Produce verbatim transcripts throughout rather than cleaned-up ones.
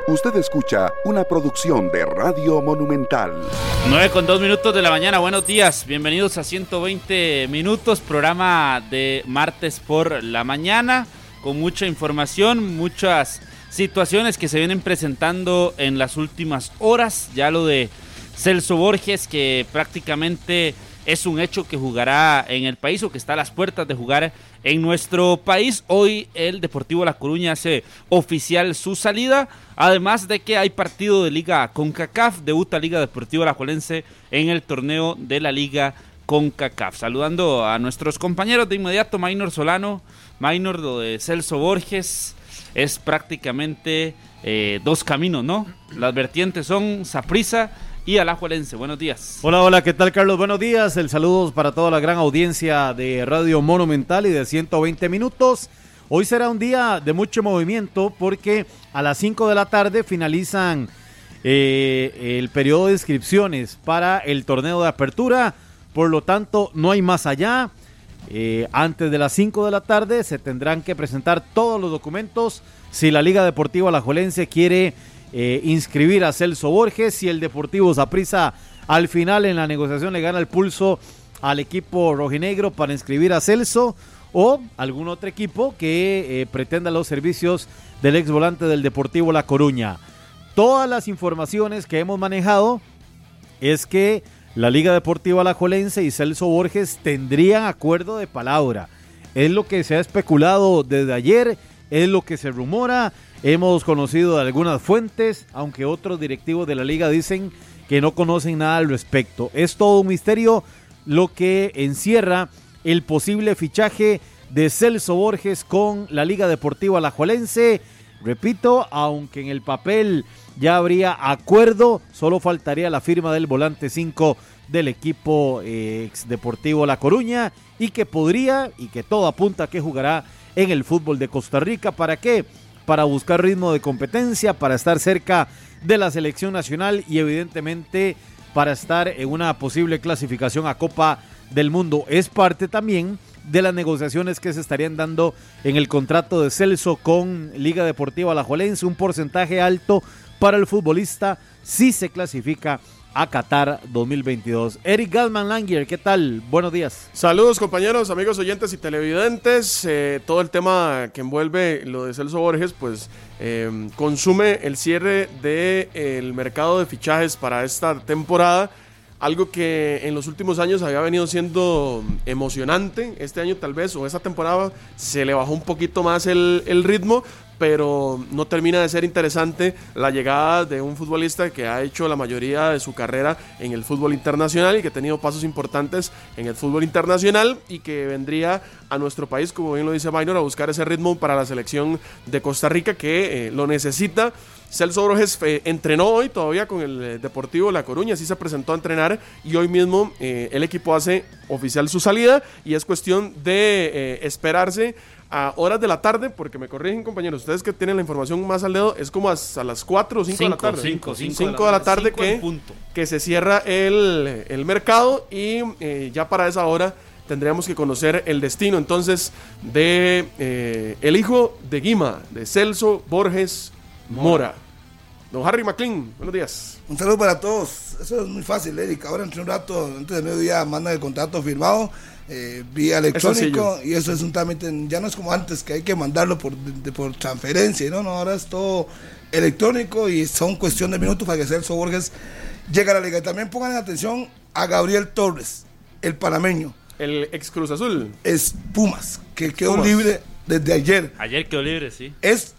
Usted escucha una producción de Radio Monumental. nueve con dos minutos de la mañana, buenos días, bienvenidos a ciento veinte minutos, programa de martes por la mañana, con mucha información, muchas situaciones que se vienen presentando en las últimas horas. Ya lo de Celso Borges, que prácticamente es un hecho que jugará en el país o que está a las puertas de jugar en nuestro país. Hoy el Deportivo La Coruña hace oficial su salida, además de que hay partido de Liga CONCACAF, debuta Liga Deportiva Alajuelense en el torneo de la Liga CONCACAF. Saludando a nuestros compañeros de inmediato, Maynor Solano. Maynor, lo de Celso Borges es prácticamente eh, dos caminos, ¿no? Las vertientes son Saprissa y Alajuelense. Buenos días. Hola, hola, ¿qué tal, Carlos? Buenos días. El saludo para toda la gran audiencia de Radio Monumental y de ciento veinte minutos. Hoy será un día de mucho movimiento porque a las cinco de la tarde finalizan eh, el periodo de inscripciones para el torneo de apertura. Por lo tanto, no hay más allá. Eh, antes de las cinco de la tarde se tendrán que presentar todos los documentos si la Liga Deportiva Alajuelense quiere Eh, inscribir a Celso Borges, si el Deportivo Saprissa al final en la negociación le gana el pulso al equipo rojinegro para inscribir a Celso, o algún otro equipo que eh, pretenda los servicios del ex volante del Deportivo La Coruña. Todas las informaciones que hemos manejado es que la Liga Deportiva Alajuelense y Celso Borges tendrían acuerdo de palabra. Es lo que se ha especulado desde ayer, es lo que se rumora. Hemos conocido de algunas fuentes, aunque otros directivos de la liga dicen que no conocen nada al respecto. Es todo un misterio lo que encierra el posible fichaje de Celso Borges con la Liga Deportiva Alajuelense. Repito, aunque en el papel ya habría acuerdo, solo faltaría la firma del volante cinco del equipo eh, ex Deportivo La Coruña, y que podría, y que todo apunta a que jugará en el fútbol de Costa Rica. ¿Para qué? Para buscar ritmo de competencia, para estar cerca de la selección nacional y evidentemente para estar en una posible clasificación a Copa del Mundo. Es parte también de las negociaciones que se estarían dando en el contrato de Celso con Liga Deportiva Alajuelense, un porcentaje alto para el futbolista si se clasifica a Qatar dos mil veintidós. Eric Galman Langier, ¿qué tal? Buenos días. Saludos, compañeros, amigos oyentes y televidentes. Eh, todo el tema que envuelve lo de Celso Borges, pues eh, consume el cierre del mercado de fichajes para esta temporada. Algo que en los últimos años había venido siendo emocionante. Este año tal vez, o esta temporada, se le bajó un poquito más el, el ritmo, pero no termina de ser interesante la llegada de un futbolista que ha hecho la mayoría de su carrera en el fútbol internacional y que ha tenido pasos importantes en el fútbol internacional y que vendría a nuestro país, como bien lo dice Maynor, a buscar ese ritmo para la selección de Costa Rica que eh, lo necesita. Celso Borges eh, entrenó hoy todavía con el eh, Deportivo La Coruña, así se presentó a entrenar y hoy mismo eh, el equipo hace oficial su salida y es cuestión de eh, esperarse a horas de la tarde, porque me corrigen, compañeros, ustedes que tienen la información más al dedo, es como hasta las cuatro o cinco de la tarde. cinco, cinco, cinco de la tarde que, que se cierra el, el mercado y eh, ya para esa hora tendríamos que conocer el destino entonces de eh, el hijo de Guima, de Celso Borges Mora. Don Harry McLean, buenos días. Un saludo para todos. Eso es muy fácil, Eric. Ahora entre un rato, antes de mediodía, mandan el contrato firmado eh, vía electrónico, y eso es un trámite, ya no es como antes que hay que mandarlo por, de, por transferencia, ¿no? No, ahora es todo electrónico y son cuestión de minutos para que Celso Borges llegue a la liga. Y también pongan atención a Gabriel Torres, el panameño. El ex Cruz Azul. Es Pumas, que quedó Pumas. libre desde ayer. Ayer quedó libre, sí. Es,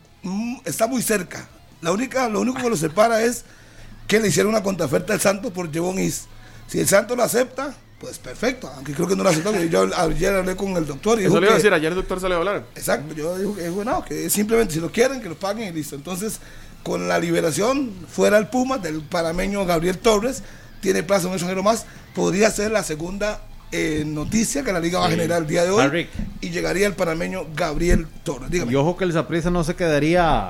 mm, está muy cerca. La única, lo único que lo separa es que le hicieron una contraoferta al Santos por Jevon Is. Si el Santos lo acepta, pues perfecto, aunque creo que no lo aceptó. Yo ayer hablé con el doctor y Eso dijo le iba a que, decir, ayer el doctor salió a hablar. exacto, yo digo que bueno, que simplemente si lo quieren, que lo paguen y listo. Entonces, con la liberación fuera el Puma del panameño Gabriel Torres, tiene plazo un extranjero más, podría ser la segunda eh, noticia que la liga sí. va a generar el día de hoy. Harry. Y llegaría el panameño Gabriel Torres. Dígame. Y ojo que el Saprissa no se quedaría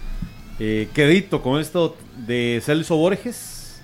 eh, quedito con esto de Celso Borges.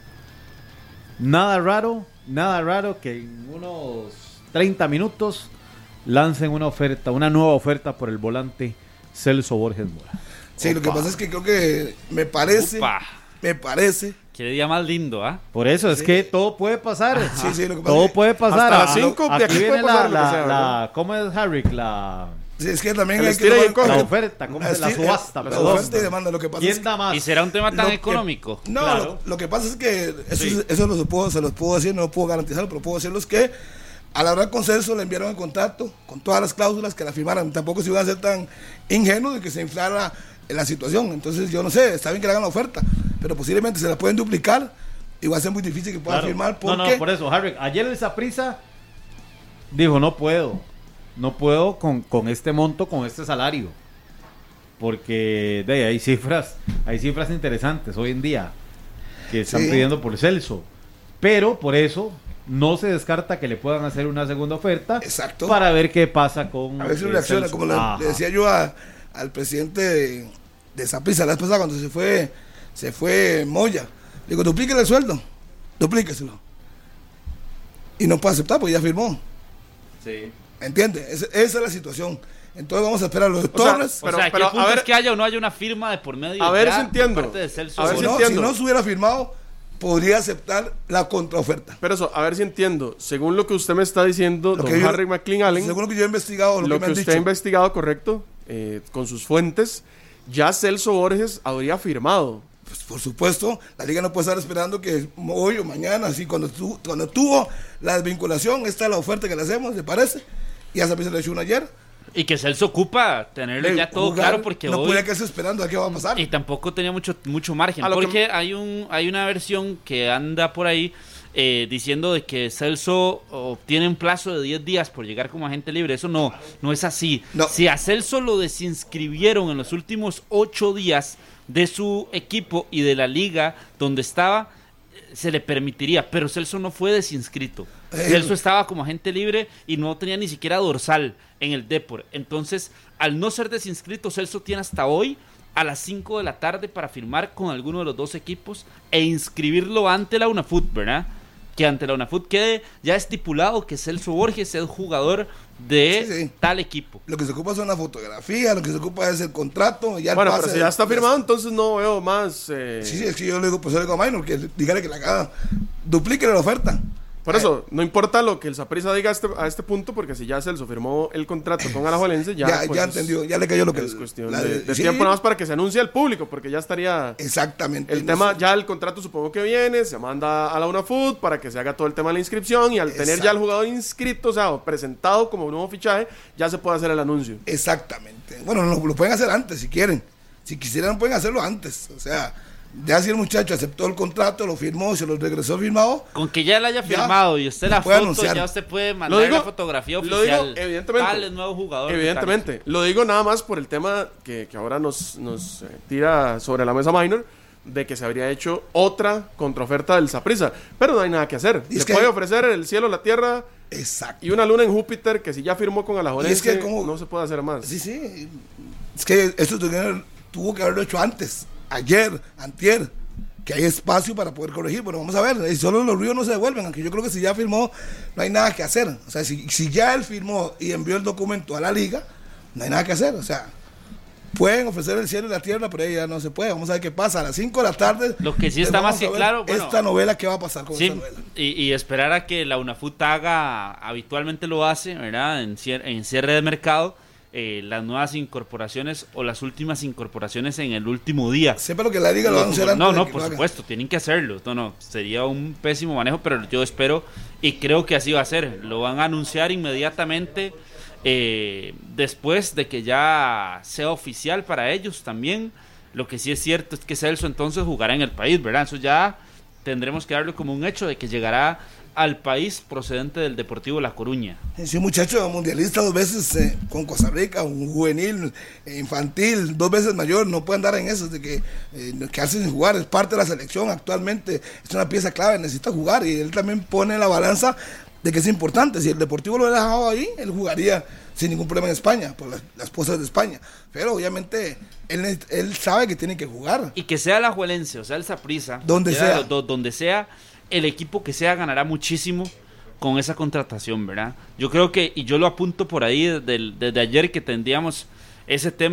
Nada raro, nada raro que en unos treinta minutos lancen una oferta, una nueva oferta por el volante Celso Borges Mora. Sí, Opa. lo que pasa es que creo que me parece, Upa. me parece. Qué día más lindo, ¿ah? Por eso, es Sí. que todo puede pasar. Sí, sí, lo que pasa Todo es que- puede pasar. Hasta las Ah, cinco, de aquí aquí viene puede pasar la, lo que la, sea, la- ¿cómo es, Harry? La, Sí, es que también El hay que estira y tomar- encoge. la oferta, ¿cómo se- la esti- subasta, La perdón. oferta y demanda, lo que pasa es ¿Quién que- da más? ¿Y será un tema tan Lo que- económico? No, Claro. lo, lo que pasa es que eso, Sí. eso lo se, puedo, se los puedo decir, no lo puedo garantizar, pero puedo decirlos que al hablar con Celso le enviaron el contrato con todas las cláusulas que la firmaran. Tampoco se iban a ser tan ingenuos de que se inflara la situación. Entonces yo no sé, está bien que le hagan la oferta, pero posiblemente se la pueden duplicar y va a ser muy difícil que pueda Claro. firmar porque... No, no, por eso, Harry. Ayer el Saprissa dijo, no puedo. No puedo con, con este monto, con este salario. Porque de ahí hay cifras, hay cifras interesantes hoy en día que están Sí. pidiendo por Celso. Pero por eso no se descarta que le puedan hacer una segunda oferta. Exacto. Para ver qué pasa con A ver si eh, reacciona, Celso. como le, Ajá. le decía yo a- al presidente de, de Saprissa la vez pasada cuando se fue, se fue Moya. Le digo, duplíquele el sueldo, duplíqueselo. Y no puede aceptar porque ya firmó. Sí. ¿Entiendes? Esa, esa es la situación. Entonces vamos a esperar a los de O sea, Torres. Pero- o sea, aquí pero, el punto a ver- es que haya o no haya una firma de por medio. A ver ya si entiendo. por parte de Celso A ver si, si no, entiendo. si no se hubiera firmado, podría aceptar la contraoferta. Pero eso, a ver si entiendo. Según lo que usted me está diciendo, Lo don que yo- Harry McLean Allen, Según lo que yo he investigado, lo, lo que me que han usted ha dicho. investigado, correcto, eh, con sus fuentes, ya Celso Borges habría firmado. Pues, por supuesto, la liga no puede estar esperando que hoy o mañana, así cuando, tu, cuando tuvo la desvinculación, esta es la oferta que le hacemos, ¿le parece? Y a Saprissa le echó una ayer. Y que Celso ocupa tenerlo Eh, ya todo jugar, claro porque no hoy... podía quedarse esperando a qué va a pasar. Y tampoco tenía mucho, mucho margen. A lo que- Porque hay un hay una versión que anda por ahí eh, diciendo de que Celso obtiene un plazo de diez días por llegar como agente libre. Eso no, no es así. No. Si a Celso lo desinscribieron en los últimos ocho días de su equipo y de la liga donde estaba, eh, se le permitiría. Pero Celso no fue desinscrito. Eh. Celso estaba como agente libre y no tenía ni siquiera dorsal en el Depor. Entonces, al no ser desinscrito, Celso tiene hasta hoy a las cinco de la tarde para firmar con alguno de los dos equipos e inscribirlo ante la UNAFUT, ¿verdad? Que ante la UNAFUT quede ya estipulado que Celso Borges es jugador de Sí, sí. tal equipo. Lo que se ocupa es una fotografía, lo que se ocupa es el contrato. Ya el Bueno, pase pero si ya del- está firmado, entonces no veo más. eh, Sí, sí, es que yo le digo, pues yo le digo a Minor que dígale que la haga, duplíquele la oferta. Por eso, no importa lo que el Saprissa diga a este, a este punto, porque si ya Celso firmó el contrato con Alajuelense, ya, Ya, pues, ya es- entendió, ya le cayó lo que es cuestión la de, de sí, tiempo nada más para que se anuncie al público, porque ya estaría... Exactamente. El No tema, sé. ya el contrato supongo que viene, se manda a la UNAFUT para que se haga todo el tema de la inscripción y al tener Exacto. ya el jugador inscrito, o sea, o presentado como nuevo fichaje, ya se puede hacer el anuncio. Exactamente. Bueno, lo, lo pueden hacer antes si quieren. Si quisieran pueden hacerlo antes. O sea, ya si el muchacho aceptó el contrato, lo firmó, se lo regresó firmado. Con que ya la haya Ya, firmado y usted la puede foto, anunciar. ya usted puede mandar Lo digo- la fotografía lo oficial. digo, evidentemente. Tal es nuevo jugador. Evidentemente, lo digo nada más por el tema que, que ahora nos, nos eh, tira sobre la mesa Minor, de que se habría hecho otra contraoferta del Saprissa, pero no hay nada que hacer. Y Le es que- puede ofrecer el cielo, la tierra Exacto. y una luna en Júpiter que si ya firmó con Alajuelense, Y es que como- no se puede hacer más. Sí, sí. Es que esto tuvo- tuvo que haberlo hecho antes, ayer, antier, que hay espacio para poder corregir. Pero vamos a ver, y solo los ríos no se devuelven, aunque yo creo que si ya firmó, no hay nada que hacer. O sea, si, si ya él firmó y envió el documento a la liga, no hay nada que hacer. O sea, pueden ofrecer el cielo y la tierra, pero ahí ya no se puede. Vamos a ver qué pasa. A las cinco de la tarde. Lo que sí les está vamos más que a ver claro, bueno, esta novela, ¿qué va a pasar con Sí, esta novela? y, y esperar a que la UNAFUT haga, habitualmente lo hace, ¿verdad? En cierre, en cierre de mercado, eh, las nuevas incorporaciones o las últimas incorporaciones en el último día. Siempre lo que la liga lo va a anunciar antes. No, de no, que por lo haga. supuesto, tienen que hacerlo. No, no, sería un pésimo manejo, pero yo espero y creo que así va a ser. Lo van a anunciar inmediatamente eh, después de que ya sea oficial para ellos también. Lo que sí es cierto es que Celso entonces jugará en el país, ¿verdad? Eso ya tendremos que darlo como un hecho de que llegará al país procedente del Deportivo La Coruña. Sí, un muchacho mundialista dos veces eh, con Costa Rica, un juvenil, eh, infantil, dos veces mayor, no puede andar en eso, de que eh, quedarse sin jugar, es parte de la selección actualmente, es una pieza clave, necesita jugar y él también pone en la balanza de que es importante, si el Deportivo lo hubiera dejado ahí, él jugaría sin ningún problema en España, por las, las cosas de España, pero obviamente él, él sabe que tiene que jugar. Y que sea la Alajuelense, o sea el Saprissa, Donde sea, sea. do- donde sea, el equipo que sea ganará muchísimo con esa contratación, ¿verdad? Yo creo que, y yo lo apunto por ahí desde, el- desde ayer que tendríamos ese tema,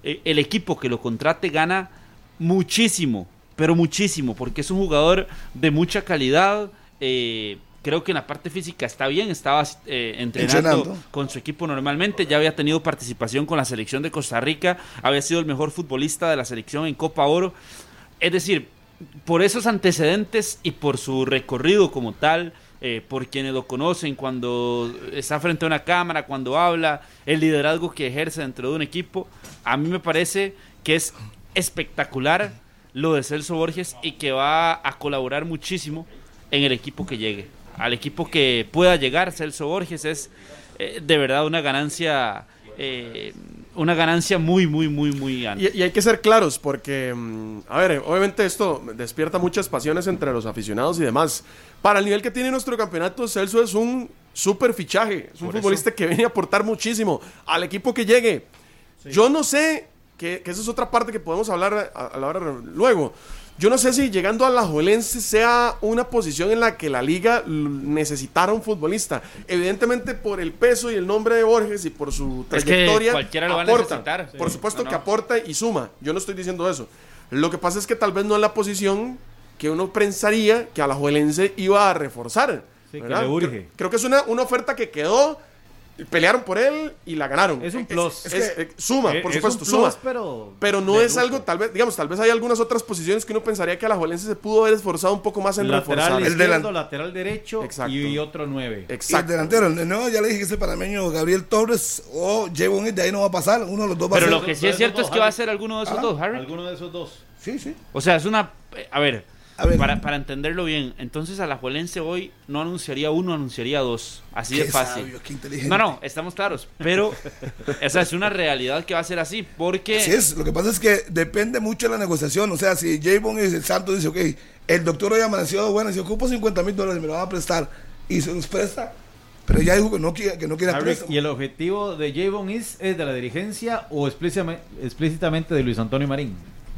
eh, el equipo que lo contrate gana muchísimo, pero muchísimo, porque es un jugador de mucha calidad. eh, Creo que en la parte física está bien, estaba eh, entrenando, entrenando con su equipo normalmente, ya había tenido participación con la selección de Costa Rica, había sido el mejor futbolista de la selección en Copa Oro. Es decir, por esos antecedentes y por su recorrido como tal, eh, por quienes lo conocen, cuando está frente a una cámara, cuando habla, el liderazgo que ejerce dentro de un equipo, a mí me parece que es espectacular lo de Celso Borges y que va a colaborar muchísimo en el equipo que llegue. Al equipo que pueda llegar Celso Borges es eh, de verdad una ganancia eh, una ganancia muy muy muy muy grande. Y, y hay que ser claros porque a ver, obviamente esto despierta muchas pasiones entre los aficionados y demás. Para el nivel que tiene nuestro campeonato, Celso es un súper fichaje, es un Por futbolista eso. que viene a aportar muchísimo al equipo que llegue. Sí. Yo no sé, que, que esa es otra parte que podemos hablar a, a la hora luego. Yo no sé si llegando a Alajuelense sea una posición en la que la liga necesitara un futbolista. Evidentemente por el peso y el nombre de Borges y por su trayectoria, es que cualquiera lo aporta. Va a necesitar. Por sí, supuesto no, no. que aporta y suma. Yo no estoy diciendo eso. Lo que pasa es que tal vez no es la posición que uno pensaría que Alajuelense iba a reforzar. Sí, que le urge. Creo, creo que es una, una oferta que quedó. Pelearon por él y la ganaron. Es un plus. Es, es, es, es, suma, por es supuesto, plus, suma. Pero, pero no es algo, tal vez, digamos, tal vez hay algunas otras posiciones que uno pensaría que Alajuelense se pudo haber esforzado un poco más en lateral reforzar. Izquierdo, el delan- lateral derecho Exacto. y otro nueve. Exacto. Y el delantero, no, ya le dije que ese panameño Gabriel Torres o Jevon, de ahí no va a pasar, uno de los dos va pero a ser. Pero lo que sí es cierto es que va a ser alguno de esos ¿Ah? dos, Harry. Alguno de esos dos. Sí, sí. O sea, es una... A ver... A ver. Para, para entenderlo bien, entonces Alajuelense hoy no anunciaría uno, anunciaría dos. Así Qué de fácil. Sabio, qué inteligente. No, no, estamos claros. Pero esa es una realidad que va a ser así. Porque. Así es, lo que pasa es que depende mucho de la negociación. O sea, si Javon y el Santos dice, ok, el doctor hoy amaneció bueno, si ocupo cincuenta mil dólares, me lo van a prestar. Y se los presta. Pero ya dijo que no quiere, que no quiere préstamo. ¿Y el objetivo de Javon es, es de la dirigencia o explícitamente, explícitamente de Luis Antonio Marín?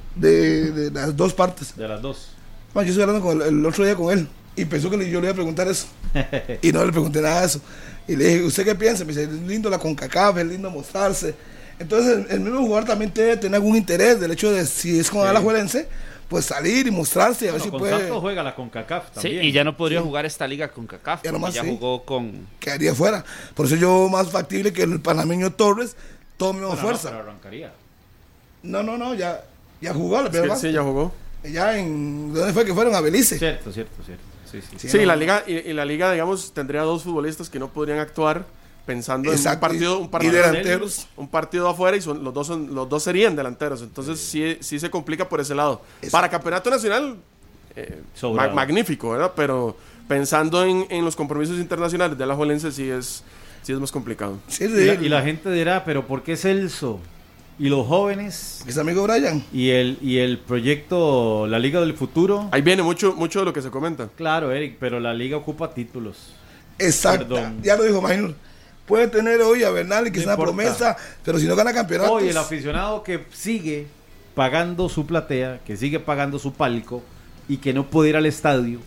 De, de las dos partes. De las dos. Bueno, yo estoy hablando con el, el otro día con él y pensó que yo le iba a preguntar eso y no le pregunté nada de eso y le dije, ¿usted qué piensa? Me dice, es lindo la CONCACAF, es lindo mostrarse. Entonces el, el mismo jugador también debe tener algún interés del hecho de si es con sí. Alajuelense, pues salir y mostrarse y a bueno, ver si con puede. Santos juega la CONCACAF también. Sí, y ya no podría sí. jugar esta liga con CONCACAF, ya, nomás, ya sí. jugó con... Quedaría fuera. Por eso yo más factible que el panameño Torres tome bueno, fuerza. No, pero arrancaría. No, no, no, ya, ya jugó la primera Sí, sí, ya jugó. Ya en ¿dónde fue que fueron? A Belice. Cierto, cierto, cierto. Sí, sí, sí, sí no, la liga y, y la liga, digamos, tendría dos futbolistas que no podrían actuar pensando exacto, en un partido, un partido y delanteros, un partido afuera y son los dos son los dos serían delanteros, entonces sí, sí se complica por ese lado. Exacto. Para campeonato nacional eh, ma- magnífico, ¿verdad? Pero pensando en, en los compromisos internacionales de Alajuelense sí es sí es más complicado. Sí, sí. Y, la, y la gente dirá, pero ¿por qué Celso? Y los jóvenes. Es amigo Brian. Y el, y el proyecto La Liga del Futuro. Ahí viene mucho, mucho de lo que se comenta. Claro, Eric, pero la liga ocupa títulos. Exacto. Ya lo dijo Maynor. Puede tener hoy a Bernal y que no es una promesa, pero si no gana campeonatos. Hoy el aficionado que sigue pagando su platea, que sigue pagando su palco y que no puede ir al estadio,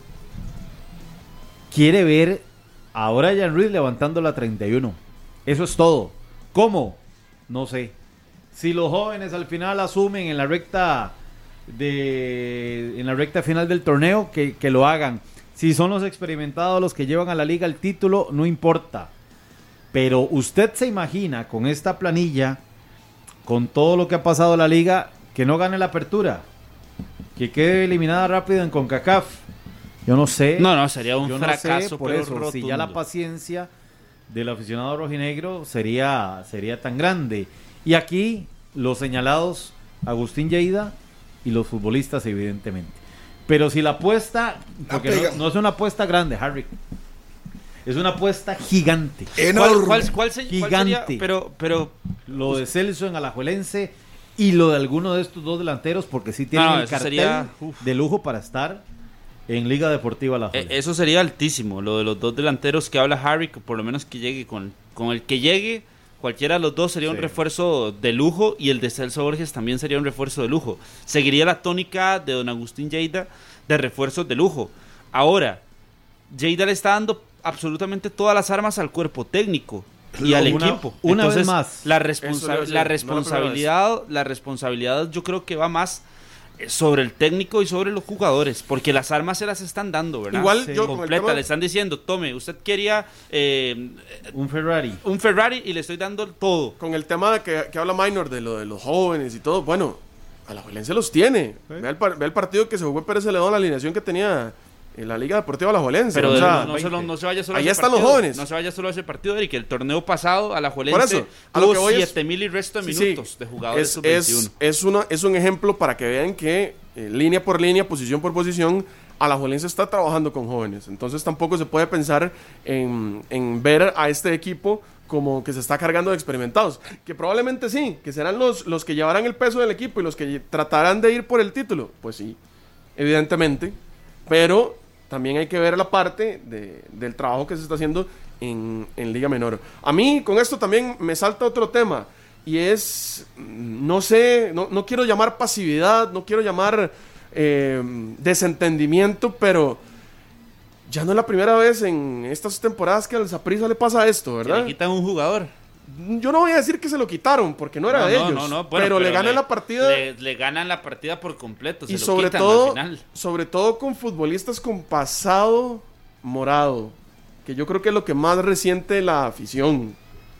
quiere ver a Brian Ruiz levantando la treinta y uno. Eso es todo. ¿Cómo? No sé. Si los jóvenes al final asumen en la recta de en la recta final del torneo, que, que lo hagan. Si son los experimentados los que llevan a la liga el título, no importa. Pero usted se imagina con esta planilla, con todo lo que ha pasado en la liga, que no gane la apertura, que quede eliminada rápido en CONCACAF. Yo no sé. No, no, sería un yo fracaso. No sé, por pero eso, rotundo. si ya la paciencia del aficionado rojinegro sería, sería tan grande. Y aquí los señalados, Agustín Lleida y los futbolistas, evidentemente. Pero si la apuesta, porque no, no es una apuesta grande, Harry, es una apuesta gigante. ¿Cuál, cuál, cuál se, gigante. ¿cuál sería? Pero, pero lo de Celso en Alajuelense y lo de alguno de estos dos delanteros, porque sí tienen no, el cartel sería, de lujo para estar en Liga Deportiva Alajuelense. Eso sería altísimo, lo de los dos delanteros que habla Harry, que por lo menos que llegue con, con el que llegue. Cualquiera de los dos sería sí. un refuerzo de lujo y el de Celso Borges también sería un refuerzo de lujo. Seguiría la tónica de don Agustín Lleida de refuerzos de lujo. Ahora, Lleida le está dando absolutamente todas las armas al cuerpo técnico y al una, equipo. Una Entonces, vez más. La, responsa Eso, la no responsabilidad, la responsabilidad yo creo que va más sobre el técnico y sobre los jugadores, porque las armas se las están dando, ¿verdad? Igual sí. yo con el completa, tema... le están diciendo, tome, usted quería eh, un Ferrari. Un Ferrari y le estoy dando todo. Con el tema que, que habla Minor de lo de los jóvenes y todo, bueno, Alajuelense los tiene. ¿Sí? Ve, el, ve el partido que se jugó en Pérez Celedón, la alineación que tenía en la Liga Deportiva Alajuelense. Pero o sea, no, no, se lo, no se vaya solo ahí a ese están partido, los jóvenes. No se vaya solo a ese partido, Eric. El torneo pasado, Alajuelense Por eso, a tuvo lo que voy siete es, mil y resto de sí, minutos sí, de jugadores es, sub veintiuno. Es, es, una, es un ejemplo para que vean que eh, línea por línea, posición por posición, Alajuelense está trabajando con jóvenes. Entonces tampoco se puede pensar en, en ver a este equipo como que se está cargando de experimentados, que probablemente sí, que serán los, los que llevarán el peso del equipo y los que tratarán de ir por el título, pues sí, evidentemente, pero también hay que ver la parte de, del trabajo que se está haciendo en, en Liga Menor. A mí con esto también me salta otro tema, y es, no sé, no, no quiero llamar pasividad, no quiero llamar eh, desentendimiento, pero ya no es la primera vez en estas temporadas que al Saprissa le pasa esto, ¿verdad? Que le quitan un jugador. Yo no voy a decir que se lo quitaron, porque no era no, de no, ellos, no, no, bueno, pero, pero le ganan le, la partida. Le, le ganan la partida por completo, se y lo sobre quitan todo, al final. sobre todo con futbolistas con pasado morado, que yo creo que es lo que más resiente la afición.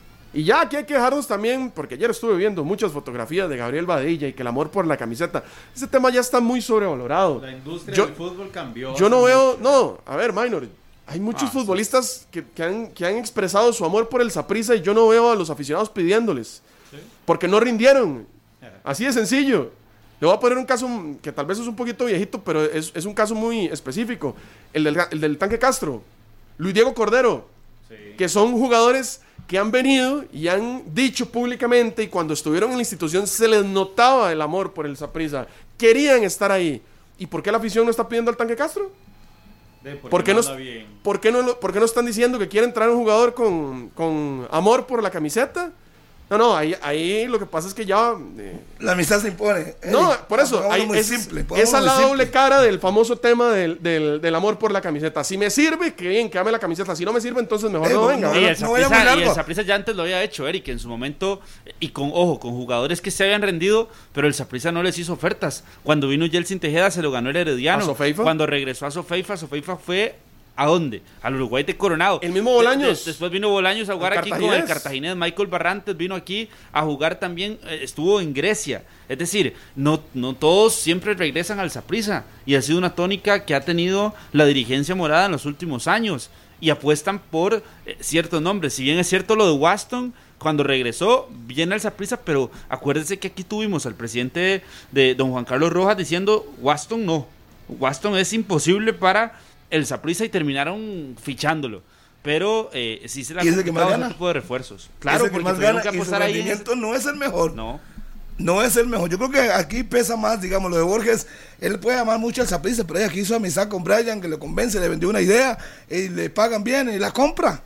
Y ya aquí hay que dejarnos también, porque ayer estuve viendo muchas fotografías de Gabriel Badilla y que el amor por la camiseta, ese tema ya está muy sobrevalorado. La industria yo, del fútbol cambió. Yo no veo, no, a ver, Minor, hay muchos Ah, futbolistas sí. que, que, han, que han expresado su amor por el Saprissa y yo no veo a los aficionados pidiéndoles, ¿sí? Porque no rindieron, así de sencillo. Le voy a poner un caso que tal vez es un poquito viejito, pero es, es un caso muy específico, el del, el del Tanque Castro, Luis Diego Cordero, sí. Que son jugadores que han venido y han dicho públicamente, y cuando estuvieron en la institución se les notaba el amor por el Saprissa, querían estar ahí. ¿Y por qué la afición no está pidiendo al Tanque Castro? De, ¿Por, ¿Por, qué no no, ¿por, qué no, ¿Por qué no están diciendo que quieren traer un jugador con, con amor por la camiseta? No, no, ahí, ahí lo que pasa es que ya... Eh, la amistad se impone. No, por eso, ahí muy es, simple, esa es la simple. doble cara del famoso tema del, del, del amor por la camiseta. Si me sirve, que bien, que ame la camiseta. Si no me sirve, entonces mejor eh, no venga. No, y el Saprissa ya antes lo había hecho, Eric, en su momento, y con, ojo, con jugadores que se habían rendido, pero el Saprissa no les hizo ofertas. Cuando vino Yeltsin Tejeda se lo ganó el Herediano. ¿A Sofeifa? Cuando regresó a Sofeifa, Sofeifa fue... ¿A dónde? Al Uruguay de Coronado. El mismo Bolaños. De, de, después vino Bolaños a jugar aquí con el Cartaginés. Michael Barrantes vino aquí a jugar también. Eh, estuvo en Grecia. Es decir, no, no todos siempre regresan al Saprissa. Y ha sido una tónica que ha tenido la dirigencia morada en los últimos años. Y apuestan por eh, ciertos nombres. Si bien es cierto lo de Waston, cuando regresó, viene al Saprissa, pero acuérdense que aquí tuvimos al presidente de, de don Juan Carlos Rojas diciendo, Waston no. Waston es imposible para... el Saprissa y terminaron fichándolo, pero eh, sí se le ha complicado ese tipo de refuerzos. Claro, ese que porque más gana que y su ahí rendimiento en... no es el mejor. No. No es el mejor. Yo creo que aquí pesa más, digamos, lo de Borges. Él puede amar mucho al Saprissa, pero ella aquí hizo amistad con Brian, que le convence, le vendió una idea, y le pagan bien, y la compra.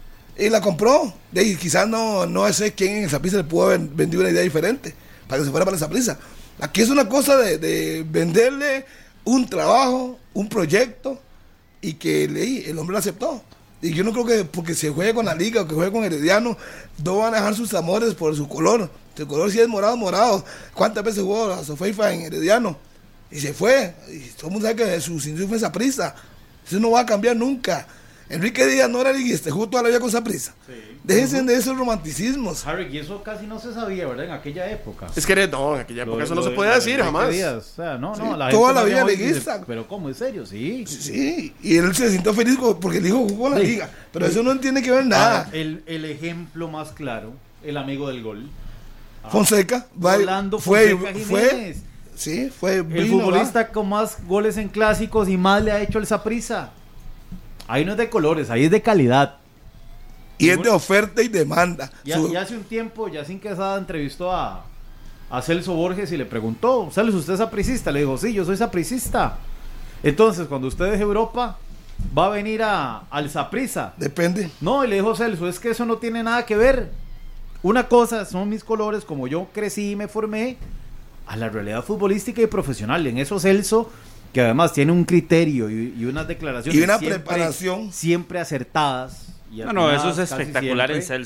Y la compró. Y quizás no, no sé quién en el Saprissa le pudo haber vendido una idea diferente, para que se fuera para el Saprissa. Aquí es una cosa de, de venderle un trabajo, un proyecto, y que leí, el hombre lo aceptó. Y yo no creo que porque se juegue con la liga o que juegue con Herediano, no van a dejar sus amores por su color. Su color sí es morado, morado. ¿Cuántas veces jugó a Sofeifa en Herediano? Y se fue. Y todo el mundo sabe que su iniciativa fue Saprissa. Eso no va a cambiar nunca. Enrique Díaz no era liguista, jugó toda la vida con Saprissa. Sí. Déjense uh-huh. de esos romanticismos. Harry, y eso casi no se sabía, ¿verdad? En aquella época. Es que no, en aquella época lo, eso lo, no se podía lo, decir jamás. Díaz, o sea, no, no, sí, la toda la vida liguista. Dice, pero ¿cómo? ¿En serio? Sí. sí. Sí, y él se sintió feliz porque el hijo jugó en la sí. liga. Pero sí. eso no tiene que ver nada. Ah, el, el ejemplo más claro, el amigo del gol. Ah, Fonseca. Orlando Fonseca Jiménez. Fue, sí, fue. El vino, futbolista ¿verdad? con más goles en clásicos y más le ha hecho el Saprissa. Ahí no es de colores, ahí es de calidad. Y, y es bueno, de oferta y demanda. Ya, Su... ya hace un tiempo, Yacine Quesada entrevistó a, a Celso Borges y le preguntó, Celso, ¿usted es sapricista? Le dijo, sí, yo soy sapricista. Entonces, cuando usted deje Europa, ¿va a venir a, al Saprissa? Depende. No, y le dijo Celso, es que eso no tiene nada que ver. Una cosa son mis colores, como yo crecí y me formé, a la realidad futbolística y profesional. En eso Celso, que además tiene un criterio y, y unas declaraciones y una siempre, preparación siempre acertadas. Y no, no, eso es espectacular en Celso.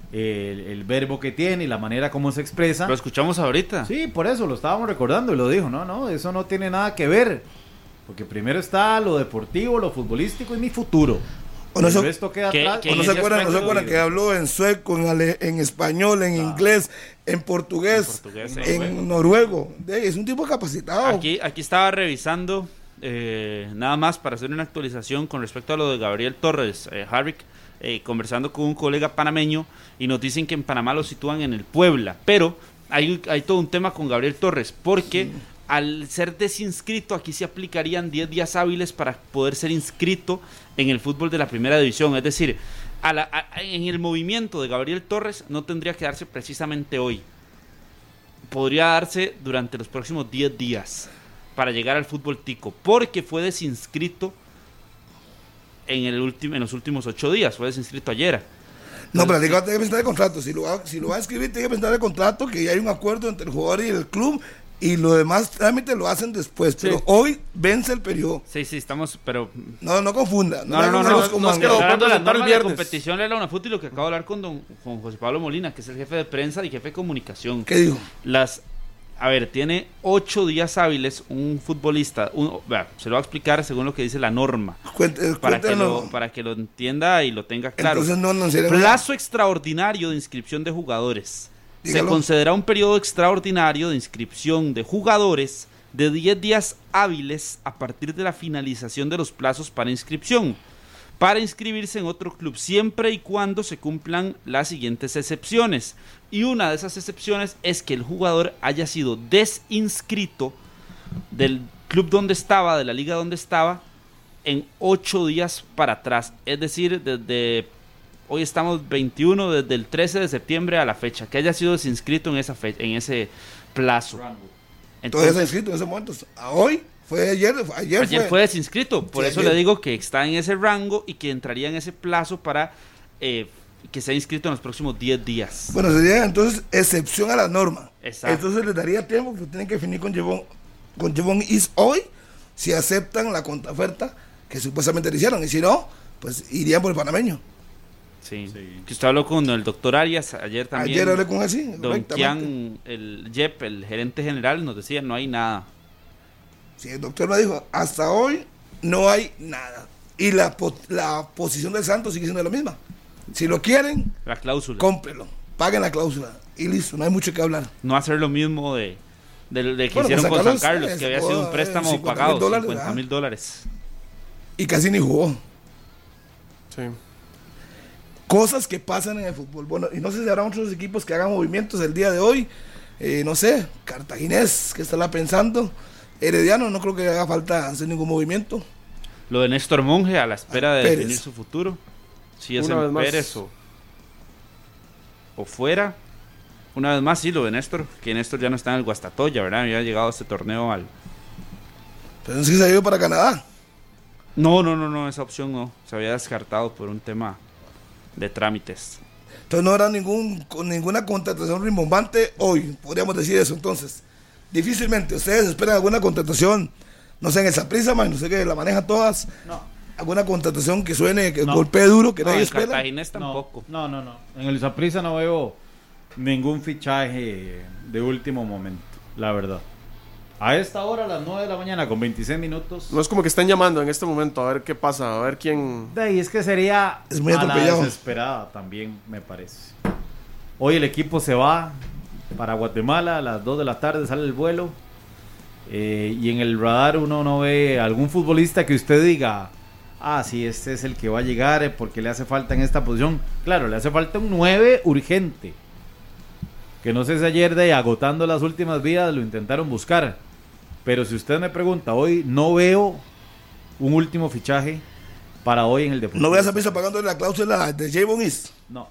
el, el verbo que tiene y la manera como se expresa. Lo escuchamos ahorita. Sí, por eso lo estábamos recordando y lo dijo, no, no, eso no tiene nada que ver, porque primero está lo deportivo, lo futbolístico y mi futuro. O no, el so, resto queda que, atrás. que o no se acuerdan, no se acuerdan digo. que habló en sueco, en, ale, en español, en ah. inglés, en portugués, en, portugués, en, en noruego. Es un tipo capacitado. Aquí, aquí estaba revisando, eh, nada más para hacer una actualización con respecto a lo de Gabriel Torres, eh, Harvick, eh, conversando con un colega panameño, y nos dicen que en Panamá lo sitúan en el Puebla, pero hay, hay todo un tema con Gabriel Torres, porque sí. al ser desinscrito, aquí se aplicarían diez días hábiles para poder ser inscrito en el fútbol de la primera división. Es decir, a la, a, en el movimiento de Gabriel Torres no tendría que darse precisamente hoy. Podría darse durante los próximos diez días para llegar al fútbol tico, porque fue desinscrito en, el último, en los últimos ocho días. Fue desinscrito ayer. Entonces, no, pero la liga tiene que presentar el contrato. Si lo, va, si lo va a escribir, tiene que presentar el contrato, que ya hay un acuerdo entre el jugador y el club. Y lo demás realmente lo hacen después, sí. Pero hoy vence el periodo. Sí, sí, estamos, pero... No, no confunda. No, no, no, no, no, no, no es que lo puedo presentar la norma de competición de la UNAFUT y lo que acabo de hablar con don con José Pablo Molina, que es el jefe de prensa y jefe de comunicación. ¿Qué dijo? Las, a ver, tiene ocho días hábiles un futbolista, un, bueno, se lo va a explicar según lo que dice la norma, Cuente, para, que lo, para que lo entienda y lo tenga claro. Entonces no, no será Plazo extraordinario de inscripción de jugadores. Dígalo. Se considera un periodo extraordinario de inscripción de jugadores de diez días hábiles a partir de la finalización de los plazos para inscripción, para inscribirse en otro club siempre y cuando se cumplan las siguientes excepciones. Y una de esas excepciones es que el jugador haya sido desinscrito del club donde estaba, de la liga donde estaba, en ocho días para atrás. Es decir, desde... Hoy estamos veintiuno, desde el trece de septiembre a la fecha, que haya sido desinscrito en esa fecha, en ese plazo. Entonces, Todavía está inscrito en ese momento. A hoy fue ayer, ayer, ayer fue. fue desinscrito, por sí, eso ayer. le digo que está en ese rango y que entraría en ese plazo para eh, que sea inscrito en los próximos diez días. Bueno, sería entonces excepción a la norma. Exacto. Entonces les daría tiempo, que tienen que definir con Jevon, con Jevon Is hoy, si aceptan la contraoferta que supuestamente le hicieron, y si no, pues irían por el panameño. Sí. sí, que usted habló con el doctor Arias ayer también. Ayer hablé con él, sí. Don Kian, el Jep, el gerente general, nos decía, no hay nada. Sí, el doctor me dijo, hasta hoy no hay nada. Y la, la posición del Santos sigue siendo la misma. Si lo quieren, la cláusula, cómprelo, paguen la cláusula y listo, no hay mucho que hablar. No hacer lo mismo de, de, de que bueno, hicieron pues con San Carlos, Carlos, eh, que había sido un préstamo cincuenta pagado, mil dólares, cincuenta mil dólares. Y casi ni jugó. Sí. Cosas que pasan en el fútbol. Bueno, y no sé si habrá otros equipos que hagan movimientos el día de hoy. Eh, no sé, Cartaginés, que estará pensando. Herediano, no creo que haga falta hacer ningún movimiento. Lo de Néstor Monge a la espera de Pérez. definir su futuro. Si es Una en vez Pérez más. o, o fuera. Una vez más, sí, lo de Néstor. Que Néstor ya no está en el Guastatoya, ¿verdad? Había llegado a este torneo al... Pero es que se ha ido para Canadá. No, no, no, no, esa opción no. Se había descartado por un tema de trámites. Entonces no habrá ningún, con ninguna contratación rimbombante hoy, podríamos decir eso. Entonces, difícilmente ustedes esperan alguna contratación, no sé, en el Saprissa, no sé, que la manejan todas. No. Alguna contratación que suene, que No. golpee duro, que No, nadie en espera. Cartaginés tampoco. No, no, no. En el Saprissa no veo ningún fichaje de último momento, la verdad. A esta hora, a las nueve de la mañana, con veintiséis minutos. No es como que estén llamando en este momento a ver qué pasa, a ver quién... De ahí es que sería Es muy a la atropellado. desesperada también, me parece. Hoy el equipo se va para Guatemala, a las dos de la tarde sale el vuelo. Eh, y en el radar uno no ve algún futbolista que usted diga, ah, sí, este es el que va a llegar eh, porque le hace falta en esta posición. Claro, le hace falta un nueve urgente. Que no sé si ayer de agotando las últimas vidas lo intentaron buscar. Pero si usted me pregunta, hoy no veo un último fichaje para hoy en el Deportivo. No voy a Saprissa pagando la cláusula de Javon Is. No.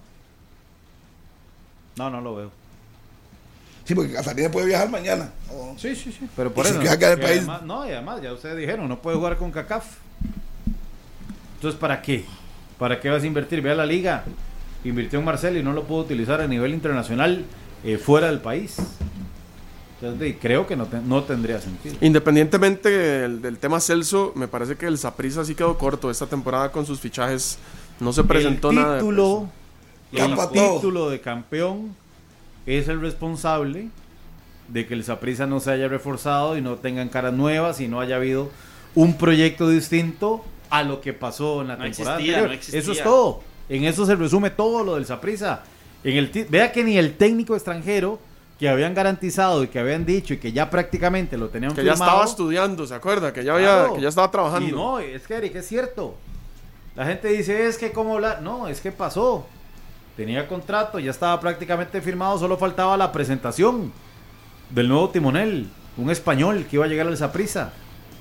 No, no lo veo. Sí, porque Catarina puede viajar mañana. O- Sí, sí, sí. Pero por Y se eso. queda acá en el y país. además- no, y además, ya ustedes dijeron, no puede jugar con CACAF. Entonces, ¿para qué? ¿Para qué vas a invertir? Ve a la liga. Invirtió en Marcelo y no lo pudo utilizar a nivel internacional eh, fuera del país. Entonces, creo que no, te- no tendría sentido. Independientemente del, del tema Celso, me parece que el Saprissa sí quedó corto esta temporada con sus fichajes. No se presentó el nada. de título peso. el título de campeón es el responsable de que el Saprissa no se haya reforzado y no tengan caras nuevas y no haya habido un proyecto distinto a lo que pasó en la no temporada existía, anterior. No existía. Eso es todo. En eso se resume todo lo del Saprissa. En el ti- Vea que ni el técnico extranjero que habían garantizado y que habían dicho y que ya prácticamente lo tenían que firmado, ya estaba estudiando, ¿se acuerda? Que ya había, claro, que ya estaba trabajando. Y no, es que Eric, es cierto. La gente dice, es que cómo hablar. No, es que pasó. Tenía contrato, ya estaba prácticamente firmado, solo faltaba la presentación del nuevo timonel, un español que iba a llegar al Saprissa.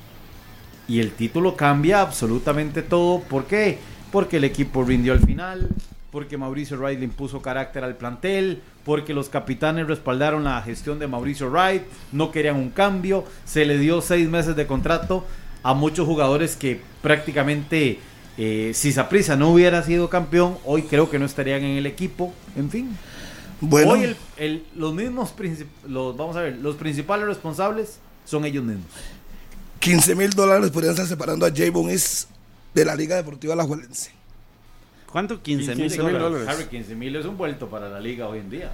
Y el título cambia absolutamente todo. ¿Por qué? Porque el equipo rindió al final, porque Mauricio Wright le impuso carácter al plantel, porque los capitanes respaldaron la gestión de Mauricio Wright, no querían un cambio, se le dio seis meses de contrato a muchos jugadores que prácticamente, eh, si Saprissa no hubiera sido campeón, hoy creo que no estarían en el equipo, en fin. Bueno. Hoy el, el, los mismos, princip- los, vamos a ver, los principales responsables son ellos mismos. quince mil dólares podrían estar separando a Javon Is de la Liga Deportiva Alajuelense. ¿Cuánto? quince mil quince mil dólares. Harry, quince mil es un vuelto para la liga hoy en día.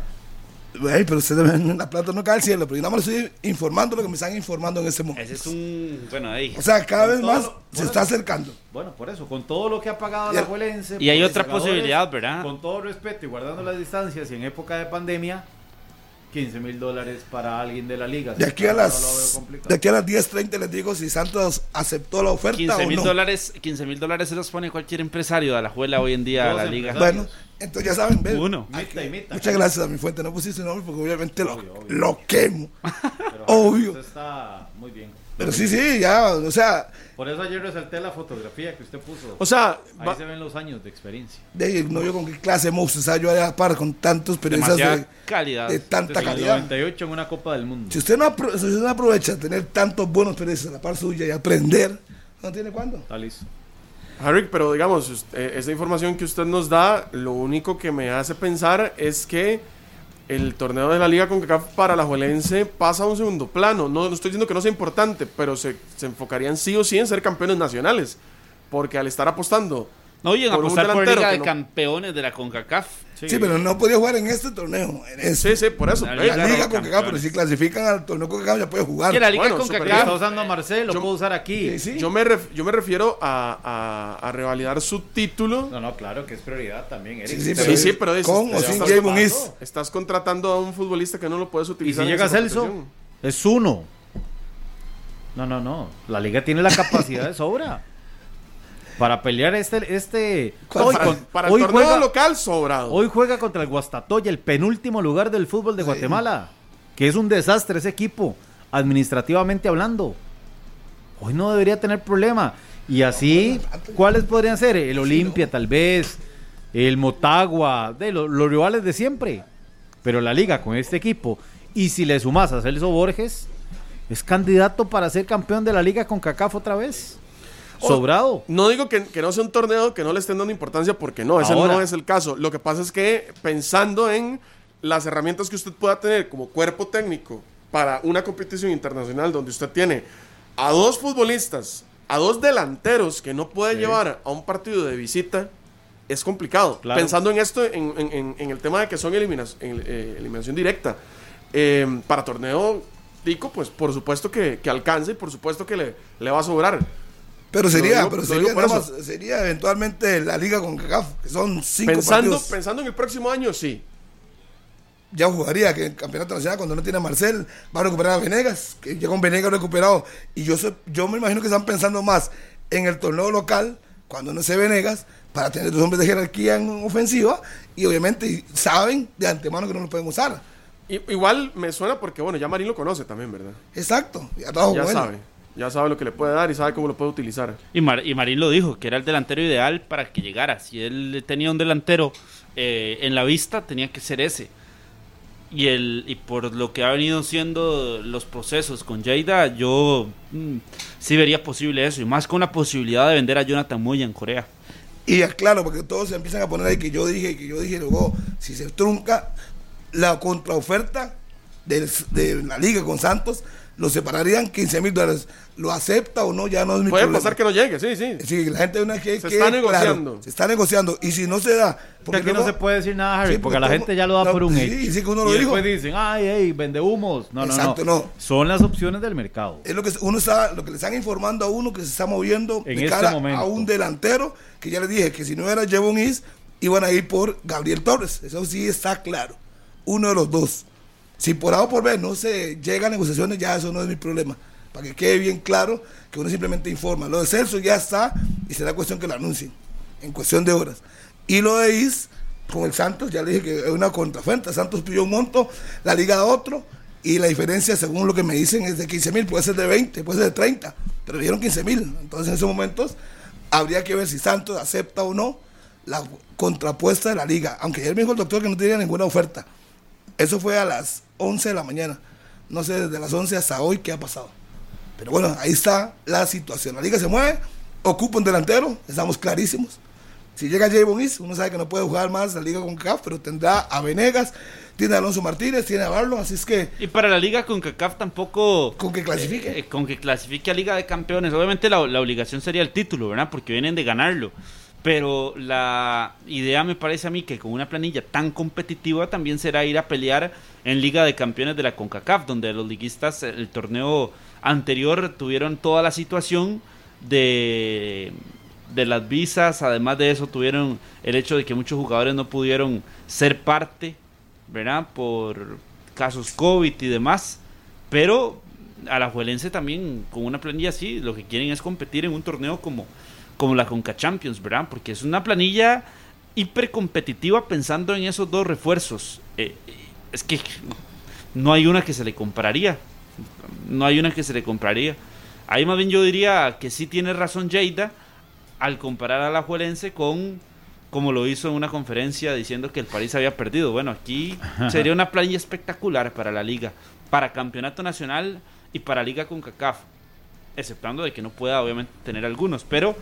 Ay, pero ustedes ven, la plata no cae al cielo, pero yo nada más estoy informando lo que me están informando en ese momento. Ese es un... Bueno, ahí. O sea, cada Con vez todo más lo- se está acercando. Bueno, por eso, con todo lo que ha pagado Y- la Juelense. Y hay por otra los jugadores, posibilidad, ¿verdad? Con todo respeto y guardando las distancias y en época de pandemia, quince mil dólares para alguien de la liga. De aquí a No lo veo las complicado. de aquí a las diez treinta les digo si Santos aceptó la oferta quince o mil no. dólares, quince mil dólares se los pone cualquier empresario de la juela hoy en día a Todos la liga. empresarios. Bueno, entonces ya saben, ven. Uno. Mita y mita. Muchas gracias a mi fuente, no pusiste nombre porque obviamente lo, Obvio, obvio. lo quemo. Pero, obvio. usted está muy bien. Pero sí, sí, ya, o sea, Por eso ayer resalté la fotografía que usted puso. O sea, Ahí va- se ven los años de experiencia. de ahí no veo con qué clase de monstruos hay yo allá a par con tantos periodistas Demasiada de, calidad. de tanta En el calidad. noventa y ocho en una Copa del Mundo. Si usted no, apro- si usted no aprovecha tener tantos buenos periodistas a la par suya y aprender, no tiene cuándo. Está listo. Harry, pero digamos, us- eh, esa información que usted nos da, lo único que me hace pensar es que el torneo de la Liga CONCACAF para la Juelense pasa a un segundo plano. No, no estoy diciendo que no sea importante, pero se, se enfocarían sí o sí en ser campeones nacionales. Porque al estar apostando No, y en por un apostar por delantero Liga que de no- Campeones de la CONCACAF. Sí, pero no podía jugar en este torneo. En este. Sí, sí, por eso. La Eh, La Liga Liga de con CONCACAF, pero Campeones. si clasifican al torneo CONCACAF ya puede jugar. Que la Liga Bueno, de super Está CONCACAF. usando a Marcel, lo Yo- puedo usar aquí. Sí, sí. Yo me, ref- yo me refiero a, a, a revalidar su título. No, no, claro que es prioridad también, Eric. Sí, sí, Pero- pero Sí, sí, pero es- con o estás sin contratando- Javon Is. Estás contratando a un futbolista que no lo puedes Y utilizar. si en llega esa Celso, competición. es uno. No, no, no. La liga tiene la capacidad de sobra para pelear este. este hoy, Para, con- para el hoy torneo juega, local, sobrado. hoy juega contra el Guastatoya, el penúltimo lugar del fútbol de Guatemala. Que es un desastre ese equipo, administrativamente hablando. Hoy no debería tener problema. Y así, ¿cuáles podrían ser? El Olimpia, tal vez. El Motagua, de lo- los rivales de siempre. Pero la liga con este equipo, y si le sumas a Celso Borges, es candidato para ser campeón de la liga con CONCACAF otra vez. Sobrado. No digo que, que no sea un torneo que no le estén dando importancia, porque no, ese Ahora. no es el caso. Lo que pasa es que pensando en las herramientas que usted pueda tener como cuerpo técnico para una competición internacional donde usted tiene a dos futbolistas, a dos delanteros que no puede Sí. llevar a un partido de visita, es complicado. Claro. Pensando en esto, en, en- en- en el tema de que son eliminas- en- eh, eliminación directa. Eh, para torneo tico, pues por supuesto que, que alcance y por supuesto que le, le va a sobrar. Pero sería, digo- pero lo sería, digo por nada eso. más- sería eventualmente la Liga con CONCACAF, que son cinco Pensando, partidos. pensando en el próximo año, sí. Ya jugaría que el campeonato nacional cuando no tiene a Marcel va a recuperar a Venegas, que ya con Venegas recuperado. Y yo sé- yo me imagino que están pensando más en el torneo local, cuando no esté Venegas, para tener dos hombres de jerarquía en ofensiva, y obviamente saben de antemano que no lo pueden usar. I- igual me suena porque, bueno, ya Marín lo conoce también, ¿verdad? Exacto, ya trabajo Ya con él. sabe. Ya sabe lo que le puede dar y sabe cómo lo puede utilizar. Y, Mar- y Marín lo dijo, que era el delantero ideal para que llegara. Si él tenía un delantero eh, en la vista, tenía que ser ese. Y, el, y por lo que ha venido siendo los procesos con Lleida, yo mm, sí vería posible eso. Y más con la posibilidad de vender a Jonathan Moya en Corea. Y ya, claro, porque todos se empiezan a poner ahí que yo dije, que yo dije, luego, si se trunca la contraoferta, de, de la liga con Santos, lo separarían quince mil dólares. ¿Lo acepta o no? Ya no es mi Puede problema. pasar que no llegue, sí, sí. Sí, la gente una que se que, está negociando. Claro, se está negociando. Y si no se da... Porque aquí luego, no se puede decir nada, Harry, sí, porque, porque la como, gente ya lo da no, por un sí, hecho. Sí, que uno y lo dijo. después dicen, ay, hey, vende humos. No, Exacto, no, no, no. Son las opciones del mercado. Es lo que uno está, lo que le están informando a uno que se está moviendo en de este cara momento. a un delantero, que ya les dije que si no era Jevon Is, iban a ir por Gabriel Torres. Eso sí está claro. Uno de los dos. Si por A o por B no se llega a negociaciones, ya eso no es mi problema. Para que quede bien claro que uno simplemente informa. Lo de Celso ya está y será cuestión que lo anuncien en cuestión de horas. Y lo de Is, con el Santos, ya le dije que es una contrafuente. Santos pidió un monto, la liga da otro, y la diferencia, según lo que me dicen, es de quince mil, puede ser de veinte, puede ser de treinta, pero le dieron quince mil. Entonces en esos momentos habría que ver si Santos acepta o no la contrapuesta de la liga. Aunque ayer me dijo el doctor que no tenía ninguna oferta. Eso fue a las once de la mañana. No sé desde las once hasta hoy qué ha pasado. Pero bueno, ahí está la situación. La liga se mueve, ocupa un delantero, estamos clarísimos. Si llega Jevon Is, uno sabe que no puede jugar más la liga con CACAF, pero tendrá a Venegas, tiene a Alonso Martínez, tiene a Barlon, así es que... Y para la liga con CACAF tampoco... Con que clasifique. Eh, con que clasifique a Liga de Campeones. Obviamente la, la obligación sería el título, ¿verdad? Porque vienen de ganarlo. Pero la idea me parece a mí que con una planilla tan competitiva también será ir a pelear en Liga de Campeones de la CONCACAF, donde los liguistas el torneo anterior tuvieron toda la situación de, de las visas. Además de eso tuvieron el hecho de que muchos jugadores no pudieron ser parte, ¿verdad? Por casos COVID y demás. Pero Alajuelense también con una planilla así lo que quieren es competir en un torneo como como la Conca Champions, ¿verdad? Porque es una planilla hiper competitiva pensando en esos dos refuerzos. Eh, es que no hay una que se le compraría. No hay una que se le compraría. Ahí más bien yo diría que sí tiene razón Lleida al comparar a Alajuelense con como lo hizo en una conferencia diciendo que el París había perdido. Bueno, aquí sería una planilla espectacular para la liga, para campeonato nacional y para Liga CONCACAF. Exceptando de que no pueda obviamente tener algunos, pero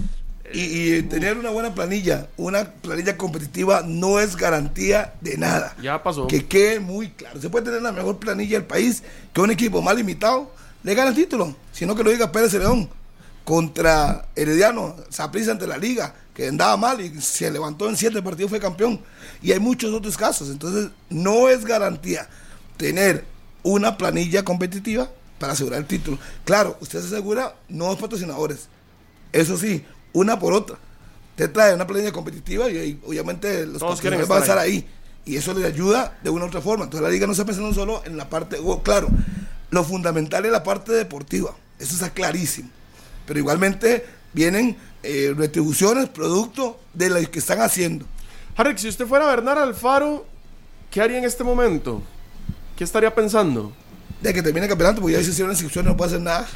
y, y tener una buena planilla, una planilla competitiva no es garantía de nada. Ya pasó. Que quede muy claro. Se puede tener la mejor planilla del país, que un equipo mal limitado le gana el título, sino que lo diga Pérez León contra Herediano, Saprissa ante la liga, que andaba mal y se levantó en siete partidos, fue campeón. Y hay muchos otros casos. Entonces no es garantía tener una planilla competitiva para asegurar el título. Claro, usted se asegura nuevos patrocinadores. Eso sí, una por otra. Usted trae una planilla competitiva y, y obviamente los Todos patrocinadores van a estar ahí. ahí. Y eso le ayuda de una u otra forma. Entonces la liga no está pensando solo en la parte... Oh, claro, lo fundamental es la parte deportiva. Eso está clarísimo. Pero igualmente vienen eh, retribuciones, producto de lo que están haciendo. Harry, si usted fuera Bernard Alfaro, ¿qué haría en este momento? ¿Qué estaría pensando? De que termine el campeonato, porque ya se hicieron las inscripciones, no puede hacer nada.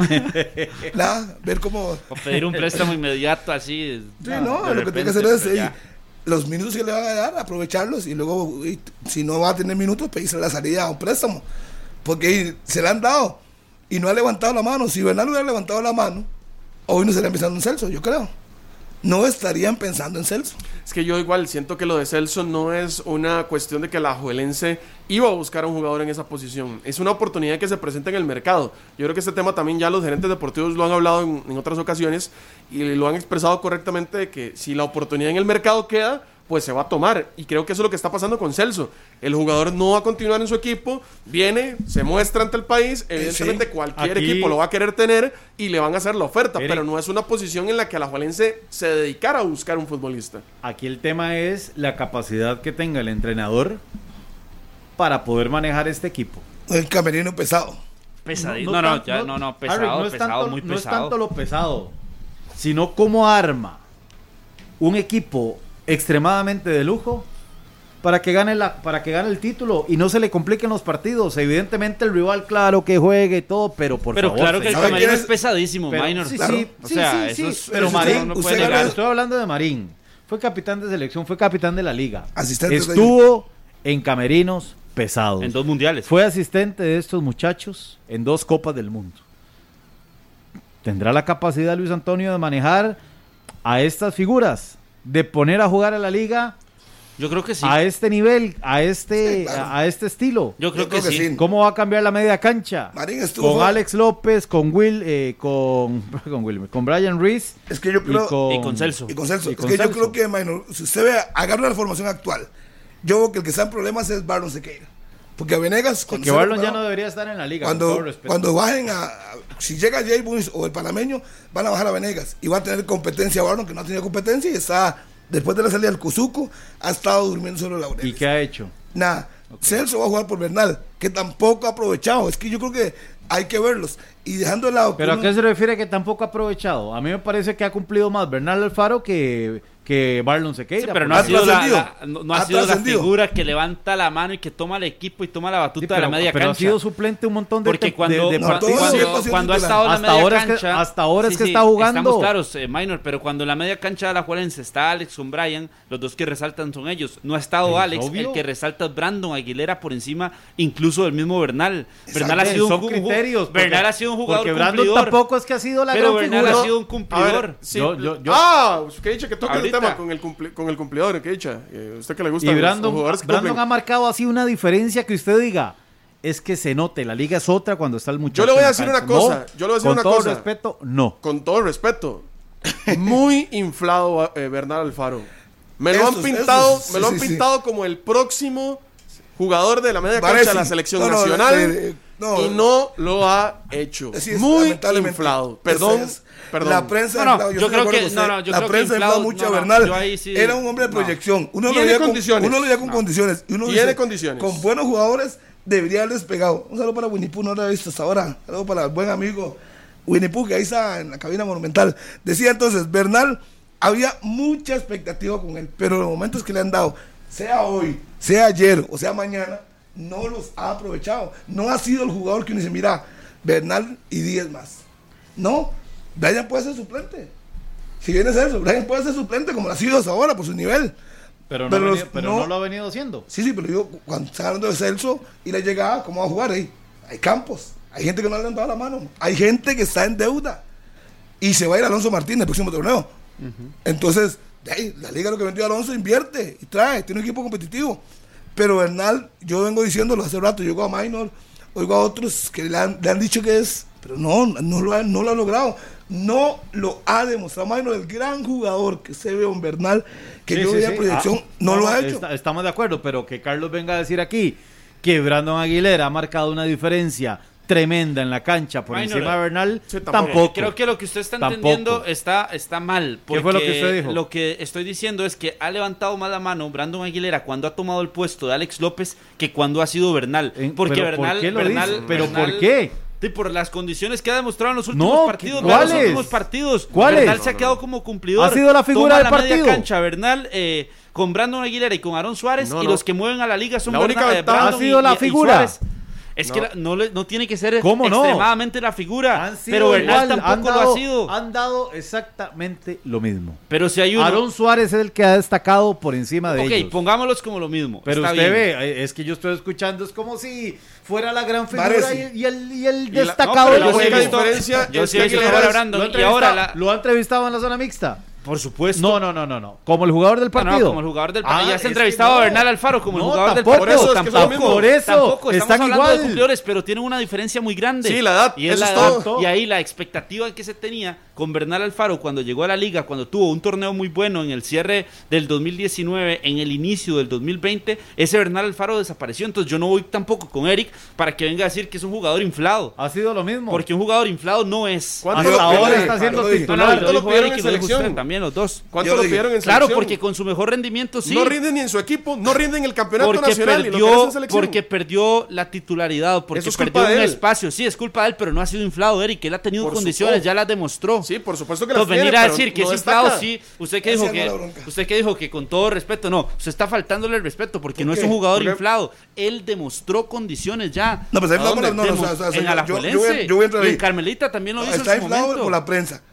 Nada, ver cómo... O pedir un préstamo inmediato así. Sí, no, lo que tiene que hacer es eh, los minutos que le van a dar, aprovecharlos y luego, y, si no va a tener minutos, pedirse la salida a un préstamo. Porque se le han dado y no ha levantado la mano. Si Bernal hubiera levantado la mano, hoy no estarían pensando en Celso, yo creo. No estarían pensando en Celso. Es que yo igual siento que lo de Celso no es una cuestión de que la Alajuelense iba a buscar a un jugador en esa posición. Es una oportunidad que se presenta en el mercado. Yo creo que este tema también ya los gerentes deportivos lo han hablado en, en otras ocasiones y lo han expresado correctamente, de que si la oportunidad en el mercado queda, pues se va a tomar. Y creo que eso es lo que está pasando con Celso. El jugador no va a continuar en su equipo, viene, se muestra ante el país, evidentemente sí, cualquier aquí, equipo lo va a querer tener y le van a hacer la oferta, Eric, pero no es una posición en la que Alajuelense se dedicara a buscar un futbolista. Aquí el tema es la capacidad que tenga el entrenador para poder manejar este equipo. El camerino pesado. Pesadito. No, no, no, ya, no, no, pesado, Harry, no pesado, tanto, muy no pesado. No es tanto lo pesado, sino cómo arma un equipo extremadamente de lujo para que gane la para que gane el título y no se le compliquen los partidos. Evidentemente el rival, claro que juegue y todo, pero por pero favor. Pero claro que el camerino es, es pesadísimo, pero, Minor. Sí, claro. sí, o sea, sí, sí, eso sí, es, pero eso Marín, no usted puede negar. estoy hablando de Marín. Fue capitán de selección, fue capitán de la liga. Asistente Estuvo de... en camerinos pesados. En dos mundiales. Fue asistente de estos muchachos en dos Copas del Mundo. ¿Tendrá la capacidad Luis Antonio de manejar a estas figuras? De poner a jugar a la liga Yo creo que sí. A este nivel, a este, Sí, claro. a, a este estilo. Yo creo, Yo que, creo que sí. sí. ¿Cómo va a cambiar la media cancha? Marín estuvo Con fuera. Alex López, con Will, eh, con, con Will, con Brian Reese Es que yo creo. y con, y con Celso. Y con Celso. y Es con que yo Celso. creo que, minor, si usted ve, agarra la formación actual. Yo creo que el que está en problemas es Barlon Sequeira. Porque a Venegas. cuando que se Barlon ya recuperó, no debería estar en la liga. con todo Cuando, respeto. cuando bajen a, a- si llega Jay Bunis o el panameño, van a bajar a Venegas y va a tener competencia Barlon, que no ha tenido competencia y está, después de la salida del Cuzuco, ha estado durmiendo solo la ¿Y qué ha hecho? Nada. Celso va a jugar por Bernal, que tampoco ha aprovechado. Es que yo creo que hay que verlos. Y dejando de lado. ¿Pero a uno- qué se refiere que tampoco ha aprovechado? A mí me parece que ha cumplido más Bernal Alfaro que, que Barlon Sequeira. Sí, pero no Ha ha sido, la, trascendido. la- no, no ha Ha sido la trascendido. figura que levanta la mano y que toma el equipo y toma la batuta Sí, de pero, la media pero cancha. ha sido suplente un montón de Porque tem- cuando, de- de No, cuando, todo partidos. siempre ha cuando, sido cuando ha titular. estado en la Hasta media ahora es que- cancha. hasta ahora es que está jugando. Estamos claros, eh, Minor, pero cuando en la media cancha de la Juelense está Alex con Brian, los dos que resaltan son ellos. No ha estado Pues, Alex, obvio. el que resalta es Brandon Aguilera por encima, incluso del mismo Bernal. Bernal ha Eh, sido un son ju- criterios. Bernal porque- ha sido un jugador Porque Brandon cumplidor. tampoco es que ha sido la Pero gran Bernal figura. ha sido un A cumplidor. ver, sí, Yo- yo- yo- Ah, que dicha que toca el Ahorita. tema con el, cumpli- con el cumplidor, que dicha. Eh, usted que le gusta Y los- Brandon, los jugadores que Brandon cumplen. ha marcado así una diferencia que usted diga. Es que se note, la liga es otra cuando está el muchacho. Yo le voy a en la decir cancha. una cosa, No, yo le voy a decir con una todo cosa. respeto, no. Con todo respeto, muy inflado eh, Bernal Alfaro. Me lo Esos, han pintado, esos, me lo sí, han sí, sí. pintado como el próximo jugador de la media cancha Varese. de la selección No, no, nacional eh, eh, no. y no lo ha hecho. Así es, muy lamentablemente. inflado. Perdón, Esa es. perdón. La prensa No, no, inflado, yo estoy de creo acuerdo que- con usted. no, no, yo la creo que prensa inflado, inflado mucho no, a no, Bernal. yo ahí sí- Era un hombre de no. proyección. Uno lo Tiene veía con, condiciones. uno lo veía con No. condiciones. Y uno Tiene dice, condiciones. Con buenos jugadores debería haberles pegado. Un saludo para Winnie Pooh, no lo he visto hasta ahora. Un saludo para el buen amigo Winnie Pooh, que ahí está en la cabina monumental. Decía entonces, Bernal, había mucha expectativa con él, pero los momentos que le han dado, sea hoy, sea ayer o sea mañana, no los ha aprovechado. No ha sido el jugador que uno dice, mira, Bernal y diez más. No, Brian puede ser suplente. Si viene Celso, Brian puede ser suplente como lo ha sido hasta ahora por su nivel. Pero no, Pero ha los- venido- pero no- no lo ha venido haciendo. Sí, sí, pero yo, cuando están hablando de Celso y la llegada, ¿cómo va a jugar ahí? Hay campos, hay gente que no le han dado la mano, hay gente que está en deuda y se va a ir Alonso Martínez el próximo torneo. Entonces, de ahí, la liga lo que vendió Alonso invierte y trae, tiene un equipo competitivo. Pero Bernal, yo vengo diciéndolo hace rato, yo oigo a Minor, oigo a otros que le han, le han dicho que es, pero no, no lo, ha, no lo ha logrado. No lo ha demostrado Minor, el gran jugador que se ve en Bernal, que Sí, yo sí, veía sí. en proyección, Ah, no, lo ha hecho. está- estamos de acuerdo, pero que Carlos venga a decir aquí que Brandon Aguilera ha marcado una diferencia tremenda en la cancha por Minor, encima de Bernal, sí, tampoco. tampoco. Creo que lo que usted está Tampoco. entendiendo está, está mal. ¿Qué fue lo que porque usted dijo? Lo que estoy diciendo es que ha levantado más la mano Brandon Aguilera cuando ha tomado el puesto de Alex López que cuando ha sido Bernal. En- Porque pero Bernal, ¿por qué lo Bernal- dice? ¿Pero Bernal- por qué? Sí, por las condiciones que ha demostrado en los últimos No, partidos. ¿qué- vea los cuáles? últimos partidos. ¿Cuáles? Bernal se ha No, no, quedado no. como cumplidor. Ha sido la figura Toma del la partido. media cancha, Bernal, eh, con Brandon Aguilera y con Aaron Suárez, No, y no. los que mueven a la liga son La única Bernal, eh, ventaja- Brandon ha sido y- la y- y figura. Suárez. Es que No. la- no, le- no tiene que ser ¿Cómo no? extremadamente la figura. Han sido Pero Bernal igual, han tampoco lo dado- ha sido. Han dado exactamente lo mismo. Pero si hay uno. Aaron Suárez es el que ha destacado por encima de Ok, ellos. pongámoslos como lo mismo. Pero Está usted bien. ve, eh, es que yo estoy escuchando, es como si fuera la gran figura Parece. y, y el, y el Y la- destacado no, del pero la yo sí he única juego. visto- diferencia yo es sí he que visto Aguilera jugar a es- Brandon, ¿Lo ha y ahora entrevistado- la- ¿Lo ha entrevistado en la zona mixta? Por supuesto. No, no, no, no, no. Como el jugador del No, no, partido. como el jugador del Ah, partido. Ya es se ha que entrevistado no. a Bernal Alfaro como el No, jugador tampoco. del Por eso partido. es que es lo Tampoco. mismo. Por eso, Tampoco. Estamos están hablando de igual. cumplidores, pero tienen una diferencia muy grande. Sí, la edad, Y es eso la es edad. todo. Y ahí la expectativa que se tenía con Bernal Alfaro cuando llegó a la liga, cuando tuvo un torneo muy bueno en el cierre del dos mil diecinueve, en el inicio del dos mil veinte, ese Bernal Alfaro desapareció. Entonces yo no voy tampoco con Eric para que venga a decir que es un jugador inflado. Ha sido lo mismo. Porque un jugador inflado no es. ¿Cuánto hasta lo ahora pidieron? está siendo Lo dije. No, no, titular. lo ¿Cuánto lo dijo pidieron Eric y en lo dijo usted selección? también, los dos. ¿Cuánto Yo lo dije, pidieron en Claro, selección? porque con su mejor rendimiento sí. No rinden ni en su equipo, no rinden en el campeonato porque nacional y lo perdió, querés en selección. porque perdió la titularidad, porque Eso es perdió culpa de un él. espacio. Sí, es culpa de él, pero no ha sido inflado, Eric. Él ha tenido Por condiciones, supuesto. ya las demostró. Sí, por supuesto que las Entonces, tiene, venir a pero decir que no es inflado, destaca. sí. Usted que Esa dijo no es la que, bronca. usted que dijo que con todo respeto, no. Usted está faltándole el respeto porque ¿Por no es qué? un jugador ¿Por qué? inflado. Él demostró condiciones ya. No, pues ahí ¿A inflado dónde? por la- no, no, Demo- o sea, o sea, en yo- Alajuelense. yo voy a- yo voy a entrar Y ahí. en Carmelita también lo hizo Está en su inflado momento. por la prensa.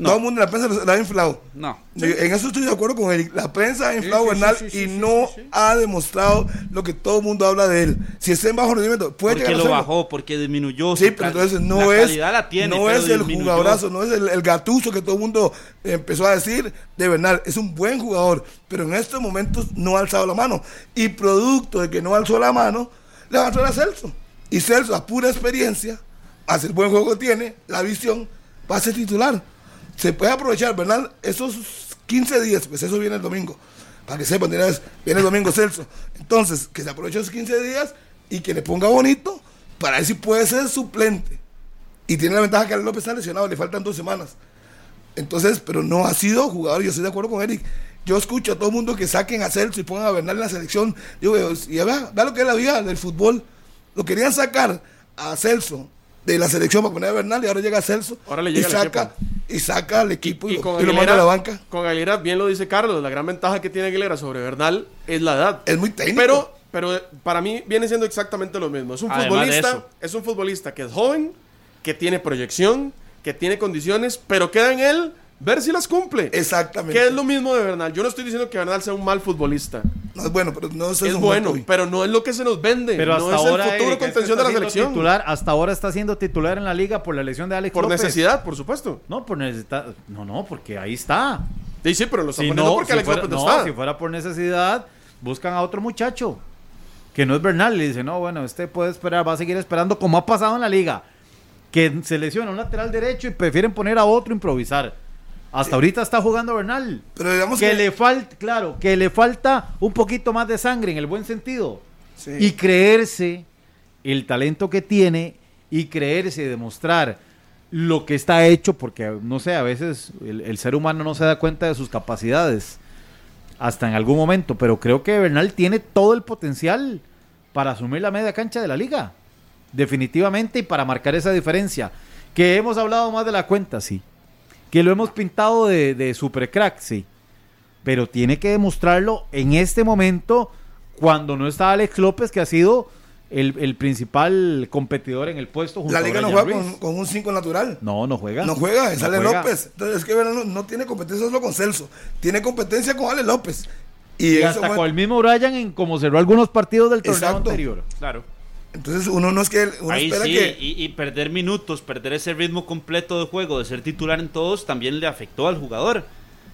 No. Todo el mundo en la prensa lo ha inflado. No. Sí. En eso estoy de acuerdo con él. La prensa ha inflado sí, a sí, Bernal sí, sí, y sí, no sí, sí. ha demostrado lo que todo el mundo habla de él. Si está en bajo rendimiento, puede Porque llegar a lo hacerlo. bajó, porque disminuyó. Sí, su pero cal- entonces no la es, calidad la tiene, no pero es el disminuyó. jugadorazo, no es el, el gatuso que todo el mundo empezó a decir de Bernal. Es un buen jugador, pero en estos momentos no ha alzado la mano. Y producto de que no alzó la mano, le va a traer a Celso. Y Celso, a pura experiencia, hace el buen juego que tiene, la visión, va a ser titular. Se puede aprovechar, Bernal, esos quince días, pues eso viene el domingo. Para que sepan, de una vez, viene el domingo Celso. Entonces, que se aproveche esos quince días y que le ponga bonito para ver si puede ser suplente. Y tiene la ventaja que Ale López está lesionado, le faltan dos semanas. Entonces, pero no ha sido jugador, yo estoy de acuerdo con Eric. Yo escucho a todo el mundo que saquen a Celso y pongan a Bernal en la selección. Digo, y vea, vea lo que es la vida del fútbol. Lo querían sacar a Celso de la selección para poner a Bernal y ahora llega Celso Ahora le llega y al saca equipo. y saca al equipo y, Y lo, con y lo manda Aguilera, a la banca. con Aguilera, bien lo dice Carlos, la gran ventaja que tiene Aguilera sobre Bernal es la edad. Es muy técnico. Pero, pero eh, para mí viene siendo exactamente lo mismo. Es un Además de futbolista, eso. es un futbolista que es joven, que tiene proyección, que tiene condiciones, pero queda en él ver si las cumple. Exactamente. Que es lo mismo de Bernal. Yo no estoy diciendo que Bernal sea un mal futbolista. No es bueno, pero no es, Es bueno, pero no es lo que se nos vende. Pero no hasta es ahora el futuro Eric, contención está de la siendo selección. Titular, hasta ahora está siendo titular en la liga por la lesión de Alex Por López. necesidad, por supuesto. No, por necesidad. No, no, porque ahí está. Sí, sí, pero lo está Si poniendo no, porque si Alex fuera, López no, no, está. si fuera por necesidad, buscan a otro muchacho que no es Bernal. Le dicen, no, bueno, este puede esperar, va a seguir esperando, como ha pasado en la liga, que se lesiona un lateral derecho y prefieren poner a otro improvisar. Hasta ahorita está jugando Bernal. Pero digamos que, que, le falta, claro, que le falta un poquito más de sangre en el buen sentido. sí. Y creerse el talento que tiene y creerse, demostrar lo que está hecho, porque no sé, a veces el, el ser humano no se da cuenta de sus capacidades hasta en algún momento, pero creo que Bernal tiene todo el potencial para asumir la media cancha de la liga, definitivamente, y para marcar esa diferencia, que hemos hablado más de la cuenta, sí, que lo hemos pintado de, de super crack, sí, pero tiene que demostrarlo en este momento cuando no está Alex López, que ha sido el, el principal competidor en el puesto junto la a liga no Brian juega Ruiz. con, con un cinco natural. No, no juega. No juega, No sale juega. López. Entonces es que Bernal no, no tiene competencia solo con Celso, tiene competencia con Ale López. Y, Y en ese hasta momento- con el mismo Brian en como cerró algunos partidos del torneo Exacto. anterior. Claro. entonces uno no es que uno Ahí espera sí, que y, y perder minutos, perder ese ritmo completo de juego, de ser titular en todos, también le afectó al jugador.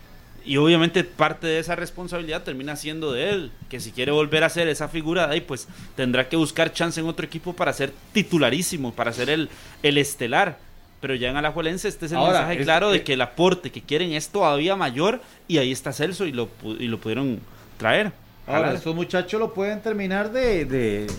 Y obviamente parte de esa responsabilidad termina siendo de él, que si quiere volver a ser esa figura de ahí, pues tendrá que buscar chance en otro equipo para ser titularísimo, para ser el, el estelar. Pero ya en Alajuelense este es el Ahora, mensaje es- claro de eh, que el aporte que quieren es todavía mayor, y ahí está Celso y lo, pu- y lo pudieron traer. Ahora, estos muchachos lo pueden terminar de, de,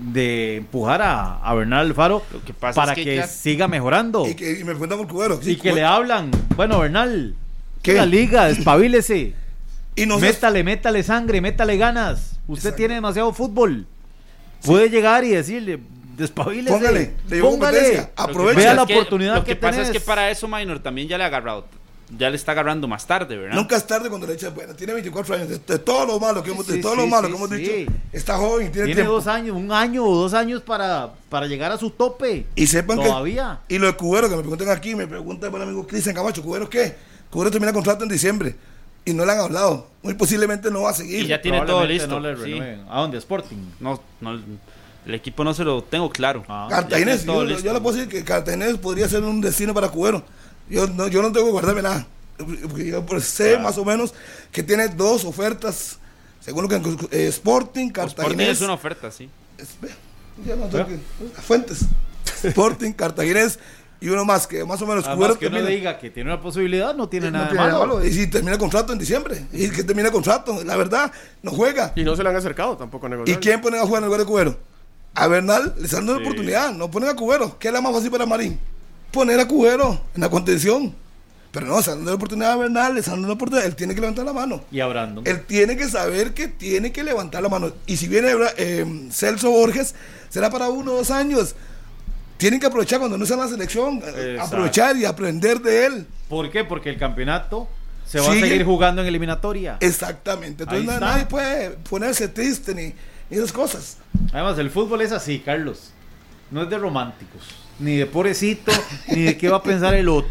de empujar a, a Bernal Alfaro Lo que pasa para es que, que ya- siga mejorando. y, que, y me cuentan por cubero. Y que le hablan, bueno, Bernal, ¿Qué? la liga, despabilese. Y no sé- métale, métale sangre, métale ganas. Usted Exacto. tiene demasiado fútbol. Puede llegar y decirle, despabilese. Póngale, le llevo Póngale. competencia, Lo que aproveche. pasa Vea es la que- oportunidad Lo que, que pasa es tenés. que para eso Minor también ya le ha agarrado, ya le está agarrando más tarde, ¿verdad? Nunca es tarde cuando le echas buena. Tiene veinticuatro años. De, de todo lo malo que hemos, Sí, de todo sí, lo malo sí, que hemos sí. dicho, está joven y tiene, Tiene tiempo. dos años, un año o dos años para, para llegar a su tope. Y sepan Todavía. que. Y lo de Cubero, que me preguntan aquí, me pregunta el buen amigo Cristian Camacho, ¿Cubero qué? Cubero termina contrato en diciembre. Y no le han hablado. Muy posiblemente no va a seguir. Y ya tiene todo Probablemente listo. no le sí. renueven. ¿A dónde? Sporting. No, no, el equipo no se lo tengo claro. Ah. Cartaginés, ya tiene todo yo, listo. yo le puedo decir que Cartaginés podría ser un destino para Cubero. Yo no, yo no tengo que guardarme nada. Porque yo pues, sé más o menos que tiene dos ofertas, según lo que eh, Sporting, Sporting Cartaginés. es una oferta, sí. es- ya no tengo que- Fuentes. Sporting, Cartaginés y uno más que más o menos Además, Cubero que uno termina- diga que tiene una posibilidad, no tiene no nada de tiene nada malo. malo. Y si termina el contrato en diciembre, y que termina el contrato, la verdad, no juega. Y no se le han acercado tampoco a ¿Y negociar. quién ponen a jugar en lugar de Cubero? A Bernal les han dado Sí. la oportunidad, no ponen a Cubero. ¿Qué es la más fácil para Marín? Poner a Cubero en la contención. Pero no, se han dado la oportunidad a Bernal, les han dado la oportunidad, él tiene que levantar la mano. Y a Brandon. Él tiene que saber que tiene que levantar la mano. Y si viene eh, Celso Borges, será para uno o dos años. Tienen que aprovechar cuando no sea en la selección, eh, Exacto. aprovechar y aprender de él. ¿Por qué? Porque el campeonato se va Sigue. a seguir jugando en eliminatoria. Exactamente. Entonces Ahí na- está. nadie puede ponerse triste ni, ni esas cosas. Además, el fútbol es así, Carlos. No es de románticos, ni de pobrecito, ni de qué va a pensar el otro.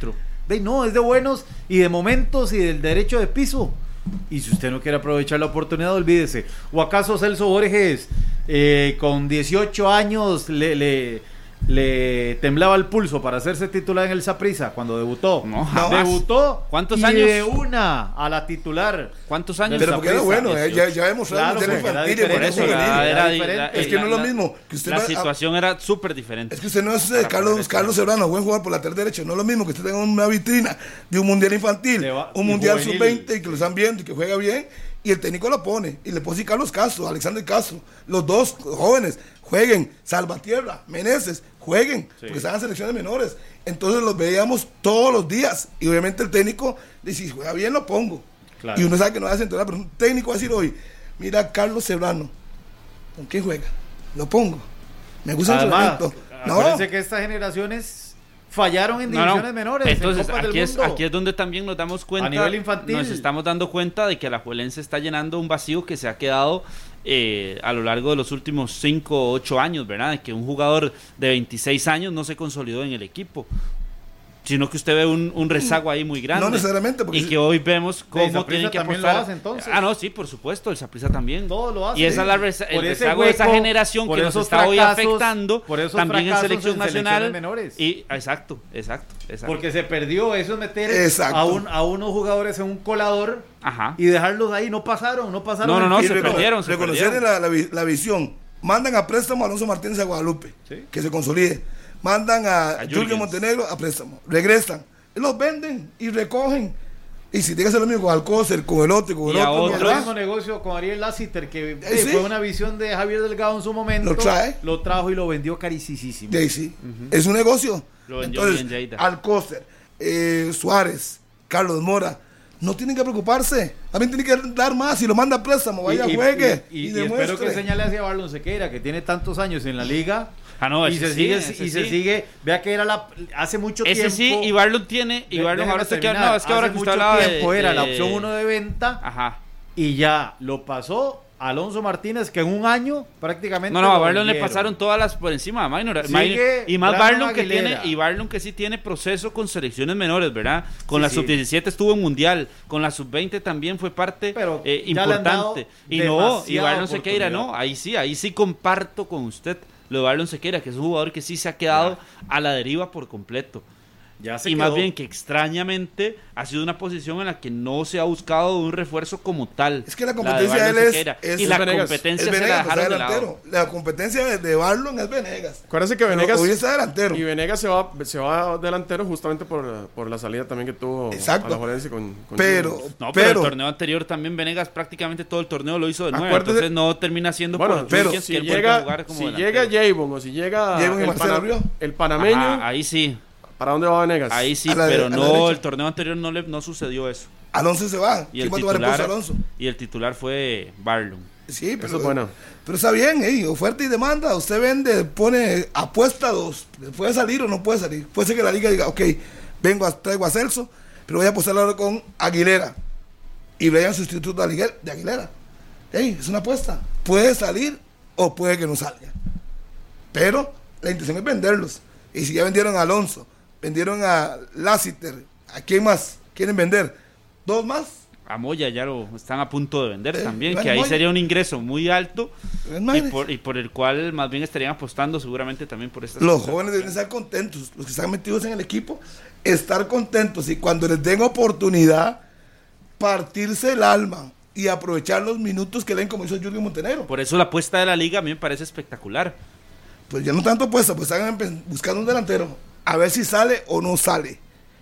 De, no, es de buenos y de momentos y del derecho de piso. Y si usted no quiere aprovechar la oportunidad, olvídese. ¿O acaso Celso Borges, eh, con dieciocho años, le, le, le temblaba el pulso para hacerse titular en el Saprissa cuando debutó? No, jamás. Debutó. ¿Cuántos y años? de una a la titular. ¿Cuántos años? Pero porque era bueno, eh, ya, ya hemos hablado Claro, de sí, infantil, era por eso diferente, juvenil. era- era- diferente. la- Es que no es lo la- mismo que usted La va a- situación era súper diferente. Es que usted no es eh, Para Carlos, poder Carlos Serrano, buen jugador por la lateral derecha. No es lo mismo que usted tenga una vitrina de un mundial infantil, Le va- un y mundial juvenil. sub veinte y que lo están viendo y que juega bien. Y el técnico lo pone. Y le pone Carlos Castro, Alexander Castro. Los dos jóvenes jueguen. Salvatierra, Meneses, jueguen. Porque están en selecciones menores. Entonces los veíamos todos los días. Y obviamente el técnico dice: si juega bien, lo pongo. Claro. Y uno sabe que no va a centrar, pero un técnico va a decir hoy: mira, Carlos Serrano, ¿con quién juega? Lo pongo. Me gusta el Además, reglamento. No, acuérdense que estas generaciones fallaron en No, no. divisiones menores. Entonces, en Copas del aquí es, Mundo. aquí es donde también nos damos cuenta. A nivel infantil. Nos estamos dando cuenta de que Alajuelense está llenando un vacío que se ha quedado eh, a lo largo de los últimos cinco o ocho años, ¿verdad? De que un jugador de veintiséis años no se consolidó en el equipo. Sino que usted ve un, un rezago ahí muy grande. No necesariamente, porque Y si- que hoy vemos cómo Saprissa tienen que también apostar. lo hace, entonces. Ah, no, sí, por supuesto, el Saprissa también. Todo lo hace. Y esa es la reza- el Por ese rezago de esa hueco, generación por que nos esos está hoy fracasos, afectando por esos también en fracasos selección en nacional. selecciones menores. Y, exacto, exacto, exacto. Porque se perdió eso es meter Exacto. a, un, a unos jugadores en un colador Ajá. y dejarlos ahí. No pasaron, no pasaron. No, no, el no, Y se filtro. recono- perdieron, se reconocer perdieron. La, la vi- la visión. Mandan a préstamo a Alonso Martínez a Guadalupe, Sí. que se consolide. Mandan a, A Jürgen Jürgens. Montenegro a préstamo. Regresan. Y los venden y recogen. Y si tiene que hacer lo mismo con Alcócer, con el otro, con el Y a otro, otro. El ¿verdad? mismo negocio con Ariel Lassiter, que eh, sí. fue una visión de Javier Delgado en su momento. Lo trae. Lo trajo y lo vendió carísimo. De ahí sí. Es un negocio. Lo vendió Entonces, bien Lleida. Alcócer, eh, Suárez, Carlos Mora, no tienen que preocuparse. También tienen que dar más. Si lo manda a préstamo, vaya, y, y- juegue. y- Y, y- y demuestre. espero que señale hacia Barlon Sequeira, que tiene tantos años en la liga. Ah, no, y ese se sí, sigue, ese y se sí. sigue. Vea que era la hace mucho Ese tiempo. sí, y Barlon tiene, y de- Barlon déjeme ahora usted que terminar. no, es que ahora Hace que usted mucho hablaba de- tiempo era la de- opción uno de venta Ajá. y ya lo pasó Alonso Martínez, que en un año prácticamente. No, no, a lo Barlon le vendieron. pasaron todas las por encima a Minor. Sigue Minor- y más Brandon Barlon que Aguilera. tiene, y Barlon que sí tiene proceso con selecciones menores, ¿verdad? Con Sí, la sí. sub diecisiete estuvo en mundial, con la sub veinte también fue parte Pero eh, ya le han dado importante. Y no, y demasiada Barlon Sequeira no, oportunidad. ahí sí, ahí sí comparto con usted lo de Barlon Sequeira, que es un jugador que sí se ha quedado a la deriva por completo. Ya se Y más quedó. bien que extrañamente ha sido una posición en la que no se ha buscado un refuerzo como tal. Es que la de competencia de Barlon él es- Sequeira. es- y es la Venegas. competencia Es se la Venegas, está dejaron de lado. delantero. La competencia de, de Barlon es Venegas. Acuérdense que Pero Venegas. hoy está delantero. Y Venegas se va, se va delantero justamente por, por la salida también que tuvo Exacto. Alajuelense con, con Pero, Jürgens. No, pero, pero, el torneo anterior también Venegas prácticamente todo el torneo lo hizo de nuevo. Acuérdese- Entonces no termina siendo Bueno, por pero Jürgens si que él vuelve a llega, jugar como si delantero. llega Javon o si llega Javon y el, Marcelo pana- Río. el panameño, Ajá, ahí sí, ¿para dónde va Venegas? ahí sí, A la pero de- a la no, derecha. el torneo anterior no le no sucedió eso. Alonso se va. Y ¿Quién el va a tomar el puesto de titular Alonso? y el titular fue Barlon. Sí, pero, Eso es bueno. pero está bien, ¿eh? Oferta y demanda. Usted vende, pone apuesta dos. ¿Puede salir o no puede salir? Puede ser que la liga diga, ok, vengo, a, traigo a Celso, pero voy a apostar ahora con Aguilera. Y vean sustituto de Aguilera. De Aguilera. Ey, es una apuesta. Puede salir o puede que no salga. Pero la intención es venderlos. Y si ya vendieron a Alonso, vendieron a Lassiter, ¿a quién más quieren vender? ¿Dos más? A Moya ya lo están a punto de vender Eh, también, bueno, que ahí Moya. sería un ingreso muy alto y Imagínese. por, y por el cual más bien estarían apostando seguramente también por estas Los cosas. jóvenes deben estar contentos, los que están metidos en el equipo, estar contentos y cuando les den oportunidad, partirse el alma y aprovechar los minutos que leen como hizo Jürgen Montenegro. Por eso la apuesta de la liga a mí me parece espectacular. Pues ya no tanto puesta, pues están empe- buscando un delantero, a ver si sale o no sale.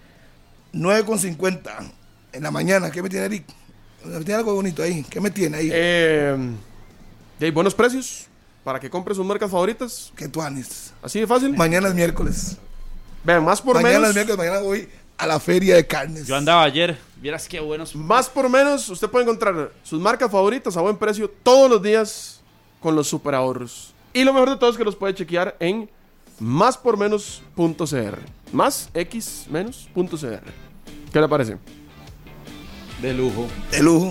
nueve con cincuenta en la mañana, ¿qué me tiene Eric? Me tiene algo bonito ahí, ¿qué me tiene ahí? Eh, y hay buenos precios para que compre sus marcas favoritas. ¿Qué tú anis? Así de fácil. Mañana es miércoles. Vean, más por mañana menos. es miércoles, mañana voy a la feria de carnes. Yo andaba ayer, vieras qué buenos. Más por menos, usted puede encontrar sus marcas favoritas a buen precio todos los días con los super ahorros. Y lo mejor de todo es que los puede chequear en más por menos punto c r. Más x menos punto c r. ¿Qué le parece? De lujo. De lujo.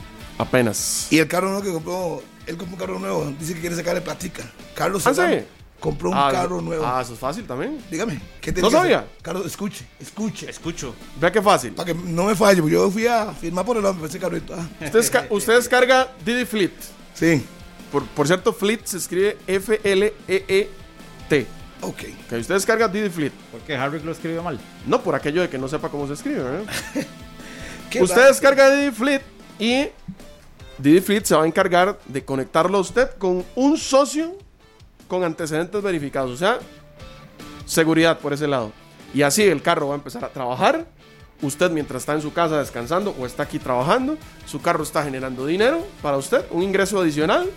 Apenas. Y el carro nuevo que compró, él compró un carro nuevo, dice que quiere sacarle platica. Carlos ¿Ah, Serrano. sí? compró un ah, carro nuevo. Ah, eso es fácil también. Dígame, ¿qué tiene ¿No que sabía? hacer? Carlos, escuche, escuche. Escucho. Vea qué fácil. Para que no me falle, porque yo fui a firmar por el hombre, por ese carrito. Ah. Usted, esca- usted descarga Didi Fleet. Sí, Por, por cierto, Fleet se escribe F L E E T. ok. Que usted descarga Didi Fleet. ¿Por qué Harry lo escribió mal? No por aquello de que no sepa cómo se escribe, ¿verdad? Qué Usted raro. descarga Didi Fleet y Didi Fleet se va a encargar de conectarlo a usted con un socio con antecedentes verificados. O sea, seguridad por ese lado. Y así el carro va a empezar a trabajar. Usted mientras está en su casa descansando o está aquí trabajando, su carro está generando dinero para usted, un ingreso adicional,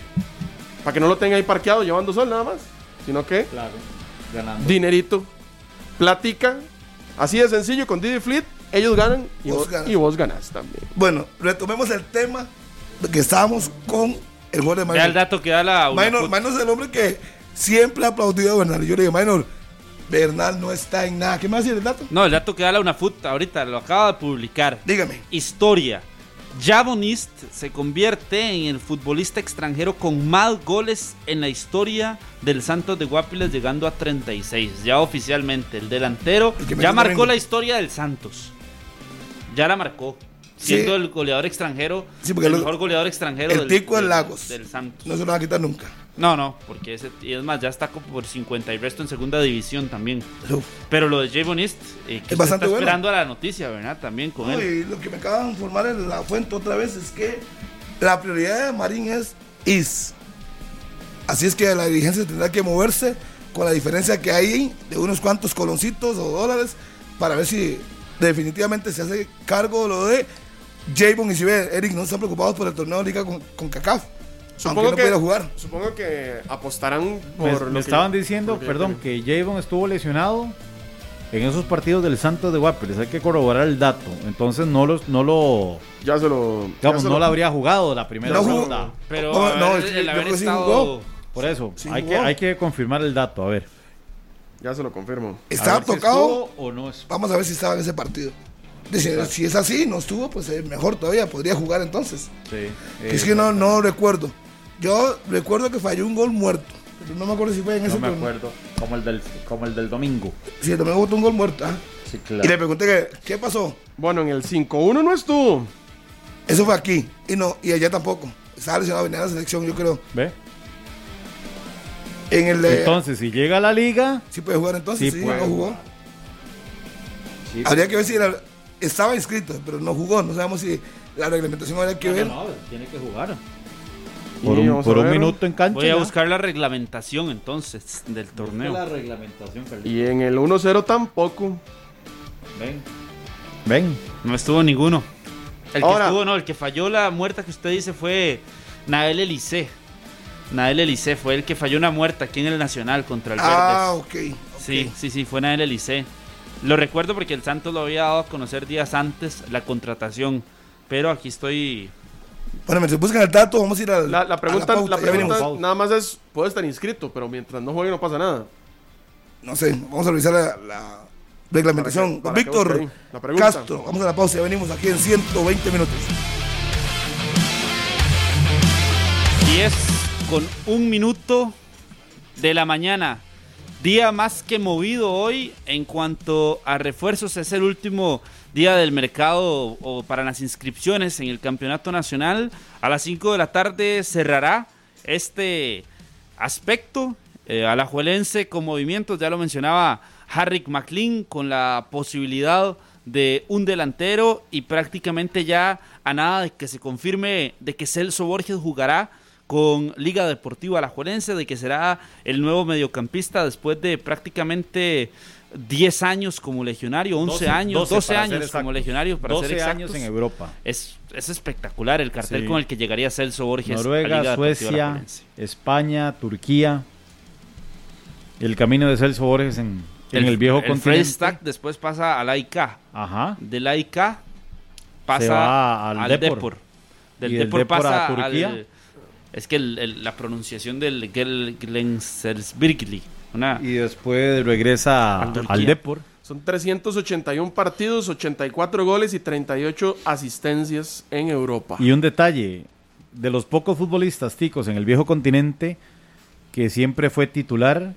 para que no lo tenga ahí parqueado llevando sol nada más, sino que Claro, ganando. dinerito, platica, así de sencillo con Didi Fleet, ellos ganan y Vos vos, ganas. y vos ganás también. Bueno, retomemos el tema de que estábamos con el gol de Vea el Minor. dato que da la Minor, Unafoot. Minor es el hombre que siempre ha aplaudido a Bernal. Yo le digo, Minor, Bernal no está en nada. ¿Qué me va a decir el dato? No, el dato que da la Unafoot ahorita lo acaba de publicar. Dígame. Historia. Javon East se convierte en el futbolista extranjero con más goles en la historia del Santos de Guapiles, llegando a treinta y seis. Ya oficialmente, el delantero El que metió ya marcó domingo. la historia del Santos. Ya la marcó. Siendo Sí. el goleador extranjero, Sí, porque el lo- mejor goleador extranjero el del, Tico de del- Lagos. del Santos. No se lo va a quitar nunca. No, no, porque ese, y es más, ya está como por cincuenta y resto en segunda división también. Uf. Pero lo de Javon East, eh, que Es usted bastante está bueno. esperando a la noticia, ¿verdad? También con No, él. y lo que me acaba de informar en la fuente otra vez es que la prioridad de Marín es Is. Así es que la dirigencia tendrá que moverse con la diferencia que hay de unos cuantos coloncitos o dólares para ver si definitivamente se hace cargo de lo de Javon y si ve, Eric, no están preocupados por el torneo de liga con, con CACAF. Aunque no pudiera jugar. Supongo que apostarán por Me, lo me que- estaban por diciendo, lo que perdón, quieren. que Javon estuvo lesionado en esos partidos del Santos de Guapiles. Hay que corroborar el dato. Entonces no, los, no lo... Ya se lo. ya Digamos, se no lo- lo habría jugado la primera No jugó. ronda. Pero No, a no, ver, es que el yo haber creo que sí estado... jugó. Por eso, Sí hay, que, jugó. hay que confirmar el dato. A ver. Ya se lo confirmo. A Estaba ver si tocado. estuvo o no estuvo. Vamos a ver si estaba en ese partido. Dice, si es así, no estuvo, pues eh, mejor todavía, podría jugar entonces. Sí, Que es que no, no recuerdo. Yo recuerdo que falló un gol muerto. Pero no me acuerdo si fue en No ese me torneo. acuerdo. Como el del, como el del domingo. Si el domingo botó un gol muerto. ¿ah? Sí, Y le claro. pregunté que, ¿qué pasó? Bueno, en el cinco uno no estuvo. Eso fue aquí. Y no, y allá tampoco. Estaba lesionado, venía a la selección, yo creo. ¿Ve? En el de. Entonces, si llega a la liga... Sí puede jugar entonces, Sí sí, puede no jugó. jugar. Sí, Habría que ver si era- estaba inscrito, pero no jugó. No sabemos si la reglamentación habría que no, ver. no, tiene que jugar. Y Por un, vamos por a un ver. minuto en cancha. Voy a ya. buscar la reglamentación entonces del torneo. La reglamentación, Carlitos. Y en el uno cero tampoco. Ven. Ven. No estuvo ninguno. El que Ahora- estuvo, no, el que falló la muerta que usted dice fue Nael Elisé. Nael Elisé fue el que falló una muerta aquí en el Nacional contra el Ah, Verdes. ok. ok. Sí, sí, sí, fue Nael Elisé. Lo recuerdo porque el Santos lo había dado a conocer días antes la contratación. Pero aquí estoy. Bueno, mientras buscan el dato, vamos a ir a La, la pregunta, pauta, la ya pregunta venimos. venimos. nada más es: puede estar inscrito, pero mientras no juegue no pasa nada. No sé, vamos a revisar la, la reglamentación. Para Don que- para que Víctor busque ahí la pregunta. Castro, vamos a la pausa, ya venimos aquí en ciento veinte minutos. Y es con un minuto de la mañana. Día más que movido hoy en cuanto a refuerzos. Es el último día del mercado o para las inscripciones en el campeonato nacional. A las cinco de la tarde cerrará este aspecto. Eh, alajuelense con movimientos, ya lo mencionaba Harrick McLean, con la posibilidad de un delantero y prácticamente ya a nada de que se confirme de que Celso Borges jugará con Liga Deportiva Alajuelense, de que será el nuevo mediocampista después de prácticamente diez años como legionario, once doce, años, doce doce para años ser como exactos. legionario, para ser doce exactos. años en Europa. Es, es espectacular el cartel Sí. con el que llegaría Celso Borges a Liga Noruega, Deportiva Suecia, Alajuelense. España, Turquía. El camino de Celso Borges en, en el, viejo el continente. Freistack después pasa al A I K. Ajá. Del A I K pasa Se va al al Depor. Depor. Del Y del Depor Depor pasa a Turquía. al... Es que el- el- la pronunciación del Glenselsbirgli. Una... Y después regresa A Turquía. al Depor. Son trescientos ochenta y uno partidos, ochenta y cuatro goles y treinta y ocho asistencias en Europa. Y un detalle, de los pocos futbolistas ticos en el viejo continente que siempre fue titular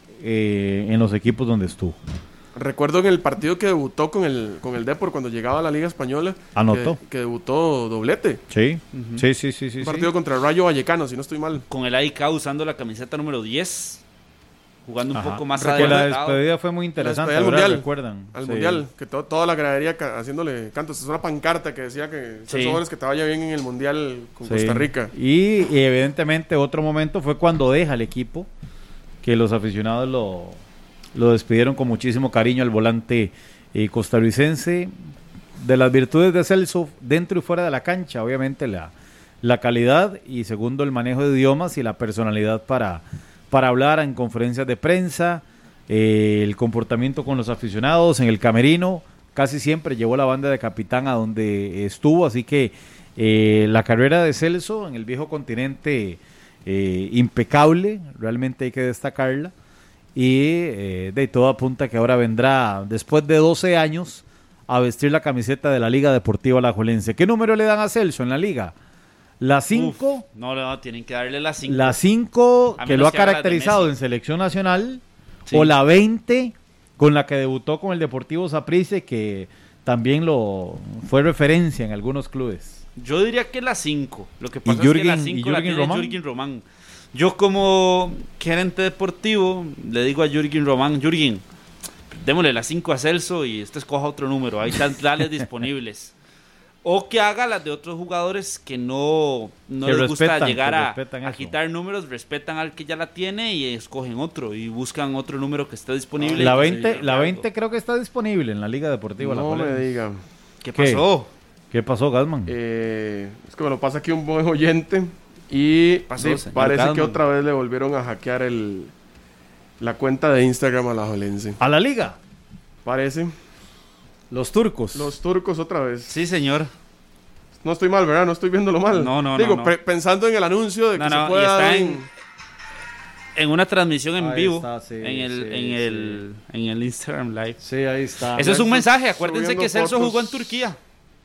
eh, en los equipos donde estuvo. Recuerdo en el partido que debutó con el con el Depor cuando llegaba a la Liga Española. Anotó. Que, que debutó doblete. Sí, uh-huh. sí, sí, sí, sí. Un partido sí. contra el Rayo Vallecano, si no estoy mal. Con el A I K usando la camiseta número diez, jugando Ajá. un poco más Porque adelantado. la despedida fue muy interesante, al ¿verdad? mundial, Recuerdan. Al sí. mundial, que to, toda la gradería ca- haciéndole cantos. Es una pancarta que decía que Sí. Celso Borges, que te vaya bien en el mundial con Sí. Costa Rica. Y, y evidentemente otro momento fue cuando deja el equipo, que los aficionados lo, lo despidieron con muchísimo cariño al volante eh, costarricense. De las virtudes de Celso dentro y fuera de la cancha, obviamente la, la calidad, y segundo el manejo de idiomas y la personalidad para, para hablar en conferencias de prensa, eh, el comportamiento con los aficionados en el camerino. Casi siempre llevó la banda de capitán a donde estuvo, así que eh, la carrera de Celso en el viejo continente eh, impecable, realmente hay que destacarla, y eh, de todo apunta que ahora vendrá después de doce años a vestir la camiseta de la Liga Deportiva Alajuelense. ¿Qué número le dan a Celso en la liga? La cinco. No, no, tienen que darle la cinco. La cinco A que menos lo ha que haga la de caracterizado Messi. en selección nacional, Sí. o la veinte con la que debutó con el Deportivo Saprissa, que también lo fue referencia en algunos clubes. Yo diría que la cinco. Lo que pasa Jürgen- es que la y cinco la Jürgen tiene Román. Jürgen Román. Yo como gerente deportivo le digo a Jürgen Román, Jürgen, démosle la cinco a Celso y usted escoja otro número, hay tales disponibles. O que haga las de otros jugadores que no, no Que les gusta respetan, llegar que a, respetan a eso. quitar números, respetan al que ya la tiene y escogen otro y buscan otro número que esté disponible. La y que se veinte, llegue la algo. veinte creo que está disponible en la Liga Deportiva No me Alajuelense. diga. ¿Qué ¿Qué? pasó? ¿Qué pasó, Gasman? Eh, es que me lo pasa aquí un buen oyente y Pasó, sí, señor parece Gasman. que otra vez le volvieron a hackear el la cuenta de Instagram a la Jolense. ¿A la Liga? Parece. Los turcos. Los turcos otra vez. Sí, señor. No estoy mal, ¿verdad? No estoy viéndolo mal. No, no, Digo, no, no. pre- pensando en el anuncio de que No, no, se y pueda está dar en- un- En una transmisión en Ahí vivo está, sí, en el sí, en el en el Instagram Live. Sí, ahí está. Eso es un Celso mensaje, acuérdense subiendo que Celso fotos. jugó en Turquía.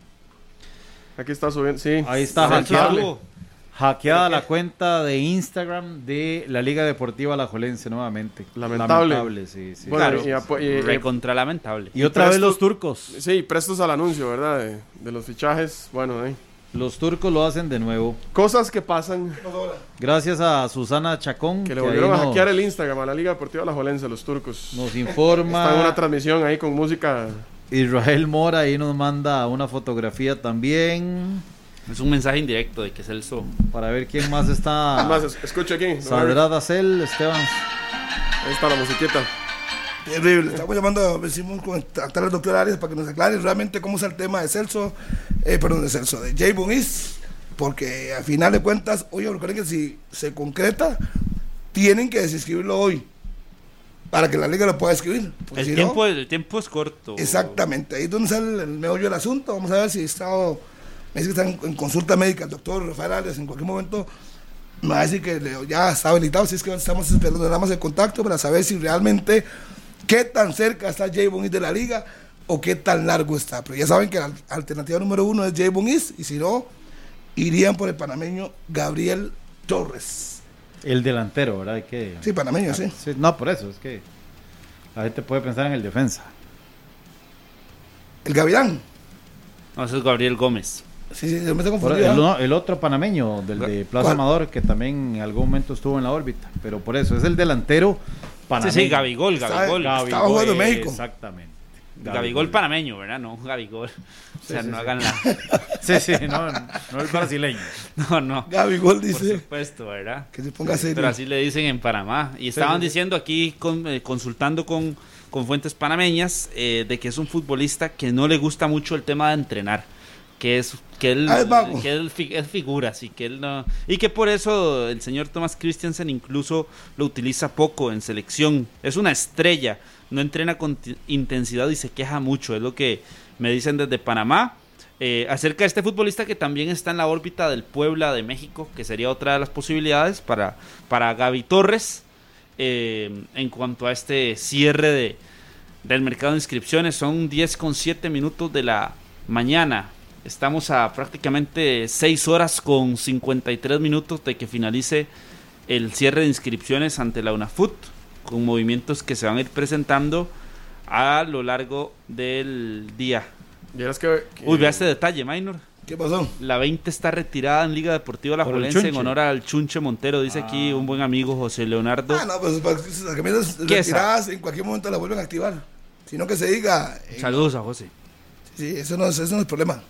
Aquí está subiendo, sí. Ahí está Celso hackeado. jugó. Hackeada la cuenta de Instagram de la Liga Deportiva Alajuelense nuevamente. Lamentable. sí, sí. Bueno, Claro. y apo- y- y- Recontra lamentable. Y otra y vez presto- los turcos. Sí, prestos al anuncio, ¿verdad? De, de los fichajes. Bueno, eh. Los turcos lo hacen de nuevo. Cosas que pasan. Gracias a Susana Chacón, Que le ahí volvieron a nos- hackear el Instagram a la Liga Deportiva Alajuelense, los turcos. nos Está en una informa. transmisión ahí con música. Israel Mora ahí nos manda una fotografía también. Es un mensaje indirecto de que Celso. Para ver quién más está. Además, es- escucha aquí. ¿no? Sandra Dacel, Esteban. Ahí está la musiquita. Terrible. Estamos llamando, decimos, contactar al doctor Arias para que nos aclare realmente cómo es el tema de Celso, eh, perdón, de Celso, de Jay Bonis, porque al final de cuentas, oye, recuerden que si se concreta, tienen que desinscribirlo hoy, para que la liga lo pueda escribir. porque El si tiempo, no, el tiempo es corto. exactamente, ahí es donde sale el, el meollo del asunto. Vamos a ver si está, me dice que está en, en consulta médica el doctor Rafael Arias, en cualquier momento me va a decir que le- ya está habilitado, si es que estamos esperando nada más el contacto para saber si realmente qué tan cerca está Jay Bonis de la liga o qué tan largo está. Pero ya saben que la alternativa número uno es Jay Bonis, y si no, irían por el panameño Gabriel Torres. El delantero, ¿verdad? Hay que... Sí, panameño, sí. Sí, no, por eso, es que la gente puede pensar en el defensa. El Gavilán. No, ese es Gabriel Gómez. Sí, sí, se me está Por- confundido. el, no, el otro panameño, del de Plaza ¿Cuál? Amador, que también en algún momento estuvo en la órbita. Pero por eso, es el delantero panameño. Sí, sí, Gabigol, Está- Gabigol. Gabi- Estaba jugando en México. Exactamente. Gabigol panameño, ¿verdad? No, Gabigol. O sea, Sí, sí, no sí. hagan la. Sí, sí, no, no es brasileño. No, no. Gaby Gol Por dice supuesto, ¿verdad? que se ponga serio. Pero así le dicen en Panamá. Y estaban Sí, sí. diciendo aquí, con- eh, consultando con, con fuentes panameñas, eh, de que es un futbolista que no le gusta mucho el tema de entrenar. Que es que él, Ah, es vago. que él, fi- él figura, así que él no. Y que por eso el señor Thomas Christiansen incluso lo utiliza poco en selección. Es una estrella, no entrena con ti- intensidad y se queja mucho. Es lo que me dicen desde Panamá. Eh, acerca de este futbolista que también está en la órbita del Puebla de México, que sería otra de las posibilidades para, para Gaby Torres. Eh, en cuanto a este cierre de, del mercado de inscripciones, son diez con siete minutos de la mañana. Estamos a prácticamente seis horas con cincuenta y tres minutos de que finalice el cierre de inscripciones ante la UNAFUT, con movimientos que se van a ir presentando a lo largo del día. Que, que... Uy, vea este detalle, Minor. ¿Qué pasó? La veinte está retirada en Liga Deportiva Alajuelense en honor al Chunche Montero, dice ah. aquí un buen amigo José Leonardo. Ah, no, pues las camisas retiradas en cualquier momento la vuelven a activar. Sino que se diga... Saludos a José. Sí, eso no, es, eso no es problema.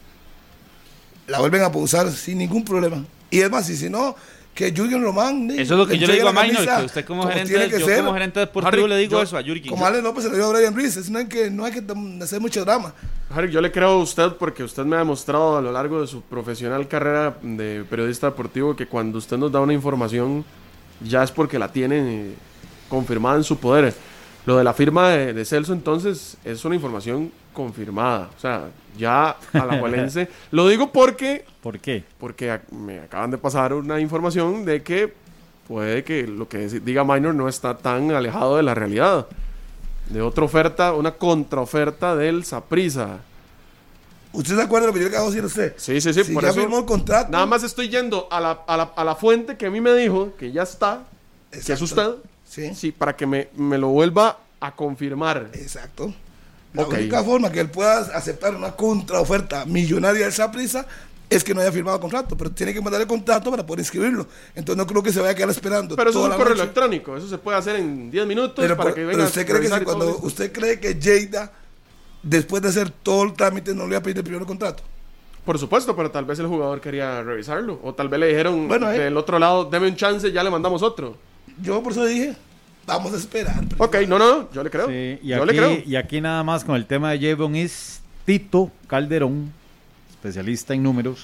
La vuelven a usar sin ningún problema. Y es más, y si no... que Jürgen Román... Eso es lo que yo le digo a Minor, que usted como, como gerente, yo ser. como gerente deportivo Harry, le digo yo, eso a Jürgen. Como Ale López se lo dio a Brian Ruiz, no hay que, no hay que hacer mucho drama. Harry, yo le creo a usted porque usted me ha demostrado a lo largo de su profesional carrera de periodista deportivo que cuando usted nos da una información ya es porque la tiene confirmada en su poder. Lo de la firma de, de Celso entonces es una información confirmada, o sea, ya alajuelense. Lo digo porque... ¿Por qué? Porque me acaban de pasar una información de que puede que lo que diga Minor no está tan alejado de la realidad. De otra oferta, una contraoferta del Saprissa. ¿Usted se acuerda de lo que yo le acabo de decir a usted? Sí, sí, sí, si por ya eso firmó el contrato. Nada más estoy yendo a la, a la, a la fuente que a mí me dijo que ya está, exacto, que es usted, sí, sí para que me, me lo vuelva a confirmar. Exacto. La okay. única forma que él pueda aceptar una contraoferta millonaria del Saprissa es que no haya firmado contrato, pero tiene que mandar el contrato para poder inscribirlo. Entonces no creo que se vaya a quedar esperando. Pero eso es un correo noche. electrónico, eso se puede hacer en diez minutos pero, para por, que venga. Pero usted cree que si cuando usted cree que Lleida, después de hacer todo el trámite, no le va a pedir el primer contrato. Por supuesto, pero tal vez el jugador quería revisarlo, o tal vez le dijeron bueno, eh. del otro lado, deme un chance, ya le mandamos otro. Yo por eso dije, vamos a esperar. Ok, no, no, no, yo le creo. Sí, y, yo aquí, le creo. y aquí nada más con el tema de Javon is Tito Calderón, especialista en números,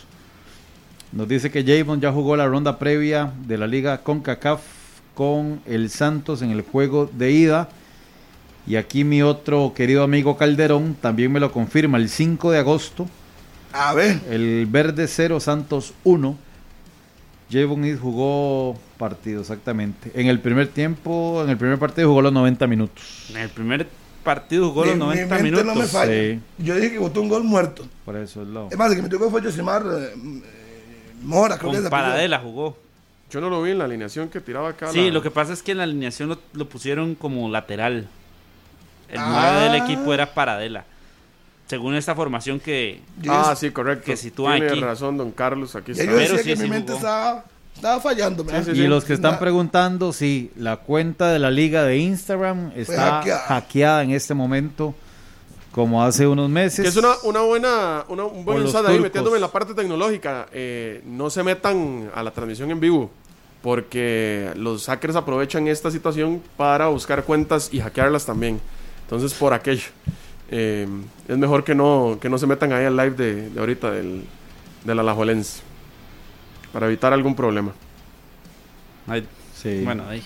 nos dice que Javon ya jugó la ronda previa de la Liga CONCACAF con el Santos en el juego de ida. Y aquí mi otro querido amigo Calderón también me lo confirma, el cinco de agosto. A ver. El Verde cero, Santos uno. Javon is jugó partido, exactamente. En el primer tiempo, en el primer partido jugó los noventa minutos. En el primer partido jugó mi, los noventa mi minutos. No me falla. Sí. Yo dije que botó un gol muerto. Por eso es lo. Es más, el que me tocó fue Josimar eh, Mora, creo con que es Paradela jugó. Yo no lo vi en la alineación que tiraba acá. Sí, la... lo que pasa es que en la alineación lo, lo pusieron como lateral. El ah. nueve del equipo era Paradela. Según esta formación que... Ah, sí, correcto. Que sitúa Tiene aquí. razón, don Carlos, aquí está. Yo decía Pero que sí, mi sí mente jugó. estaba, estaba fallando. Sí, sí, y sí. Los que están Nah. preguntando si la cuenta de la liga de Instagram está hackeada. hackeada en este momento, como hace unos meses. Que es una, una buena, una, un buen insight ahí, metiéndome en la turcos. parte tecnológica. Eh, no se metan a la transmisión en vivo, porque los hackers aprovechan esta situación para buscar cuentas y hackearlas también. Entonces, por aquello, eh, es mejor que no, que no se metan ahí al live de, de ahorita del, del Alajuelense, para evitar algún problema. Ay, Sí. bueno, ahí.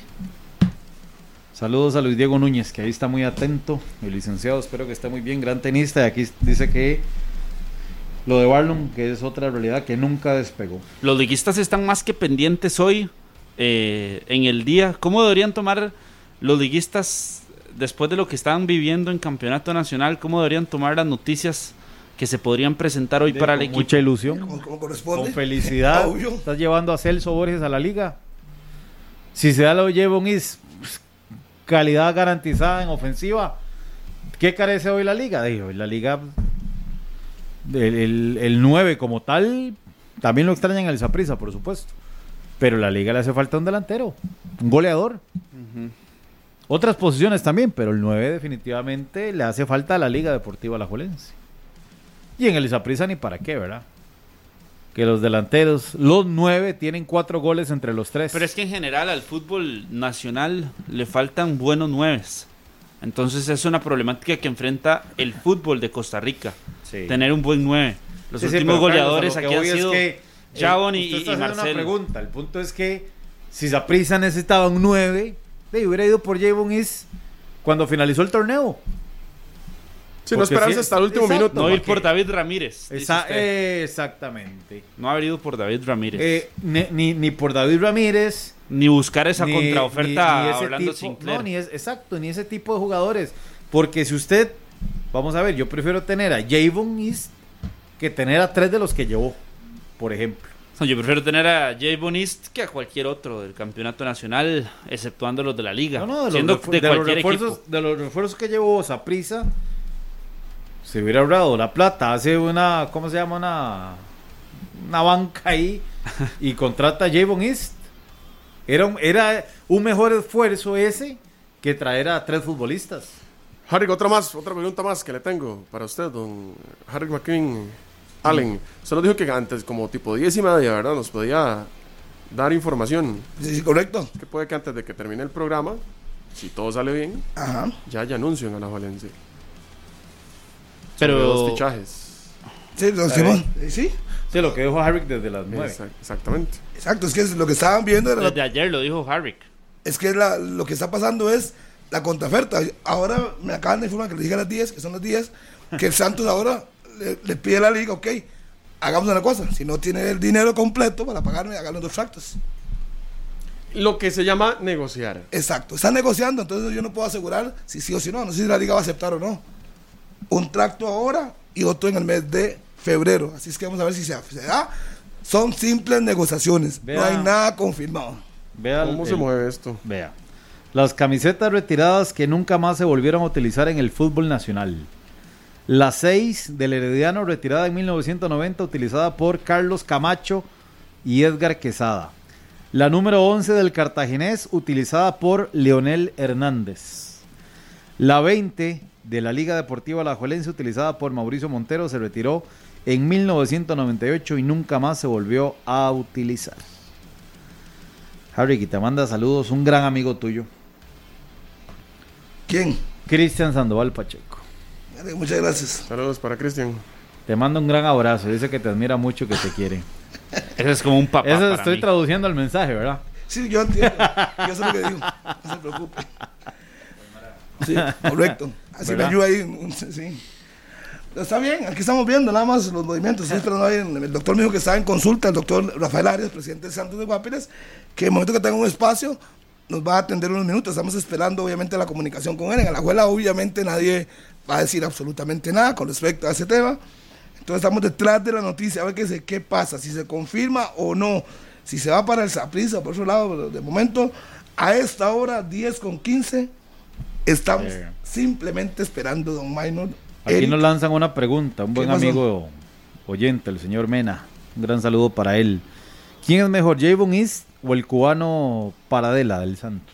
Saludos a Luis Diego Núñez, que ahí está muy atento. El licenciado, espero que esté muy bien, gran tenista. Y aquí dice que lo de Barlum, que es otra realidad que nunca despegó. Los liguistas están más que pendientes hoy eh, en el día. ¿Cómo deberían tomar los liguistas después de lo que están viviendo en campeonato nacional? ¿Cómo deberían tomar las noticias que se podrían presentar hoy De, para el con equipo? mucha ilusión, Como, como corresponde. con felicidad. Obvio. Estás llevando a Celso Borges a la liga. Si se da lo de Javon is pues, calidad garantizada en ofensiva. ¿Qué carece hoy la liga? De hoy la liga, el, el, el nueve como tal, también lo extrañan el Saprissa, por supuesto. Pero la liga le hace falta un delantero, un goleador. Uh-huh. Otras posiciones también, pero el nueve definitivamente le hace falta a la Liga Deportiva Alajuelense. Y en el Saprissa ni para qué, ¿verdad? Que los delanteros, los nueve, tienen cuatro goles entre los tres. Pero es que en general al fútbol nacional le faltan buenos nueves. Entonces es una problemática que enfrenta el fútbol de Costa Rica. Sí. Tener un buen nueve. Los Sí, sí, últimos pero, goleadores Carlos, a lo aquí que han voy sido es que, Javon eh, y, usted está y haciendo Marcel. una pregunta. El punto es que si Saprissa necesitaba un nueve, de, hubiera ido por Javon is cuando finalizó el torneo. Si no Porque esperarse sí, hasta el último exacto. minuto. No ir ¿para por qué? David Ramírez. dice Esa, usted. eh, exactamente. No haber ido por David Ramírez. Eh, ni, ni, ni por David Ramírez. ni buscar esa ni- contraoferta ni- ni ese hablando tipo- Sinclair. No, ni es, exacto, ni ese tipo de jugadores. Porque si usted, vamos a ver, yo prefiero tener a Javon is que tener a tres de los que llevó, por ejemplo. Yo prefiero tener a Javon East que a cualquier otro del campeonato nacional, exceptuando los de la liga. No, no, de siendo los, de de cualquier los refuerzos, equipo. de los refuerzos que llevó Saprissa, se hubiera ahorrado la plata, hace una, ¿cómo se llama? Una, una banca ahí y contrata a Javon East. Era un, era un mejor esfuerzo ese que traer a tres futbolistas. Harry, otra más, otra pregunta más que le tengo para usted, don Harry McQueen Allen. Usted nos dijo que antes, como tipo diez y media, ¿verdad? Nos podía dar información. Sí, sí, correcto. Que puede que antes de que termine el programa, si todo sale bien, Ajá. ya haya anuncio en Alajuelense. Pero Sobre dos fichajes. Sí, don Simón. Sí, Sí, lo que dijo Harry desde las nueve. Exact- exactamente. exacto. Es que es lo que estaban viendo era la- desde ayer lo dijo Harvick. es que la- lo que está pasando es la contraoferta. Ahora me acaban de informar que le dije a las diez, que son las diez, que el Santos ahora le, le pide a la liga, ok, hagamos una cosa, si no tiene el dinero completo para pagarme, hagan los dos tractos. Lo que se llama negociar. Exacto, están negociando, entonces yo no puedo asegurar si sí o si no, no sé si la liga va a aceptar o no. Un tracto ahora y otro en el mes de febrero, así es que vamos a ver si se, se da. Son simples negociaciones, Vea. no hay nada confirmado. Vea ¿Cómo el- se mueve esto? Vea. Las camisetas retiradas que nunca más se volvieron a utilizar en el fútbol nacional. La seis del Herediano, retirada en mil novecientos noventa, utilizada por Carlos Camacho y Edgar Quesada. La número once del Cartaginés, utilizada por Leonel Hernández. La veinte de la Liga Deportiva Alajuelense, utilizada por Mauricio Montero, se retiró en mil novecientos noventa y ocho y nunca más se volvió a utilizar. Harry, que te manda saludos, un gran amigo tuyo, ¿Quién? Cristian Sandoval Pacheco. Vale, muchas gracias. Saludos para Cristian. Te manda un gran abrazo, dice que te admira mucho, que te quiere. Ese es como un papá Eso para estoy mí. traduciendo el mensaje, ¿verdad? Sí, yo entiendo. Yo sé lo que digo. No se preocupe. Sí, correcto. Así me ¿Verdad? ayuda ahí. un- Sí. Pero está bien, aquí estamos viendo nada más los movimientos. Estoy esperando ahí. El doctor me dijo que estaba en consulta, el doctor Rafael Arias, presidente del Santos de Guapiles, que en el momento que tenga un espacio nos va a atender unos minutos. Estamos esperando, obviamente, la comunicación con él. En Alajuela, obviamente, nadie va a decir absolutamente nada con respecto a ese tema. Entonces, estamos detrás de la noticia a ver qué, se, qué pasa, si se confirma o no. Si se va para el Saprissa, por otro lado, de momento, a esta hora, diez con quince, estamos Sí. simplemente esperando, don Minor. Aquí Eric. nos lanzan una pregunta, un ¿Qué buen pasó? amigo oyente, el señor Mena. Un gran saludo para él. ¿Quién es mejor, Javon East o el cubano Paradela del Santos?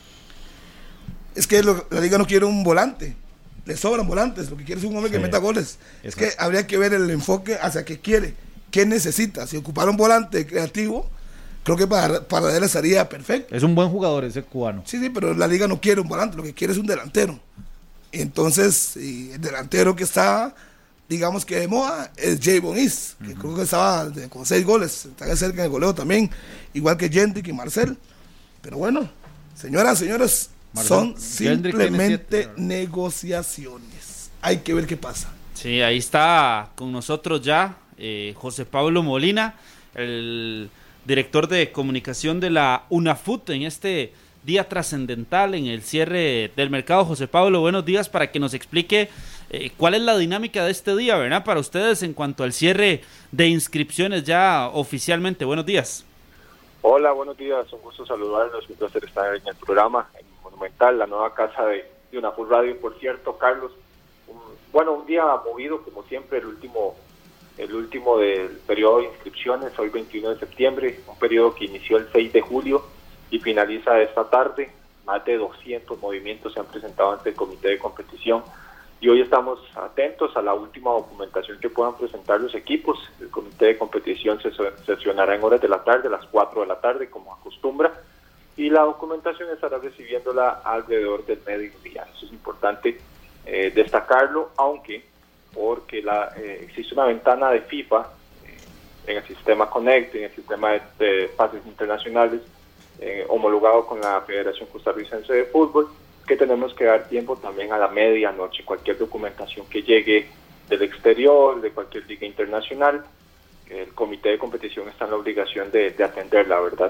Es que lo- la liga no quiere un volante. Le sobran volantes. Lo que quiere es un hombre que Sí. meta goles. Es Exacto. que habría que ver el enfoque hacia qué quiere. ¿Qué necesita? Si ocupara un volante creativo, creo que para, para él estaría perfecto. Es un buen jugador ese cubano. Sí, sí, pero la liga no quiere un volante. Lo que quiere es un delantero. Entonces, y el delantero que está, digamos que de moda, es Javon East, que creo que estaba de- con seis goles. Está cerca en el goleo también. Igual que Jendrick y Marcel. Pero bueno, señoras, señores, Marcel- son Jendrick tiene simplemente siete. negociaciones. Hay que ver qué pasa. Sí, ahí está con nosotros ya eh, José Pablo Molina, el director de comunicación de la UNAFUT en este día trascendental en el cierre del mercado. José Pablo, buenos días, para que nos explique eh, cuál es la dinámica de este día, ¿verdad? Para ustedes en cuanto al cierre de inscripciones ya oficialmente. Buenos días. Hola, buenos días, un gusto saludarlos, un placer estar en el programa, en Monumental, la nueva casa de, de UNAFUT Radio. Por cierto, Carlos, un, bueno, un día movido como siempre, el último el último del periodo de inscripciones, hoy veintiuno de septiembre, un periodo que inició el seis de julio y finaliza esta tarde. Más de doscientos movimientos se han presentado ante el comité de competición y hoy estamos atentos a la última documentación que puedan presentar los equipos. El comité de competición se sesionará en horas de la tarde, a las cuatro de la tarde, como acostumbra, y la documentación estará recibiéndola alrededor del mediodía. Eso es importante eh, destacarlo, aunque porque la, eh, existe una ventana de FIFA eh, en el sistema Connect, en el sistema de, de pases internacionales, eh, homologado con la Federación Costarricense de Fútbol, que tenemos que dar tiempo también a la medianoche. Cualquier documentación que llegue del exterior, de cualquier liga internacional, el comité de competición está en la obligación de, de atenderla, ¿verdad?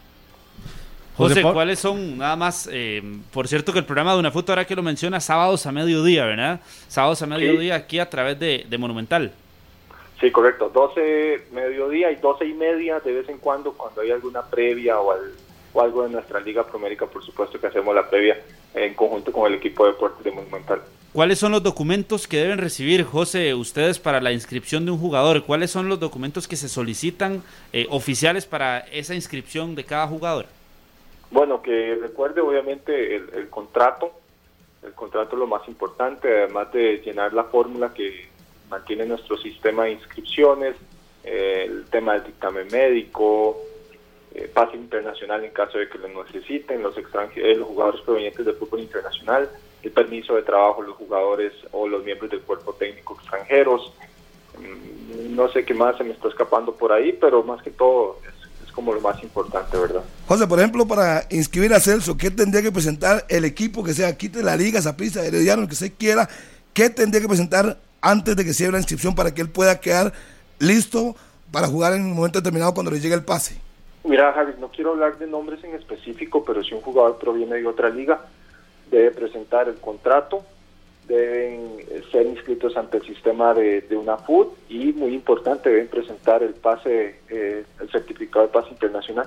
José, José Pa- ¿cuáles son, nada más, eh, por cierto que el programa de UNAFUT, ahora que lo menciona, sábados a mediodía, ¿verdad? Sábados a mediodía aquí a través de, de Monumental. Sí, correcto, doce mediodía y doce y media de vez en cuando, cuando hay alguna previa o, al, o algo de nuestra Liga Promérica, por supuesto que hacemos la previa en conjunto con el equipo de deportes de Monumental. ¿Cuáles son los documentos que deben recibir, José, ustedes para la inscripción de un jugador? ¿Cuáles son los documentos que se solicitan eh, oficiales para esa inscripción de cada jugador? Bueno, que recuerde obviamente el, el contrato, el contrato es lo más importante, además de llenar la fórmula que mantiene nuestro sistema de inscripciones, eh, el tema del dictamen médico, eh, pase internacional en caso de que lo necesiten, los extranjeros, los jugadores provenientes del fútbol internacional, el permiso de trabajo, los jugadores o los miembros del cuerpo técnico extranjeros, no sé qué más se me está escapando por ahí, pero más que todo es, es como lo más importante, ¿verdad? José, por ejemplo, para inscribir a Celso, ¿qué tendría que presentar el equipo que sea aquí de la Liga, Saprissa, Herediano, el que se quiera? ¿Qué tendría que presentar antes de que cierre la inscripción para que él pueda quedar listo para jugar en un momento determinado cuando le llegue el pase? Mira, Javi, no quiero hablar de nombres en específico, pero si un jugador proviene de otra liga, debe presentar el contrato, deben ser inscritos ante el sistema de, de UNAFUT y, muy importante, deben presentar el pase, eh, el certificado de pase internacional.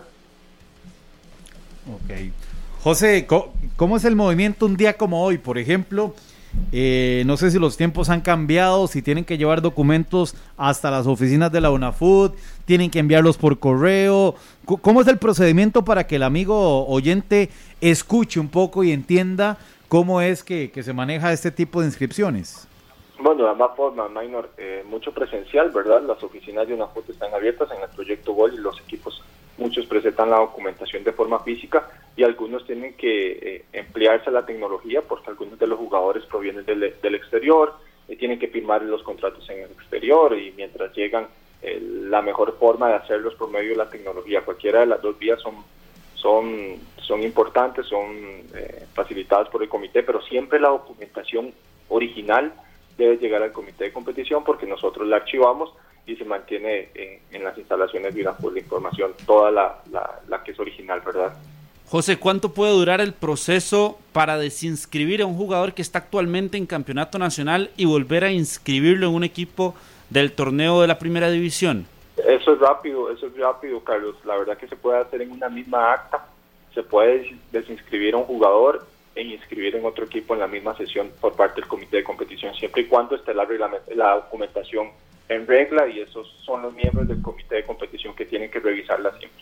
Ok. José, ¿cómo es el movimiento un día como hoy? Por ejemplo, eh, no sé si los tiempos han cambiado, si tienen que llevar documentos hasta las oficinas de la UNAFUT, tienen que enviarlos por correo. ¿Cómo es el procedimiento para que el amigo oyente escuche un poco y entienda cómo es que, que se maneja este tipo de inscripciones? Bueno, de ambas formas, Minor, eh, mucho presencial, ¿verdad? Las oficinas de UNAFUT están abiertas en el proyecto Gol y los equipos, muchos presentan la documentación de forma física y algunos tienen que eh, emplearse la tecnología porque algunos de los jugadores provienen del, del exterior, eh, tienen que firmar los contratos en el exterior y mientras llegan, eh, la mejor forma de hacerlos por medio de la tecnología. Cualquiera de las dos vías son son son importantes, son eh, facilitadas por el comité, pero siempre la documentación original debe llegar al comité de competición porque nosotros la archivamos y se mantiene en, en las instalaciones de UNAFUT la información, toda la, la, la que es original, ¿verdad? José, ¿cuánto puede durar el proceso para desinscribir a un jugador que está actualmente en campeonato nacional y volver a inscribirlo en un equipo del torneo de la primera división? Eso es rápido, eso es rápido, Carlos. La verdad que se puede hacer en una misma acta, se puede desinscribir a un jugador e inscribir en otro equipo en la misma sesión por parte del comité de competición, siempre y cuando esté la, la documentación en regla, y esos son los miembros del comité de competición que tienen que revisarla siempre.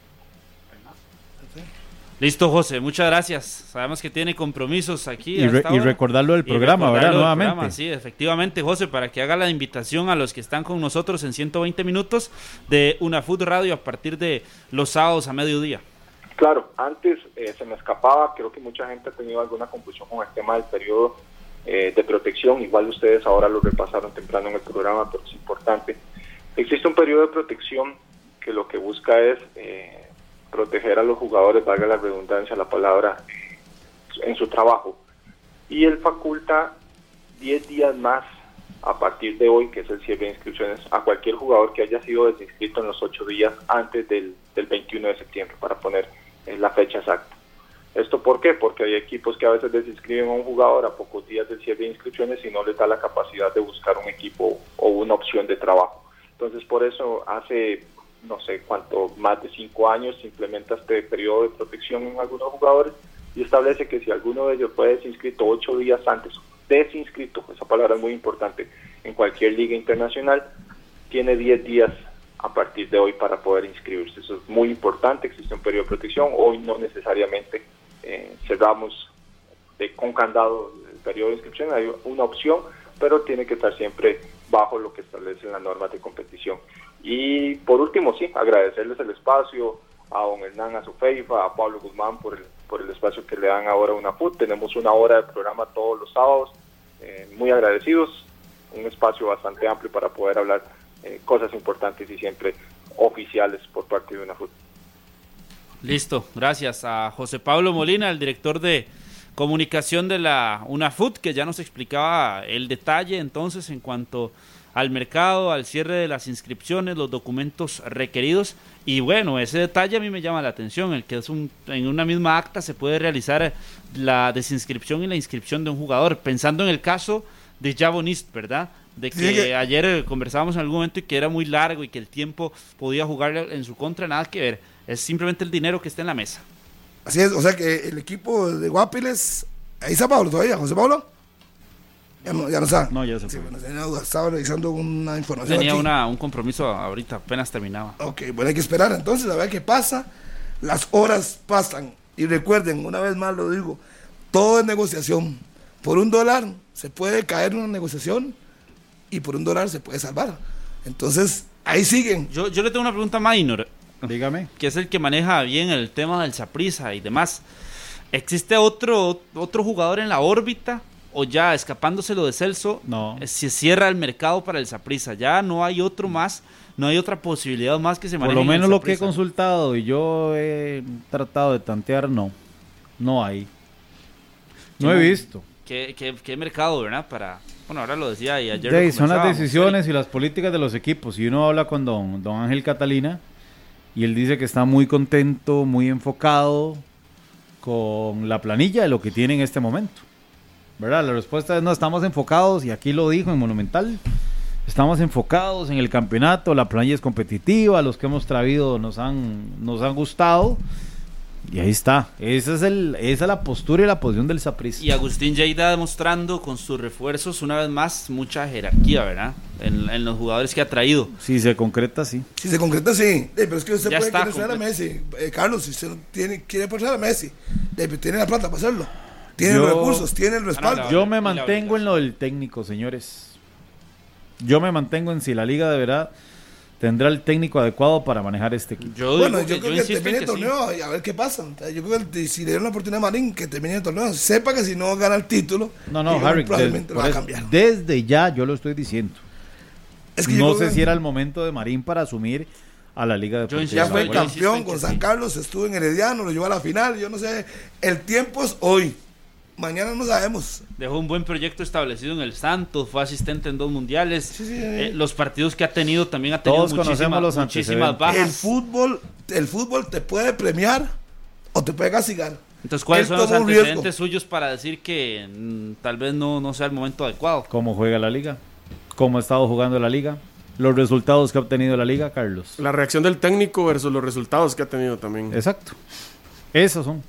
Listo, José, muchas gracias. Sabemos que tiene compromisos aquí. Y, re, y recordarlo del programa, ¿verdad? Del Nuevamente. Programa, sí, efectivamente, José, para que haga la invitación a los que están con nosotros en ciento veinte minutos de UNAFUT Radio a partir de los sábados a mediodía. Claro, antes eh, se me escapaba, creo que mucha gente ha tenido alguna confusión con el tema del periodo eh, de protección, igual ustedes ahora lo repasaron temprano en el programa, pero es importante. Existe un periodo de protección que lo que busca es eh, proteger a los jugadores, valga la redundancia, la palabra, eh, en su trabajo, y él faculta diez días más a partir de hoy, que es el cierre de inscripciones, a cualquier jugador que haya sido desinscrito en los ocho días antes del, del veintiuno de septiembre, para poner eh, la fecha exacta. ¿Esto por qué? Porque hay equipos que a veces desinscriben a un jugador a pocos días del cierre de inscripciones y no les da la capacidad de buscar un equipo o una opción de trabajo. Entonces, por eso hace, no sé cuánto, más de cinco años se implementa este periodo de protección en algunos jugadores y establece que si alguno de ellos fue desinscrito ocho días antes, desinscrito, esa palabra es muy importante, en cualquier liga internacional, tiene diez días a partir de hoy para poder inscribirse. Eso es muy importante, existe un periodo de protección. Hoy no necesariamente eh, cerramos de, con candado el periodo de inscripción, hay una opción, pero tiene que estar siempre bajo lo que establecen las normas de competición. Y por último, sí, agradecerles el espacio a don Hernán Azufeifa, a Pablo Guzmán por el, por el espacio que le dan ahora a UNAFUT. Tenemos una hora de programa todos los sábados, eh, muy agradecidos, un espacio bastante amplio para poder hablar eh, cosas importantes y siempre oficiales por parte de UNAFUT. Listo, gracias a José Pablo Molina, el director de comunicación de la UNAFUT, que ya nos explicaba el detalle entonces en cuanto al mercado, al cierre de las inscripciones, los documentos requeridos. Y bueno, ese detalle a mí me llama la atención, el que es un, en una misma acta se puede realizar la desinscripción y la inscripción de un jugador, pensando en el caso de Javonist, ¿verdad? de que, Sí, que ayer conversábamos en algún momento y que era muy largo y que el tiempo podía jugar en su contra, nada que ver. Es simplemente el dinero que está en la mesa. Así es, o sea que el equipo de Guapiles, ahí está Pablo todavía, José Pablo. Ya no, ya no está. No, ya se sí, fue. bueno, tenía duda, estaba revisando una información. Tenía aquí. una, un compromiso ahorita, apenas terminaba. Ok, bueno, hay que esperar entonces a ver qué pasa. Las horas pasan. Y recuerden, una vez más lo digo, todo es negociación. Por un dólar se puede caer una negociación y por un dólar se puede salvar. Entonces, ahí siguen. Yo, yo le tengo una pregunta a Maynor, Dígame. que es el que maneja bien el tema del Saprissa y demás. ¿Existe otro, otro jugador en la órbita? ¿O ya escapándoselo de Celso, No. se cierra el mercado para el Saprissa? Ya no hay otro más, no hay otra posibilidad más que se maneje. Por lo en el menos lo que he Saprissa. consultado y yo he tratado de tantear, no. No hay. No he visto. ¿Qué, qué, qué mercado, verdad? Para, bueno, ahora lo decía y ayer De, lo son las conversábamos. decisiones y las políticas de los equipos. Y uno habla con don, don Ángel Catalina y él dice que está muy contento, muy enfocado con la planilla de lo que tiene en este momento. ¿Verdad? La respuesta es no, estamos enfocados, y aquí lo dijo en Monumental, estamos enfocados en el campeonato, la planilla es competitiva, los que hemos traído nos han, nos han gustado, y ahí está. Esa es, el, esa es la postura y la posición del Saprissa. Y Agustín Lleida demostrando con sus refuerzos una vez más mucha jerarquía, ¿verdad? En, en los jugadores que ha traído. Si se concreta, sí. Si se concreta, sí. Eh, pero es que usted Ya puede está querer traer a completo. Messi. Eh, Carlos, si usted no tiene, quiere pasar a Messi, eh, pero tiene la plata para hacerlo. Tiene Yo- los recursos, tiene el respaldo. Ah, no, Yo la- me la mantengo en lo del técnico, señores. Yo me mantengo en si la liga de verdad tendrá el técnico adecuado para manejar este equipo. Yo, Bueno, digo yo que- creo yo que insisto termine en el que sí. torneo y a ver qué pasa. O sea, yo creo que si le dieron la oportunidad a Marín, que termine el torneo. Sepa que si no gana el título, No, no, Iván Harry, probablemente des- lo por va a eso, cambiar. desde ya yo lo estoy diciendo. Es que yo No creo sé que si era el momento de Marín para asumir a la Liga Deportiva. insisto, ya fue yo Nacional. insisto campeón en que con San sí. Carlos, estuvo en Herediano, lo llevó a la final. Yo no sé, el tiempo es hoy. Mañana no sabemos. Dejó un buen proyecto establecido en el Santos, fue asistente en dos mundiales. Sí, sí, Eh, sí. los partidos que ha tenido también ha tenido Todos muchísima- conocemos los muchísimas antecedentes. bajas. El fútbol, el fútbol te puede premiar o te puede castigar. Entonces, ¿cuáles Él son los tomó un antecedentes riesgo. suyos para decir que mm, tal vez no, no sea el momento adecuado? ¿Cómo juega la Liga? ¿Cómo ha estado jugando la Liga? Los resultados que ha obtenido la Liga, Carlos. La reacción del técnico versus los resultados que ha tenido también. Exacto. Esos son.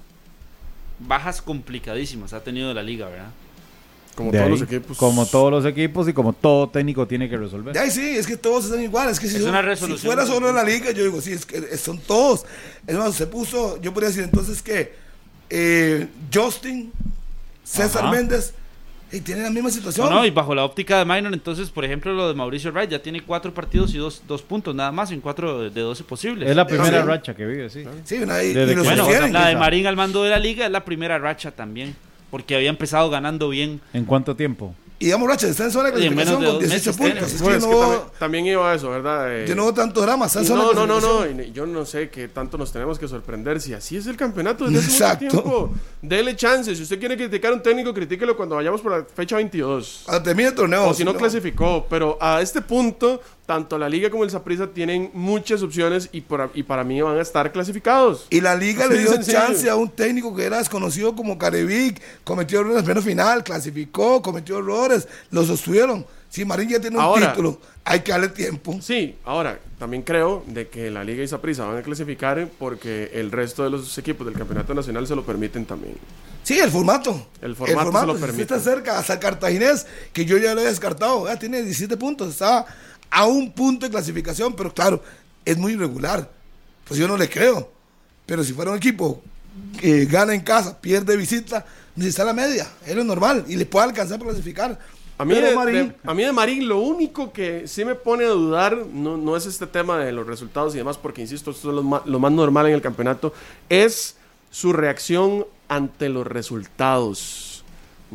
Bajas complicadísimas ha tenido la liga, ¿verdad? Como De todos ahí, los equipos. Como todos los equipos y como todo técnico tiene que resolver. De ahí sí, es que todos están iguales. Es que si, Es yo- una si resolución. fuera solo la liga, yo digo, sí, es que son todos. Es más, se puso, yo podría decir entonces que eh, Justin, César Ajá. Méndez, y tienen la misma situación. No, no, y bajo la óptica de Minor, entonces, por ejemplo, lo de Mauricio Wright ya tiene cuatro partidos y dos, dos puntos nada más en cuatro de, de doce posibles. Es la primera sí. racha que vive, sí. Sí, una- y, Desde y los que- Bueno, sostienen. la de quizá. Marín al mando de la liga es la primera racha también, porque había empezado ganando bien. ¿En cuánto tiempo? Y damos racha, está en zona de Oye, en menos clasificación de con dos dieciocho meses puntos. tiene. Es Bueno, que es yo que no, también, también iba a eso, ¿verdad? Eh, yo no veo tanto drama. Está en y zona no, de no, no, no, clasificación. y yo no sé qué tanto nos tenemos que sorprender si así es el campeonato desde hace Exacto. mucho tiempo. Dele chance, si usted quiere criticar a un técnico, critíquelo cuando vayamos por la fecha veintidós. Cuando termine el torneo. O si no clasificó, pero a este punto, tanto la Liga como el Saprissa tienen muchas opciones y, por, y para mí van a estar clasificados. Y la liga Así le de dio sencillo. chance a un técnico que era desconocido como Carevic, cometió errores en la primera final, clasificó, cometió errores, lo sostuvieron. Si Marín ya tiene un Ahora- título, hay que darle tiempo. Sí, ahora, también creo de que la Liga y Saprissa van a clasificar porque el resto de los equipos del Campeonato Nacional se lo permiten también. Sí, el formato. El formato se lo si permite. está cerca, hasta el Cartaginés, que yo ya lo he descartado, ya tiene diecisiete puntos, está a un punto de clasificación, pero claro, es muy irregular. Pues yo no le creo. Pero si fuera un equipo que gana en casa, pierde visita, necesita la media, es lo normal, y le puede alcanzar para clasificar. A mí, Pero de, Marín- de- a mí de Marín lo único que sí me pone a dudar no, no es este tema de los resultados y demás, porque insisto, esto es lo más, lo más normal en el campeonato, es su reacción ante los resultados.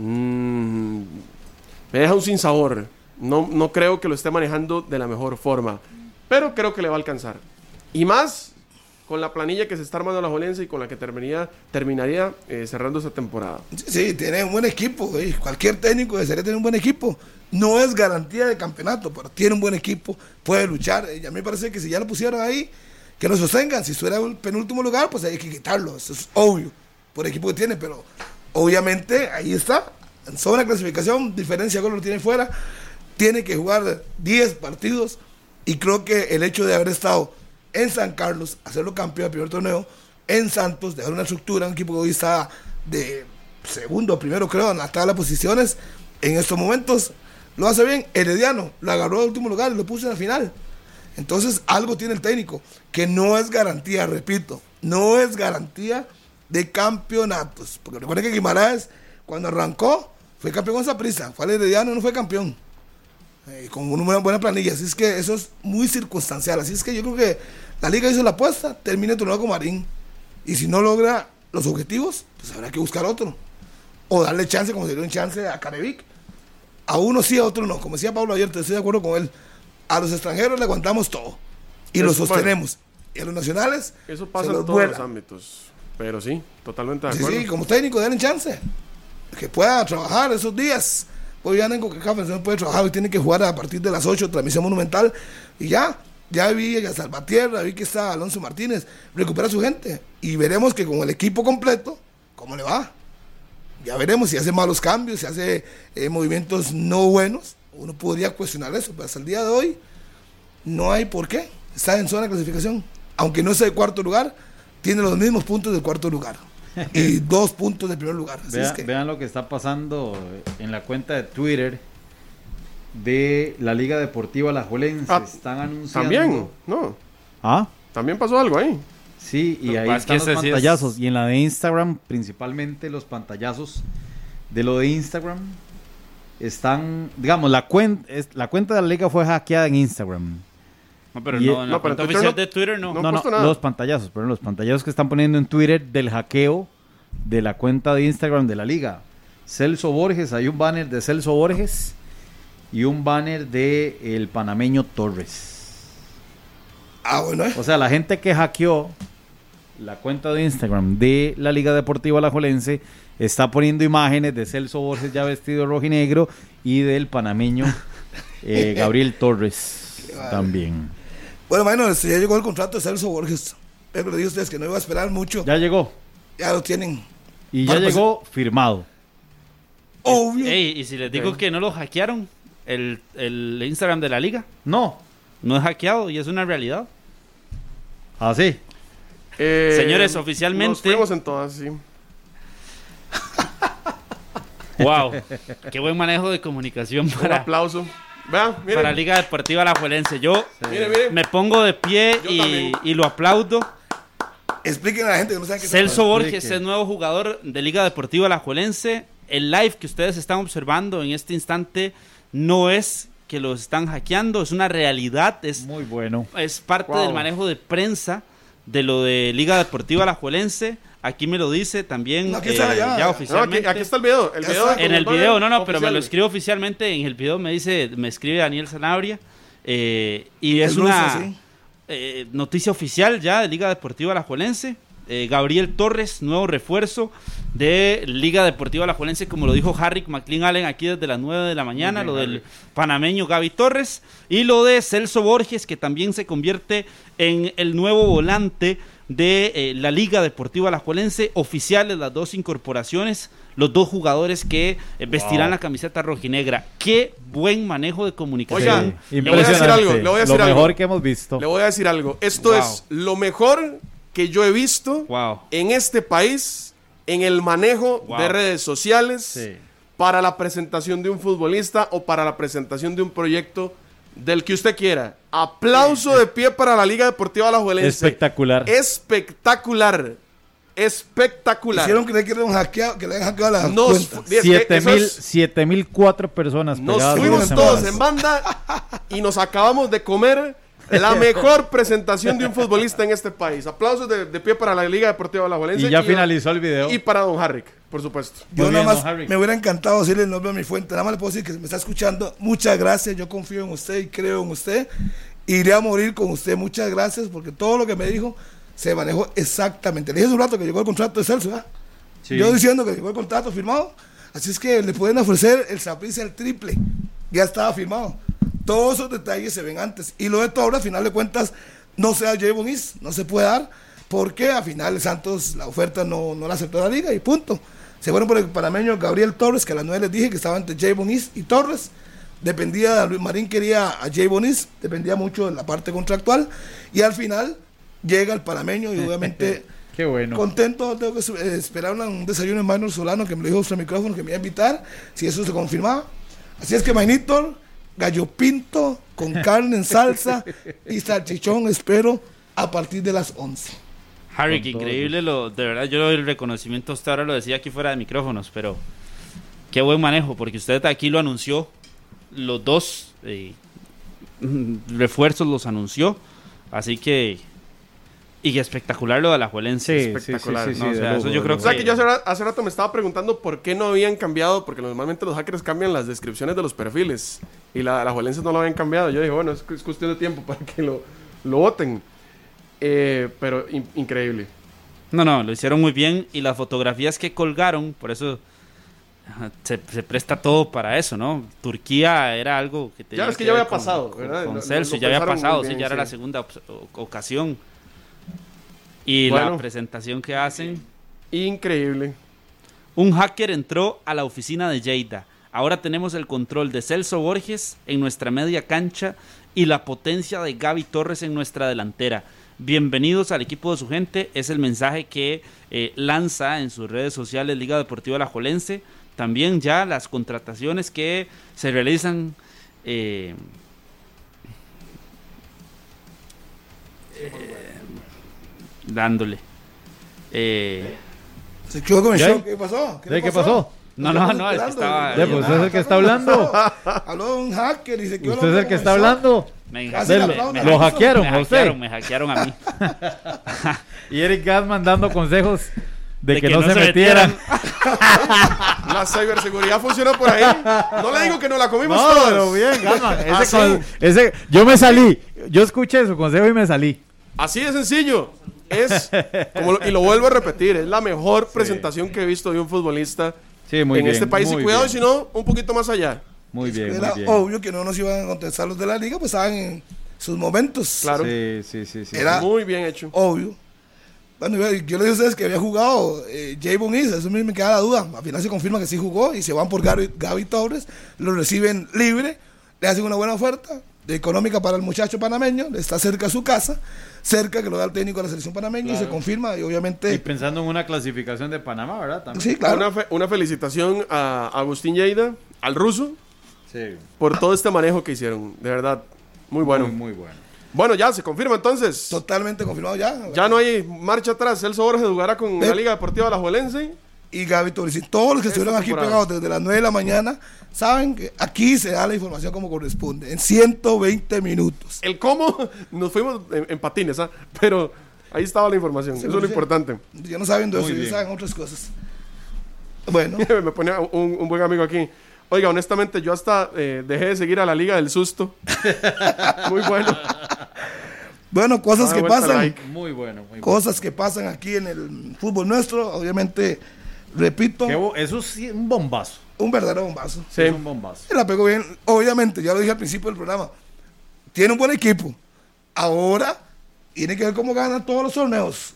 Mm, me deja un sinsabor. No, no creo que lo esté manejando de la mejor forma, pero creo que le va a alcanzar. Y más con la planilla que se está armando la Jolense y con la que terminaría, terminaría eh, cerrando esta temporada. Sí, sí, tiene un buen equipo. eh, Cualquier técnico desearía tener un buen equipo. No es garantía de campeonato, pero tiene un buen equipo, puede luchar. Y a mí me parece que si ya lo pusieron ahí, que lo sostengan. Si estuviera en el penúltimo lugar, pues hay que quitarlo. Eso es obvio, por el equipo que tiene. Pero obviamente ahí está, en zona de clasificación, diferencia con lo que tiene fuera. tiene que jugar diez partidos y creo que el hecho de haber estado en San Carlos, hacerlo campeón del primer torneo, en Santos, dejar una estructura, un equipo que hoy está de segundo, primero creo, en la tabla de posiciones, en estos momentos lo hace bien. Herediano lo agarró al último lugar y lo puso en la final. Entonces algo tiene el técnico, que no es garantía, repito, no es garantía de campeonatos, porque recuerden que Guimaraes cuando arrancó fue campeón con Saprissa, fue al Herediano y no fue campeón, eh, con una buena, buena planilla, así es que eso es muy circunstancial, así es que yo creo que la liga hizo la apuesta, termina el torneo con Marín, y si no logra los objetivos, pues habrá que buscar otro, o darle chance como se dio un chance a Carevic, a uno sí, a otro no, como decía Pablo ayer, estoy de acuerdo con él, a los extranjeros le aguantamos todo, y lo sostenemos, bueno, y a los nacionales eso pasa en todos vuela. Los ámbitos, pero sí, totalmente de acuerdo. Sí, sí, como técnico, denle chance, que pueda trabajar esos días, pues ya en CONCACAF no puede trabajar y tiene que jugar a partir de las ocho, transmisión monumental, y ya, ya vi a Salvatierra, vi que está Alonso Martínez, recupera a su gente, y veremos que con el equipo completo, ¿cómo le va? Ya veremos si hace malos cambios, si hace eh, movimientos no buenos, uno podría cuestionar eso, pero hasta el día de hoy no hay por qué, está en zona de clasificación, aunque no sea de cuarto lugar, tiene los mismos puntos del cuarto lugar, y dos puntos del primer lugar. Así Vea, es que... Vean lo que está pasando en la cuenta de Twitter de la Liga Deportiva Alajuelense. Ah, están anunciando. También, no. ¿Ah? También pasó algo ahí. Sí, y ahí están los pantallazos. Es... Y en la de Instagram, principalmente los pantallazos de lo de Instagram están, digamos, la cuenta, la cuenta de la liga fue hackeada en Instagram. No, pero y no, en la no, cuenta oficial no, de Twitter no. No, no, no los pantallazos, pero los pantallazos que están poniendo en Twitter del hackeo de la cuenta de Instagram de la liga. Celso Borges, hay un banner de Celso Borges y un banner de el panameño Torres. Ah, bueno. ¿eh? O sea, la gente que hackeó la cuenta de Instagram de la Liga Deportiva Alajuelense está poniendo imágenes de Celso Borges ya vestido de rojinegro y del panameño eh, Gabriel Torres también. Bueno, bueno, ya llegó el contrato de Celso Borges. Pero le digo a ustedes que no iba a esperar mucho. Ya llegó. Ya lo tienen. Y ya Para llegó pasar. firmado. Obvio. Ey, y si les digo okay. que no lo hackearon, el, el Instagram de la liga. No. No es hackeado y es una realidad. Ah, sí. Eh, Señores, oficialmente. Nos fuimos en todas, sí. Wow. Qué buen manejo de comunicación para. Un aplauso. Vean, miren. Para Liga Deportiva Alajuelense. Yo sí. miren, miren. me pongo de pie y, y lo aplaudo. Expliquen a la gente que no sabe qué Celso Borges es nuevo jugador de Liga Deportiva Alajuelense. El live que ustedes están observando en este instante no es que los están hackeando, es una realidad. Es muy bueno. Es parte wow. del manejo de prensa de lo de Liga Deportiva Alajuelense. Aquí me lo dice también no, eh, ya, ya oficialmente. No, aquí, aquí está el video. El video en el video, no, no, oficial. Pero me lo escribe oficialmente. En el video me dice, me escribe Daniel Sanabria. Eh, y es el una ruso, ¿sí? eh, noticia oficial ya de Liga Deportiva Alajuelense. Eh, Gabriel Torres, nuevo refuerzo de Liga Deportiva Alajuelense, como lo dijo Harry McLean Allen aquí desde las nueve de la mañana, bien, lo del Harry. Panameño Gaby Torres, y lo de Celso Borges, que también se convierte en el nuevo volante de eh, la Liga Deportiva Alajuelense, oficiales las dos incorporaciones, los dos jugadores que eh, vestirán wow. la camiseta rojinegra. Qué buen manejo de comunicación. Sí, le voy a decir algo, le voy a decir lo algo. mejor que hemos visto. Le voy a decir algo, esto wow. es lo mejor que yo he visto wow. en este país en el manejo wow. de redes sociales sí. para la presentación de un futbolista o para la presentación de un proyecto del que usted quiera. Aplauso sí. de pie para la Liga Deportiva Alajuelense. Espectacular. Espectacular. Espectacular. Hicieron creer que le han hackeado, que le han hackeado las Nos cuentas. siete mil, siete mil cuatro personas. Nos fuimos todos en banda y nos acabamos de comer la mejor presentación de un futbolista en este país. Aplausos de, de pie para la Liga Deportiva Alajuelense. Y ya y finalizó el video. Y para don Harrick, por supuesto. Yo Muy nada bien, más me hubiera encantado decirle el nombre de mi fuente. Nada más le puedo decir que me está escuchando. Muchas gracias. Yo confío en usted y creo en usted. Iré a morir con usted. Muchas gracias porque todo lo que me dijo se manejó exactamente. Le dije hace un rato que llegó el contrato de Celso, ¿verdad? Sí. Yo diciendo que llegó el contrato firmado. Así es que le pueden ofrecer el Saprissa el triple. Ya estaba firmado. Todos esos detalles se ven antes. Y lo de Torres, al final de cuentas, no se da Javon Is, no se puede dar, porque al final Santos la oferta no, no la aceptó la liga y punto. Se fueron por el panameño Gabriel Torres, que a las nueve les dije que estaba entre Javon Is y Torres. dependía, Luis Marín quería a Jay Bonis, dependía mucho de la parte contractual, y al final llega el panameño y obviamente Qué bueno. contento, tengo que esperar una, un desayuno en Maynor Solano que me lo dijo sobre el micrófono que me iba a invitar, si eso se confirmaba. Así es que Maynito, gallo pinto con carne en salsa y salchichón, espero a partir de las once. Harry, qué increíble, lo, de verdad, yo el reconocimiento hasta ahora lo decía aquí fuera de micrófonos, pero qué buen manejo, porque usted aquí lo anunció, los dos eh, refuerzos los anunció, así que, y espectacular lo de la Juelense, Sí, espectacular, sí, sí, sí, ¿no? sí, O sea, de eso lujo, yo de creo lujo. O sea que yo hace, ra- hace rato me estaba preguntando por qué no habían cambiado, porque normalmente los hackers cambian las descripciones de los perfiles y la, la Juelense no lo habían cambiado. Yo dije, bueno, es, es cuestión de tiempo para que lo, lo voten. Eh, pero in- increíble. No, no, lo hicieron muy bien y las fotografías que colgaron, por eso ajá, se, se presta todo para eso, ¿no? Turquía era algo que tenía Ya, es que que ya ver había con- pasado, con, ¿verdad? con Lo- Celso, lo ya había pensaron pasado, muy sí, bien, ya era sí. la segunda op- o- ocasión. Y Bueno. la presentación que hacen, Increíble. un hacker entró a la oficina de Lleida. Ahora tenemos el control de Celso Borges en nuestra media cancha y la potencia de Gaby Torres en nuestra delantera. Bienvenidos al equipo de su gente, es el mensaje que eh, lanza en sus redes sociales Liga Deportiva Alajuelense. También ya las contrataciones que se realizan eh, eh, dándole. Eh, Se quedó con el ¿Ya? show, ¿qué pasó? ¿De qué pasó? no, no, no, es que estaba... Ya, pues, usted es el que está hablando. Habló un hacker y se quedó Usted es el que con está show. hablando. Me, Casi le la me- aplaudan. me- Lo hackearon me a usted. hackearon, me hackearon a mí. Y Eric Gas mandando consejos de, De que, que no, no se, se metieran. La ciberseguridad funciona por ahí. No le digo que no la comimos No, todos. pero bien, Gasman. Ese, Así. con- ese- yo me salí. Yo escuché su consejo y me salí. Así de sencillo. Es, como lo- y lo vuelvo a repetir, es la mejor presentación que he visto de un futbolista Sí, muy en bien. este país. Y muy cuidado, bien. si no, un poquito más allá. Muy bien, Era muy bien. obvio que no nos iban a contestar los de la liga, pues estaban en sus momentos. Claro. Sí, sí, sí, sí. Era- Muy bien hecho. Obvio. Bueno, yo yo le dije a ustedes que había jugado eh, Jay Bonis, eso me, me queda la duda. Al final se confirma que sí jugó y se van por Gaby, Gaby Torres, lo reciben libre, le hacen una buena oferta económica para el muchacho panameño, está cerca a su casa, cerca que lo da el técnico de la selección panameña y se confirma y obviamente... Y pensando en una clasificación de Panamá, ¿verdad? También. sí, claro. Una, fe- una felicitación a Agustín Lleida, al ruso, Sí. por todo este manejo que hicieron. De verdad, muy bueno. Muy, muy bueno. Bueno, ya se confirma entonces. Totalmente confirmado ya. Ya no hay marcha atrás. Celso Borges jugará con la Eh. Liga Deportiva Alajuelense. Y Gaby Torres. Y todos los que Esta estuvieron aquí temporada. pegados desde las nueve de la mañana saben que aquí se da la información como corresponde, en ciento veinte minutos. El cómo nos fuimos en, en patines, ¿ah? Pero ahí estaba la información. Sí, Eso es lo sí. importante. Ya no saben de Muy eso, ya bien. saben otras cosas. Bueno, Me ponía un, un buen amigo aquí. Oiga, honestamente, yo hasta eh, dejé de seguir a la Liga del Susto. Muy bueno. bueno, cosas Ah, que vuelta pasan. like. Muy bueno, muy bueno. Cosas que pasan aquí en el fútbol nuestro. Obviamente, repito, Qué bo- Eso sí es un bombazo. un verdadero bombazo. Sí. Es un bombazo. Se la pegó bien. Obviamente, ya lo dije al principio del programa. Tiene un buen equipo. Ahora tiene que ver cómo ganan todos los torneos.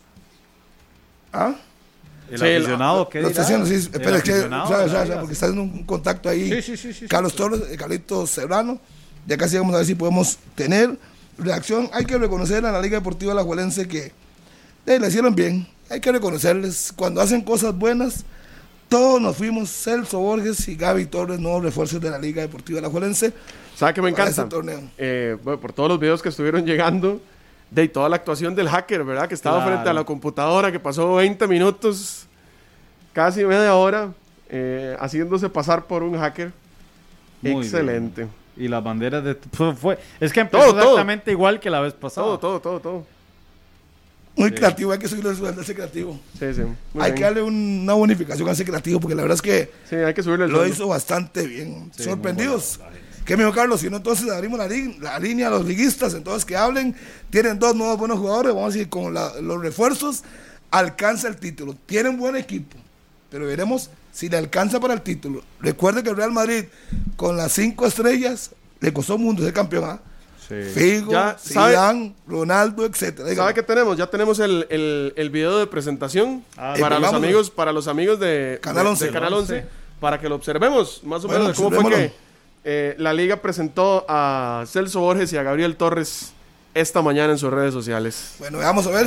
¿Ah? El Sí, el- aficionado, ¿qué Lo dirá? está haciendo, sí. El Espera, es que, aficionado sabe, de la sabe, liga, sabe, porque sí. está en un contacto ahí. Sí, sí, sí, sí, Carlos Torres, eh, Carlitos Serrano. Ya casi vamos a ver si podemos tener reacción. Hay que reconocer a la Liga Deportiva Alajuelense que eh, le hicieron bien. Hay que reconocerles. Cuando hacen cosas buenas, todos nos fuimos. Celso Borges y Gaby Torres, nuevos refuerzos de la Liga Deportiva Alajuelense. ¿Sabe qué me Para encanta? ese torneo. Eh, bueno, por todos los videos que estuvieron llegando, de toda la actuación del hacker, ¿verdad? Que estaba Claro. frente a la computadora, que pasó veinte minutos, casi media hora, eh, haciéndose pasar por un hacker. Muy Excelente. bien. Y las banderas de... Fue, fue- es que empezó Todo, todo. exactamente igual que la vez pasada. Todo, todo, todo, todo. Muy Sí. creativo, hay que subirle el sueldo a ese creativo. Sí, sí. Muy Hay bien. que darle un- una bonificación a ese creativo, porque la verdad es que Sí, hay que subirle el lo sueldo. hizo bastante bien. Sí, Sorprendidos. ¿Qué mejor, Carlos? Si no, entonces abrimos la, li- la línea a los liguistas, entonces que hablen. Tienen dos nuevos buenos jugadores, vamos a decir, con la- los refuerzos, alcanza el título. Tienen buen equipo, pero veremos si le alcanza para el título. Recuerde que el Real Madrid, con las cinco estrellas, le costó un mundo ser campeón. ¿Ah? Sí. Figo, Ya, ¿sabe? Zidane, Ronaldo, etcétera. Dígame. ¿Sabe qué tenemos? Ya tenemos el, el, el video de presentación Ah, para, los pongámoslo. amigos, para los amigos de Canal de- once. de Canal once, para que lo observemos, más o Bueno, menos, de cómo fue que, observémoslo. eh, la liga presentó a Celso Borges y a Gabriel Torres esta mañana en sus redes sociales. Bueno, vamos a ver.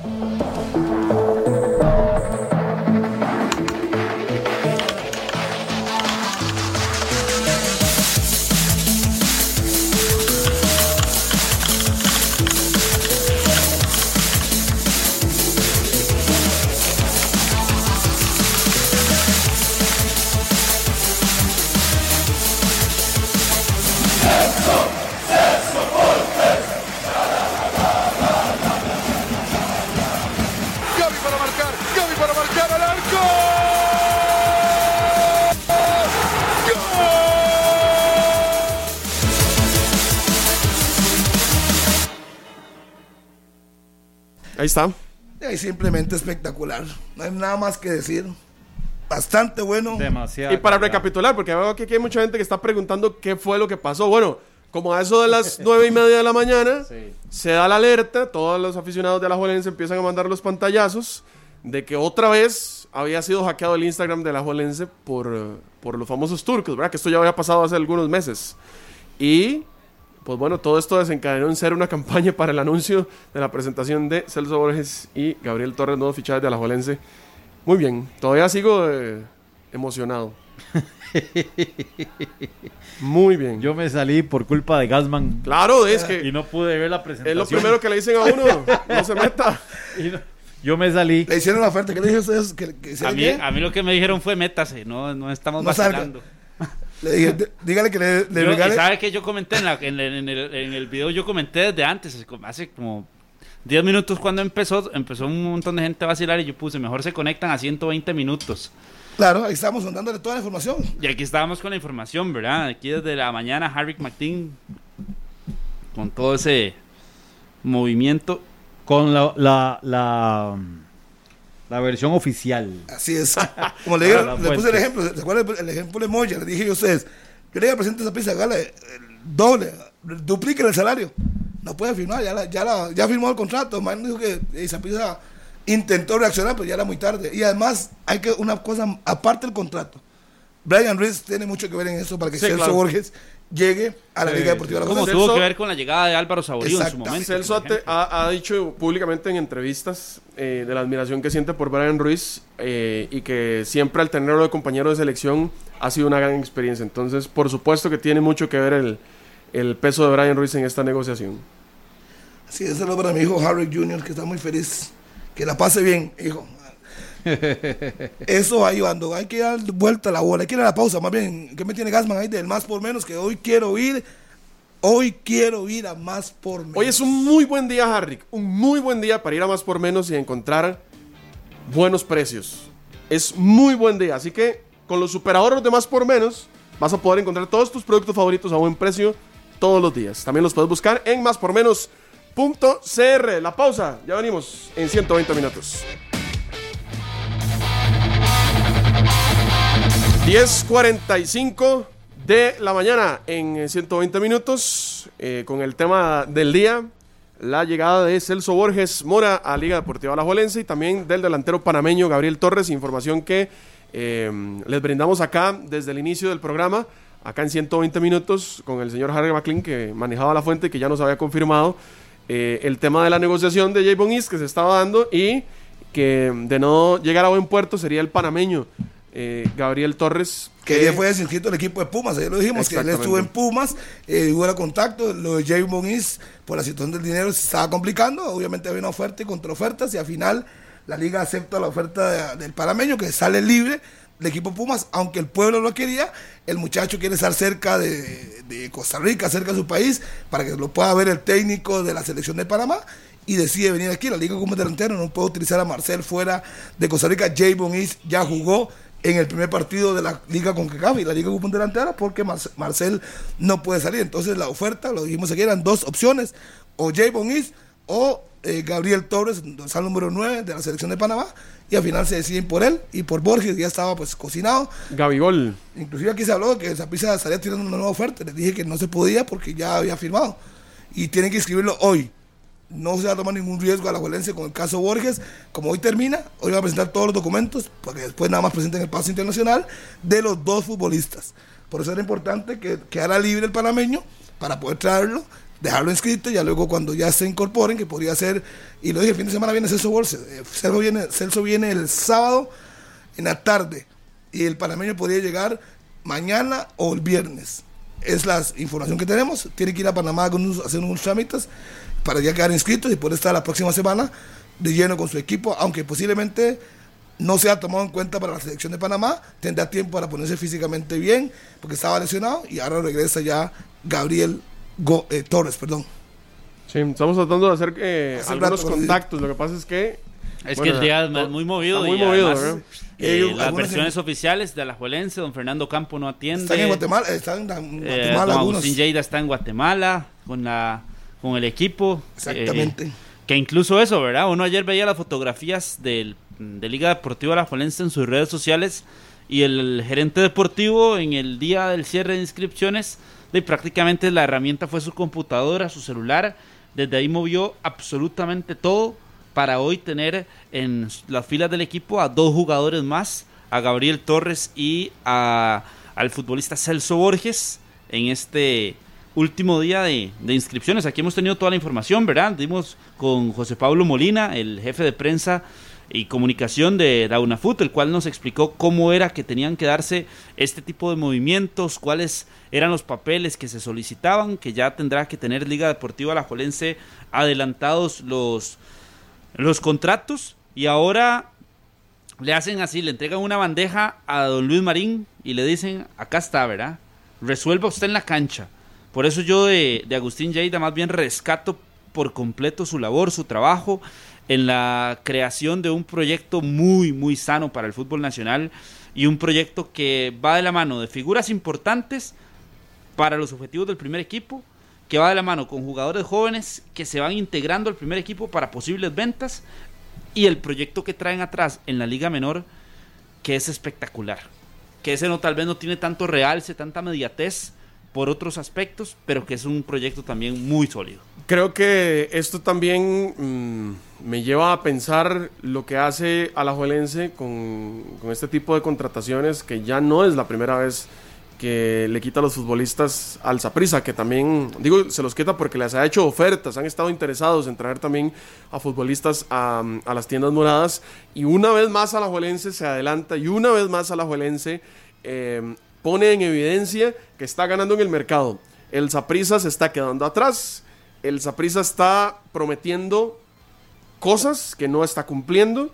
Ahí está. Es simplemente espectacular. No hay nada más que decir. Bastante bueno. Demasiado. Y para recapitular, porque veo que aquí hay mucha gente que está preguntando qué fue lo que pasó. Bueno, como a eso de las nueve y media de la mañana, sí. se da la alerta, todos los aficionados de Alajuelense empiezan a mandar los pantallazos de que otra vez había sido hackeado el Instagram de Alajuelense por, por los famosos turcos, ¿verdad? Que esto ya había pasado hace algunos meses. Y, pues bueno, todo esto desencadenó en ser una campaña para el anuncio de la presentación de Celso Borges y Gabriel Torres, nuevos fichajes de Alajuelense. Muy bien, todavía sigo eh, emocionado. Muy bien. Yo me salí por culpa de Gasman. Claro, es que... Y no pude ver la presentación. Es lo primero que le dicen a uno, no se meta. Y no, yo me salí. Le hicieron la oferta, ¿qué le dijeron ustedes? ¿Que, que a, mí, a mí lo que me dijeron fue métase, no, no estamos no vacilando. Le dije, dígale que le, le yo, regale. ¿Sabe qué yo comenté en, la, en, en, el, en el video? Yo comenté desde antes, hace como diez minutos cuando empezó, empezó un montón de gente a vacilar y yo puse, mejor se conectan a ciento veinte minutos. Claro, ahí estamos dándole toda la información. Y aquí estábamos con la información, ¿verdad? Aquí desde la mañana, Harry McTeam, con todo ese movimiento. Con la, la, la, la versión oficial. Así es. Como le, digo, le puse el ejemplo, ¿se acuerdan el ejemplo de Moya? Le dije a ustedes, yo le presente esa pizza, gala el doble, dupliquen el salario. No puede firmar, ya, la, ya, la, ya firmó el contrato. Man dijo que esa pizza intentó reaccionar, pero ya era muy tarde. Y además, hay que una cosa, aparte del contrato. Brian Ruiz tiene mucho que ver en eso para que sí, Celso claro. Borges llegue a la sí, Liga Deportiva de la Como tuvo que ver con la llegada de Álvaro Saborío en su momento. Celso ha, ha dicho públicamente en entrevistas eh, de la admiración que siente por Brian Ruiz eh, y que siempre al tenerlo de compañero de selección ha sido una gran experiencia. Entonces, por supuesto que tiene mucho que ver el, el peso de Brian Ruiz en esta negociación. Sí, eso es lo para mi hijo Harry junior, que está muy feliz. Que la pase bien, hijo. Eso ahí, cuando hay que dar vuelta a la bola, hay que ir a la pausa. Más bien, ¿qué me tiene Gasman ahí del más por menos? Que hoy quiero ir, hoy quiero ir a más por menos. Hoy es un muy buen día, Harry, un muy buen día para ir a más por menos y encontrar buenos precios. Es muy buen día, así que con los superahorros de más por menos vas a poder encontrar todos tus productos favoritos a buen precio todos los días. También los puedes buscar en más por menos punto c r. La pausa, ya venimos en ciento veinte minutos. diez cuarenta y cinco de la mañana en ciento veinte minutos, eh, con el tema del día, la llegada de Celso Borges Mora a Liga Deportiva Alajuelense y también del delantero panameño Gabriel Torres, información que eh, les brindamos acá desde el inicio del programa, acá en ciento veinte minutos, con el señor Harry McLean, que manejaba la fuente, que ya nos había confirmado eh, el tema de la negociación de Javon East que se estaba dando y que de no llegar a buen puerto sería el panameño Eh, Gabriel Torres, que ya fue desinscrito del equipo de Pumas, ayer lo dijimos, que él estuvo en Pumas, eh, hubo el contacto, lo de Javon East por la situación del dinero se estaba complicando, obviamente había una oferta y contraofertas y al final la liga acepta la oferta de, del panameño que sale libre del equipo Pumas, aunque el pueblo lo quería, el muchacho quiere estar cerca de, de Costa Rica, cerca de su país, para que lo pueda ver el técnico de la selección de Panamá, y decide venir aquí. La liga como delantero no puede utilizar a Marcel fuera de Costa Rica. Javon East ya jugó en el primer partido de la Liga CONCACAF y la Liga como delantera porque Marcel no puede salir. Entonces la oferta, lo dijimos aquí, eran dos opciones, o Javon East o eh, Gabriel Torres, dorsal número nueve de la selección de Panamá, y al final se deciden por él y por Borges, ya estaba pues cocinado. Gabigol. Inclusive aquí se habló de que Saprissa estaría tirando una nueva oferta, les dije que no se podía porque ya había firmado y tienen que escribirlo hoy. No se va a tomar ningún riesgo a la Alajuelense con el caso Borges. Como hoy termina, hoy van a presentar todos los documentos, porque después nada más presenten el pase internacional de los dos futbolistas. Por eso era importante que quedara libre el panameño para poder traerlo, dejarlo inscrito, y ya luego cuando ya se incorporen, que podría ser, y lo dije, el fin de semana viene Celso Borges, Celso viene, Celso viene el sábado en la tarde, y el panameño podría llegar mañana o el viernes. Es la información que tenemos. Tiene que ir a Panamá a hacer unos trámites para ya quedar inscritos y poder estar la próxima semana de lleno con su equipo, aunque posiblemente no sea tomado en cuenta para la selección de Panamá. Tendrá tiempo para ponerse físicamente bien, porque estaba lesionado, y ahora regresa ya Gabriel Go, eh, Torres, perdón. Sí, estamos tratando de hacer eh, algunos rato, contactos. Lo que pasa es que es bueno, que el día es muy movido. Muy y movido, además, eh, eh, las versiones en... oficiales de Alajuelense, don Fernando Campo no atiende. Están en Guatemala. Están en Guatemala eh, don Agustín Lleida está en Guatemala con, la, con el equipo. Exactamente. Eh, que incluso eso, ¿verdad? Uno ayer veía las fotografías del, de Liga Deportiva Alajuelense en sus redes sociales, y el gerente deportivo en el día del cierre de inscripciones, de prácticamente la herramienta fue su computadora, su celular. Desde ahí movió absolutamente todo para hoy tener en las filas del equipo a dos jugadores más, a Gabriel Torres y a, al futbolista Celso Borges, en este último día de, de inscripciones. Aquí hemos tenido toda la información, ¿verdad? Dimos con José Pablo Molina, el jefe de prensa y comunicación de Daunafut, el cual nos explicó cómo era que tenían que darse este tipo de movimientos, cuáles eran los papeles que se solicitaban, que ya tendrá que tener Liga Deportiva Alajuelense adelantados los, los contratos, y ahora le hacen así, le entregan una bandeja a don Luis Marín y le dicen, acá está, ¿verdad? Resuelva usted en la cancha. Por eso yo de, de Agustín Lleida más bien rescato por completo su labor, su trabajo en la creación de un proyecto muy, muy sano para el fútbol nacional, y un proyecto que va de la mano de figuras importantes para los objetivos del primer equipo, que va de la mano con jugadores jóvenes que se van integrando al primer equipo para posibles ventas, y el proyecto que traen atrás en la Liga Menor, que es espectacular, que ese no tal vez no tiene tanto realce, tanta mediatez por otros aspectos, pero que es un proyecto también muy sólido. Creo que esto también mmm, me lleva a pensar lo que hace Alajuelense con, con este tipo de contrataciones, que ya no es la primera vez que le quita a los futbolistas al Saprissa, que también, digo, se los quita porque les ha hecho ofertas, han estado interesados en traer también a futbolistas a, a las tiendas moradas, y una vez más Alajuelense se adelanta, y una vez más Alajuelense eh, pone en evidencia que está ganando en el mercado. El Saprissa se está quedando atrás, el Saprissa está prometiendo cosas que no está cumpliendo.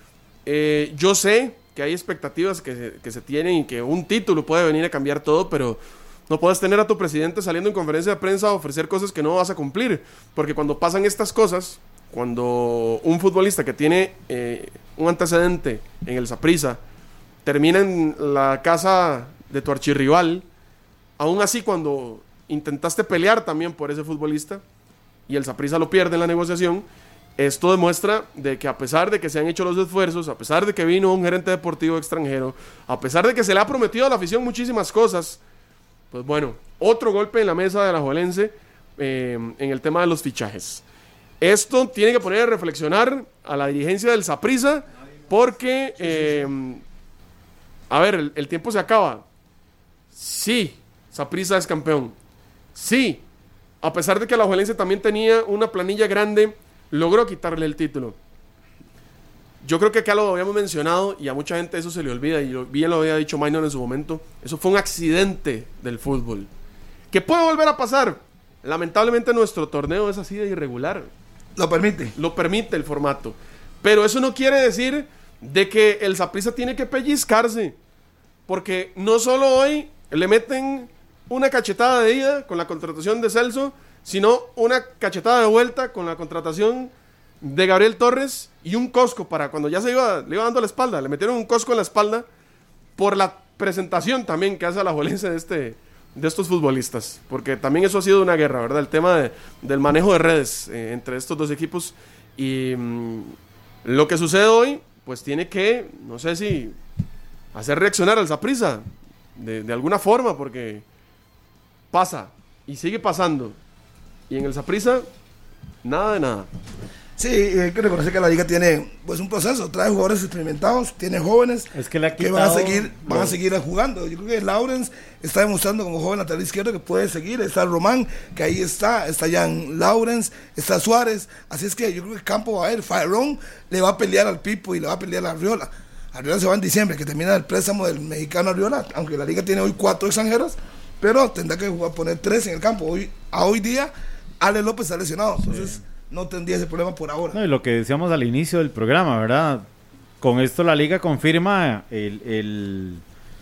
Eh, yo sé que hay expectativas que se, que se tienen, y que un título puede venir a cambiar todo, pero no puedes tener a tu presidente saliendo en conferencia de prensa a ofrecer cosas que no vas a cumplir, porque cuando pasan estas cosas, cuando un futbolista que tiene eh, un antecedente en el Saprissa termina en la casa de tu archirrival, aún así cuando intentaste pelear también por ese futbolista y el Saprissa lo pierde en la negociación, esto demuestra de que a pesar de que se han hecho los esfuerzos, a pesar de que vino un gerente deportivo extranjero, a pesar de que se le ha prometido a la afición muchísimas cosas, pues bueno, otro golpe en la mesa de Alajuelense eh, en el tema de los fichajes. Esto tiene que poner a reflexionar a la dirigencia del Saprissa, porque eh, a ver, el, el tiempo se acaba. Sí, Saprissa es campeón. Sí, a pesar de que Alajuelense también tenía una planilla grande, logró quitarle el título. Yo creo que acá lo habíamos mencionado y a mucha gente eso se le olvida, y lo, bien lo había dicho Minor en su momento. Eso fue un accidente del fútbol que puede volver a pasar. Lamentablemente nuestro torneo es así de irregular. Lo permite. Lo permite el formato. Pero eso no quiere decir de que el Saprissa tiene que pellizcarse, porque no solo hoy le meten una cachetada de ida con la contratación de Celso, sino una cachetada de vuelta con la contratación de Gabriel Torres, y un cosco para cuando ya se iba, le iba dando la espalda, le metieron un cosco en la espalda por la presentación también que hace Alajuelense de, este, de estos futbolistas, porque también eso ha sido una guerra, ¿verdad? El tema de, del manejo de redes eh, entre estos dos equipos, y mmm, lo que sucede hoy, pues tiene que, no sé si hacer reaccionar al Saprissa de, de alguna forma, porque pasa y sigue pasando, y en el Saprissa nada de nada. Sí, hay que reconocer que la liga tiene pues un proceso, trae jugadores experimentados, tiene jóvenes es que, le ha que van a quitado- seguir, van a seguir jugando. Yo creo que Lawrence está demostrando como joven lateral izquierdo que puede seguir, está Román, que ahí está, está Jan Lawrence, está Suárez, así es que yo creo que Campo va a ver, Faerón le va a pelear al Pipo y le va a pelear a Arriola. Arriola se va en diciembre, que termina el préstamo del mexicano Arriola, aunque la liga tiene hoy cuatro extranjeros, pero tendrá que jugar, poner tres en el campo. Hoy, a hoy día, Ale López está lesionado, entonces sí. no tendría ese problema por ahora. No, y lo que decíamos al inicio del programa, ¿verdad? Con esto la liga confirma el, el,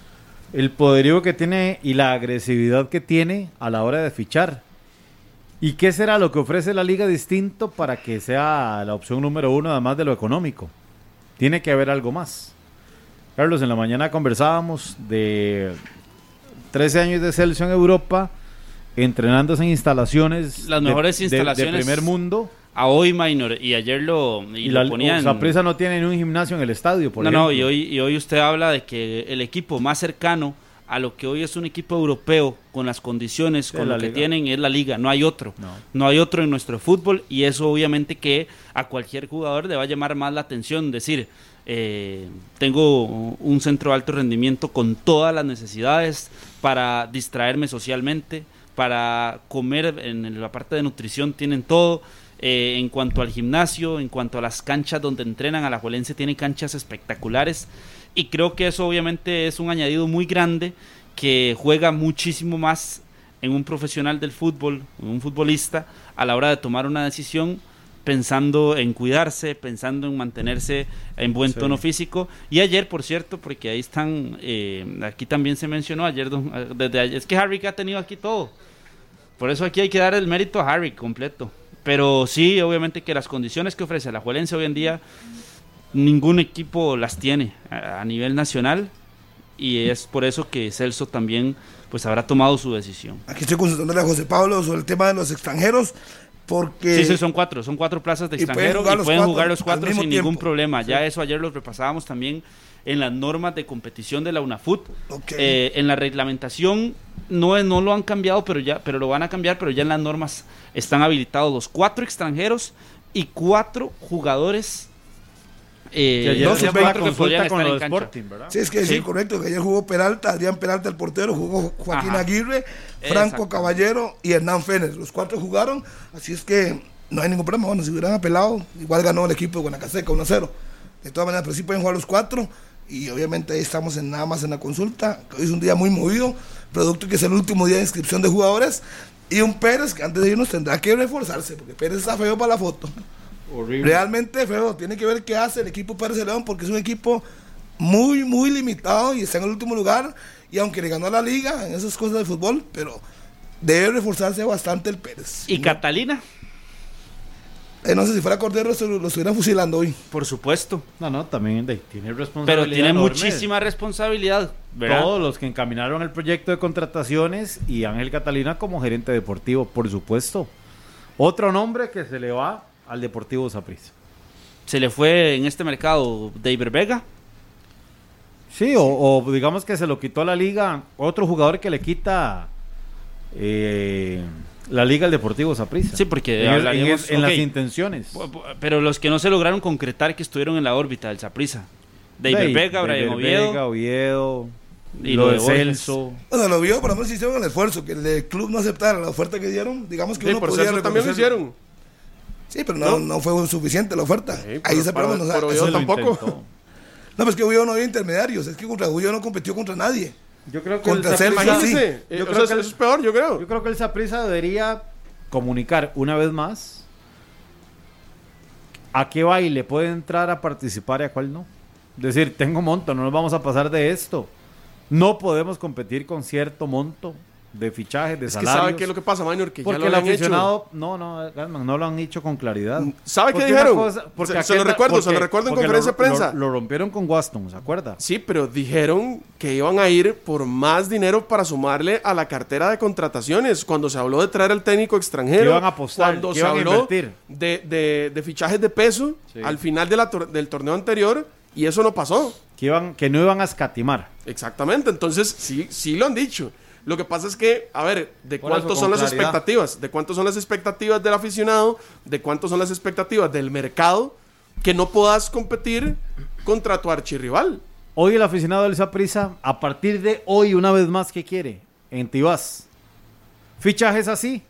el poderío que tiene y la agresividad que tiene a la hora de fichar. ¿Y qué será lo que ofrece la liga distinto para que sea la opción número uno, además de lo económico? Tiene que haber algo más. Carlos, en la mañana conversábamos de trece años de Celso en Europa, entrenándose en instalaciones, Las mejores de, de- instalaciones de primer mundo. A hoy Minor, y ayer lo, y Y, lo la ponían. Saprissa no tiene ni un gimnasio en el estadio, por no, ejemplo. no, y hoy, y hoy usted habla de que el equipo más cercano a lo que hoy es un equipo europeo, con las condiciones, Sí, con la lo que liga. tienen, es la liga, no hay otro. No. No hay otro en nuestro fútbol, y eso obviamente que a cualquier jugador le va a llamar más la atención, decir, eh, tengo un centro de alto rendimiento con todas las necesidades para distraerme socialmente, para comer, en la parte de nutrición tienen todo. Eh, en cuanto al gimnasio, en cuanto a las canchas donde entrenan, Alajuelense tiene canchas espectaculares, y creo que eso obviamente es un añadido muy grande que juega muchísimo más en un profesional del fútbol, en un futbolista, a la hora de tomar una decisión, pensando en cuidarse, pensando en mantenerse en buen Sí. tono físico. Y ayer, por cierto, porque ahí están, eh, aquí también se mencionó ayer, don- desde ayer, es que Harry ha tenido aquí todo, por eso aquí hay que dar el mérito a Harry completo. Pero sí, obviamente que las condiciones que ofrece Alajuelense hoy en día, ningún equipo las tiene a, a nivel nacional, y es por eso que Celso también pues habrá tomado su decisión. Aquí estoy consultándole a José Pablo sobre el tema de los extranjeros, porque... Sí, sí, son cuatro, son cuatro plazas de y pueden extranjero jugar y los pueden cuatro jugar los al cuatro mismo sin tiempo. ningún problema. Ya eso ayer lo repasábamos también en las normas de competición de la UNAFUT. Ok. Eh, en la reglamentación no, es- no lo han cambiado, pero ya pero lo van a cambiar, pero ya en las normas están habilitados los cuatro extranjeros y cuatro jugadores. Eh, Que ayer no los se se fue cuatro la que podrían consulta con estar lo en de cancha. Sporting, ¿verdad? Sí, es que sí, Sí. correcto, que ayer jugó Peralta, Adrián Peralta el portero, jugó Joaquín Ajá. Aguirre, Franco Exacto. Caballero y Hernán Fénez. Los cuatro jugaron, así es que no hay ningún problema. Bueno, si hubieran apelado, igual ganó el equipo de Guanacasteca uno a cero. De todas maneras, pero sí pueden jugar los cuatro, y obviamente ahí estamos en, nada más en la consulta. Hoy es un día muy movido, producto que es el último día de inscripción de jugadores, y un Pérez que antes de irnos tendrá que reforzarse, porque Pérez está feo para la foto. Horrible. Realmente feo, tiene que ver qué hace el equipo Pérez de León, porque es un equipo muy, muy limitado y está en el último lugar, y aunque le ganó a la liga en esas cosas de fútbol, pero debe reforzarse bastante el Pérez. Y no, Catalina, eh, no sé si fuera Cordero, se lo, lo estuvieran fusilando hoy. por supuesto, No, no, también de- tiene responsabilidad. pero tiene enorme. muchísima responsabilidad, ¿verdad? Todos los que encaminaron el proyecto de contrataciones y Ángel Catalina como gerente deportivo, por supuesto. Otro nombre que se le va al Deportivo Saprissa. Se le fue en este mercado David Vega. Sí, o, o digamos que se lo quitó a la liga. Otro jugador que le quita eh, la liga al Deportivo Saprissa. Sí, porque en, el- en hablaríamos- el- en ok. las intenciones. Bu- bu- Pero los que no se lograron concretar, que estuvieron en la órbita del Saprissa. David Dave- Vega, Brian David Oviedo. Vega, Oviedo, y lo lo de de Borges. Celso. Bueno, lo vio, pero no se hicieron el esfuerzo, que el eh, club no aceptara la oferta que dieron, digamos que Sí, uno por podría eso también lo reconocerlo. hicieron. Sí, pero no, ¿No? no fue suficiente la oferta. Sí, Ahí pero se para- problema, o sea, por eso- Oviedo Eso lo tampoco. intentó. No, pues que Oviedo no había intermediarios, es que contra Oviedo no competió contra nadie. Yo creo que Contra el Celso, Saprissa- sí. Imagínense, eh, Yo o creo sea, que el- eso es peor, yo creo. Yo creo que el Saprissa debería comunicar una vez más a qué baile puede entrar a participar y a cuál no. Decir, tengo monto, no nos vamos a pasar de esto. No podemos competir con cierto monto de fichajes, de Es que salarios. sabe qué es lo que pasa, Maynor, que ya porque lo el habían hecho. aficionado, no, no, Gasman, no lo han hecho con claridad. ¿Sabe qué Porque una dijeron? cosa- porque se, se aquel- lo recuerdo, se porque- lo recuerdo en porque conferencia lo- de prensa. Lo, lo rompieron con Waston, ¿se acuerda? Sí, pero dijeron que iban a ir por más dinero para sumarle a la cartera de contrataciones. Cuando se habló de traer al técnico extranjero, Que iban a apostar, cuando que se iban a habló invertir. de, de- de fichajes de peso Sí. al final de la tor- del torneo anterior, y eso no pasó. Que, iban, que no iban a escatimar. Exactamente, entonces sí, sí lo han dicho. Lo que pasa es que, a ver, ¿de Por cuántos eso, son con las claridad. expectativas? ¿De cuántos son las expectativas del aficionado? ¿De cuántos son las expectativas del mercado? Que no puedas competir contra tu archirrival. Hoy el aficionado del Saprissa, a partir de hoy, una vez más, ¿qué quiere? En Tibás. Fichajes así.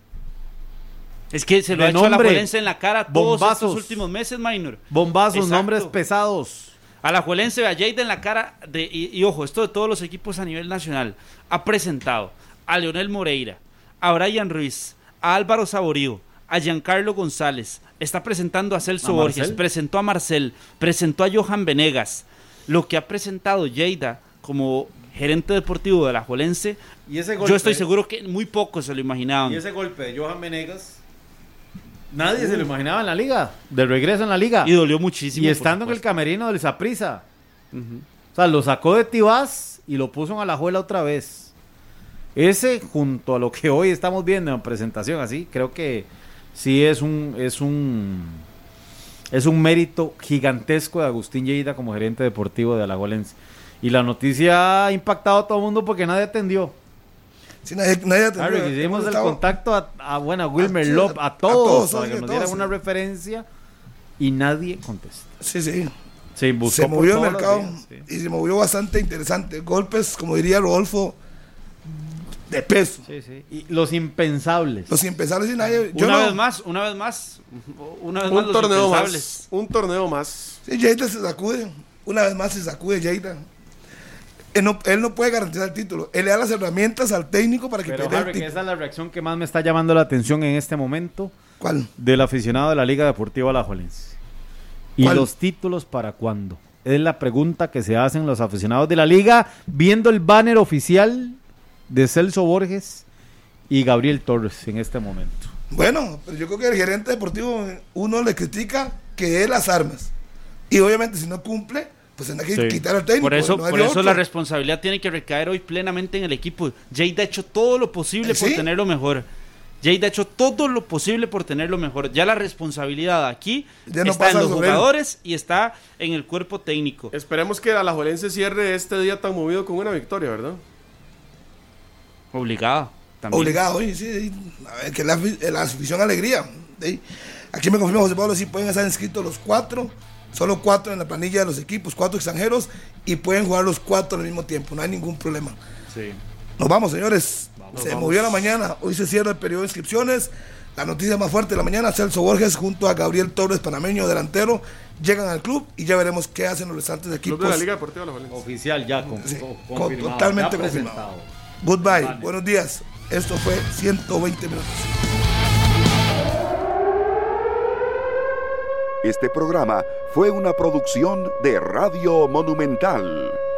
Es que se lo De ha hecho a la nombre, Juelense en la cara todos bombazos. estos últimos meses, Minor. Bombazos, Exacto. nombres pesados. A la Juelense, a Lleida en la cara, de, y, y ojo, esto de todos los equipos a nivel nacional, ha presentado a Leonel Moreira, a Brian Ruiz, a Álvaro Saborío, a Giancarlo González, está presentando a Celso ¿A Borges, Marcel? presentó a Marcel, presentó a Johan Venegas. Lo que ha presentado Lleida como gerente deportivo de la Juelense, Y ese yo estoy seguro que muy pocos se lo imaginaban. Y ese golpe de Johan Venegas, nadie se lo imaginaba en la liga, de regreso en la liga. Y dolió muchísimo. Y por estando en el supuesto. camerino del Saprissa. Ujú. O sea, lo sacó de Tibás y lo puso en Alajuela otra vez. Ese, junto a lo que hoy estamos viendo en presentación así, creo que sí es un es un es un mérito gigantesco de Agustín Lleida como gerente deportivo de Alajuelense. Y la noticia ha impactado a todo el mundo porque nadie atendió. Sí, nadie, nadie atendió. Claro, que hicimos Hemos el estado- contacto a, a, bueno, a Wilmer Ah, sí, Lop, a- a todos, a todos, para oye, que a nos todos, dieran una sí. referencia y nadie contesta. Sí, sí. Se, buscó Se por movió el todas las mercado vías, sí. y se movió bastante interesante. Golpes, como diría Rodolfo, de peso. Sí, sí. Y los impensables. Los impensables y nadie. Yo Una no- vez más, una vez más, una vez más Un los torneo impensables. más. Un torneo más. Sí, Lleida se sacude. Una vez más se sacude Lleida. Él no, él no puede garantizar el título. Él le da las herramientas al técnico para que Pero pelee el Harry, que título. esa es la reacción que más me está llamando la atención en este momento ¿Cuál? del aficionado de la Liga Deportiva Alajuelense. ¿Y ¿Cuál? los títulos para cuándo? Es la pregunta que se hacen los aficionados de la Liga viendo el banner oficial de Celso Borges y Gabriel Torres en este momento. Bueno, pero yo creo que el gerente deportivo, uno le critica que dé las armas. Y obviamente si no cumple, pues tendrá que Sí. quitar al técnico. Por eso, no hay por de eso otro. la responsabilidad tiene que recaer hoy plenamente en el equipo. Lleida ha hecho todo lo posible por ¿Sí? tenerlo mejor. Lleida ha hecho todo lo posible por tenerlo mejor. Ya la responsabilidad aquí Ya no está en pasa los sobre él. jugadores y está en el cuerpo técnico. Esperemos que Alajuelense cierre este día tan movido con una victoria, ¿verdad? Obligada. También. Obligado, sí, sí. A ver, que la, afi- la afición alegría. ¿sí? Aquí me confirma José Pablo, sí pueden estar inscritos los cuatro, solo cuatro en la planilla de los equipos, cuatro extranjeros, y pueden jugar los cuatro al mismo tiempo, no hay ningún problema. Sí. Nos vamos, señores. Se vamos. movió la mañana, hoy se cierra el periodo de inscripciones. La noticia más fuerte de la mañana, Celso Borges junto a Gabriel Torres, panameño delantero, llegan al club y ya veremos qué hacen los restantes Club equipos. de la Liga Deportiva Alajuelense. Oficial ya, con, Sí, con- con- confirmado, totalmente ya confirmado. presentado. Goodbye, Vale. buenos días. Esto fue ciento veinte minutos. Este programa fue una producción de Radio Monumental.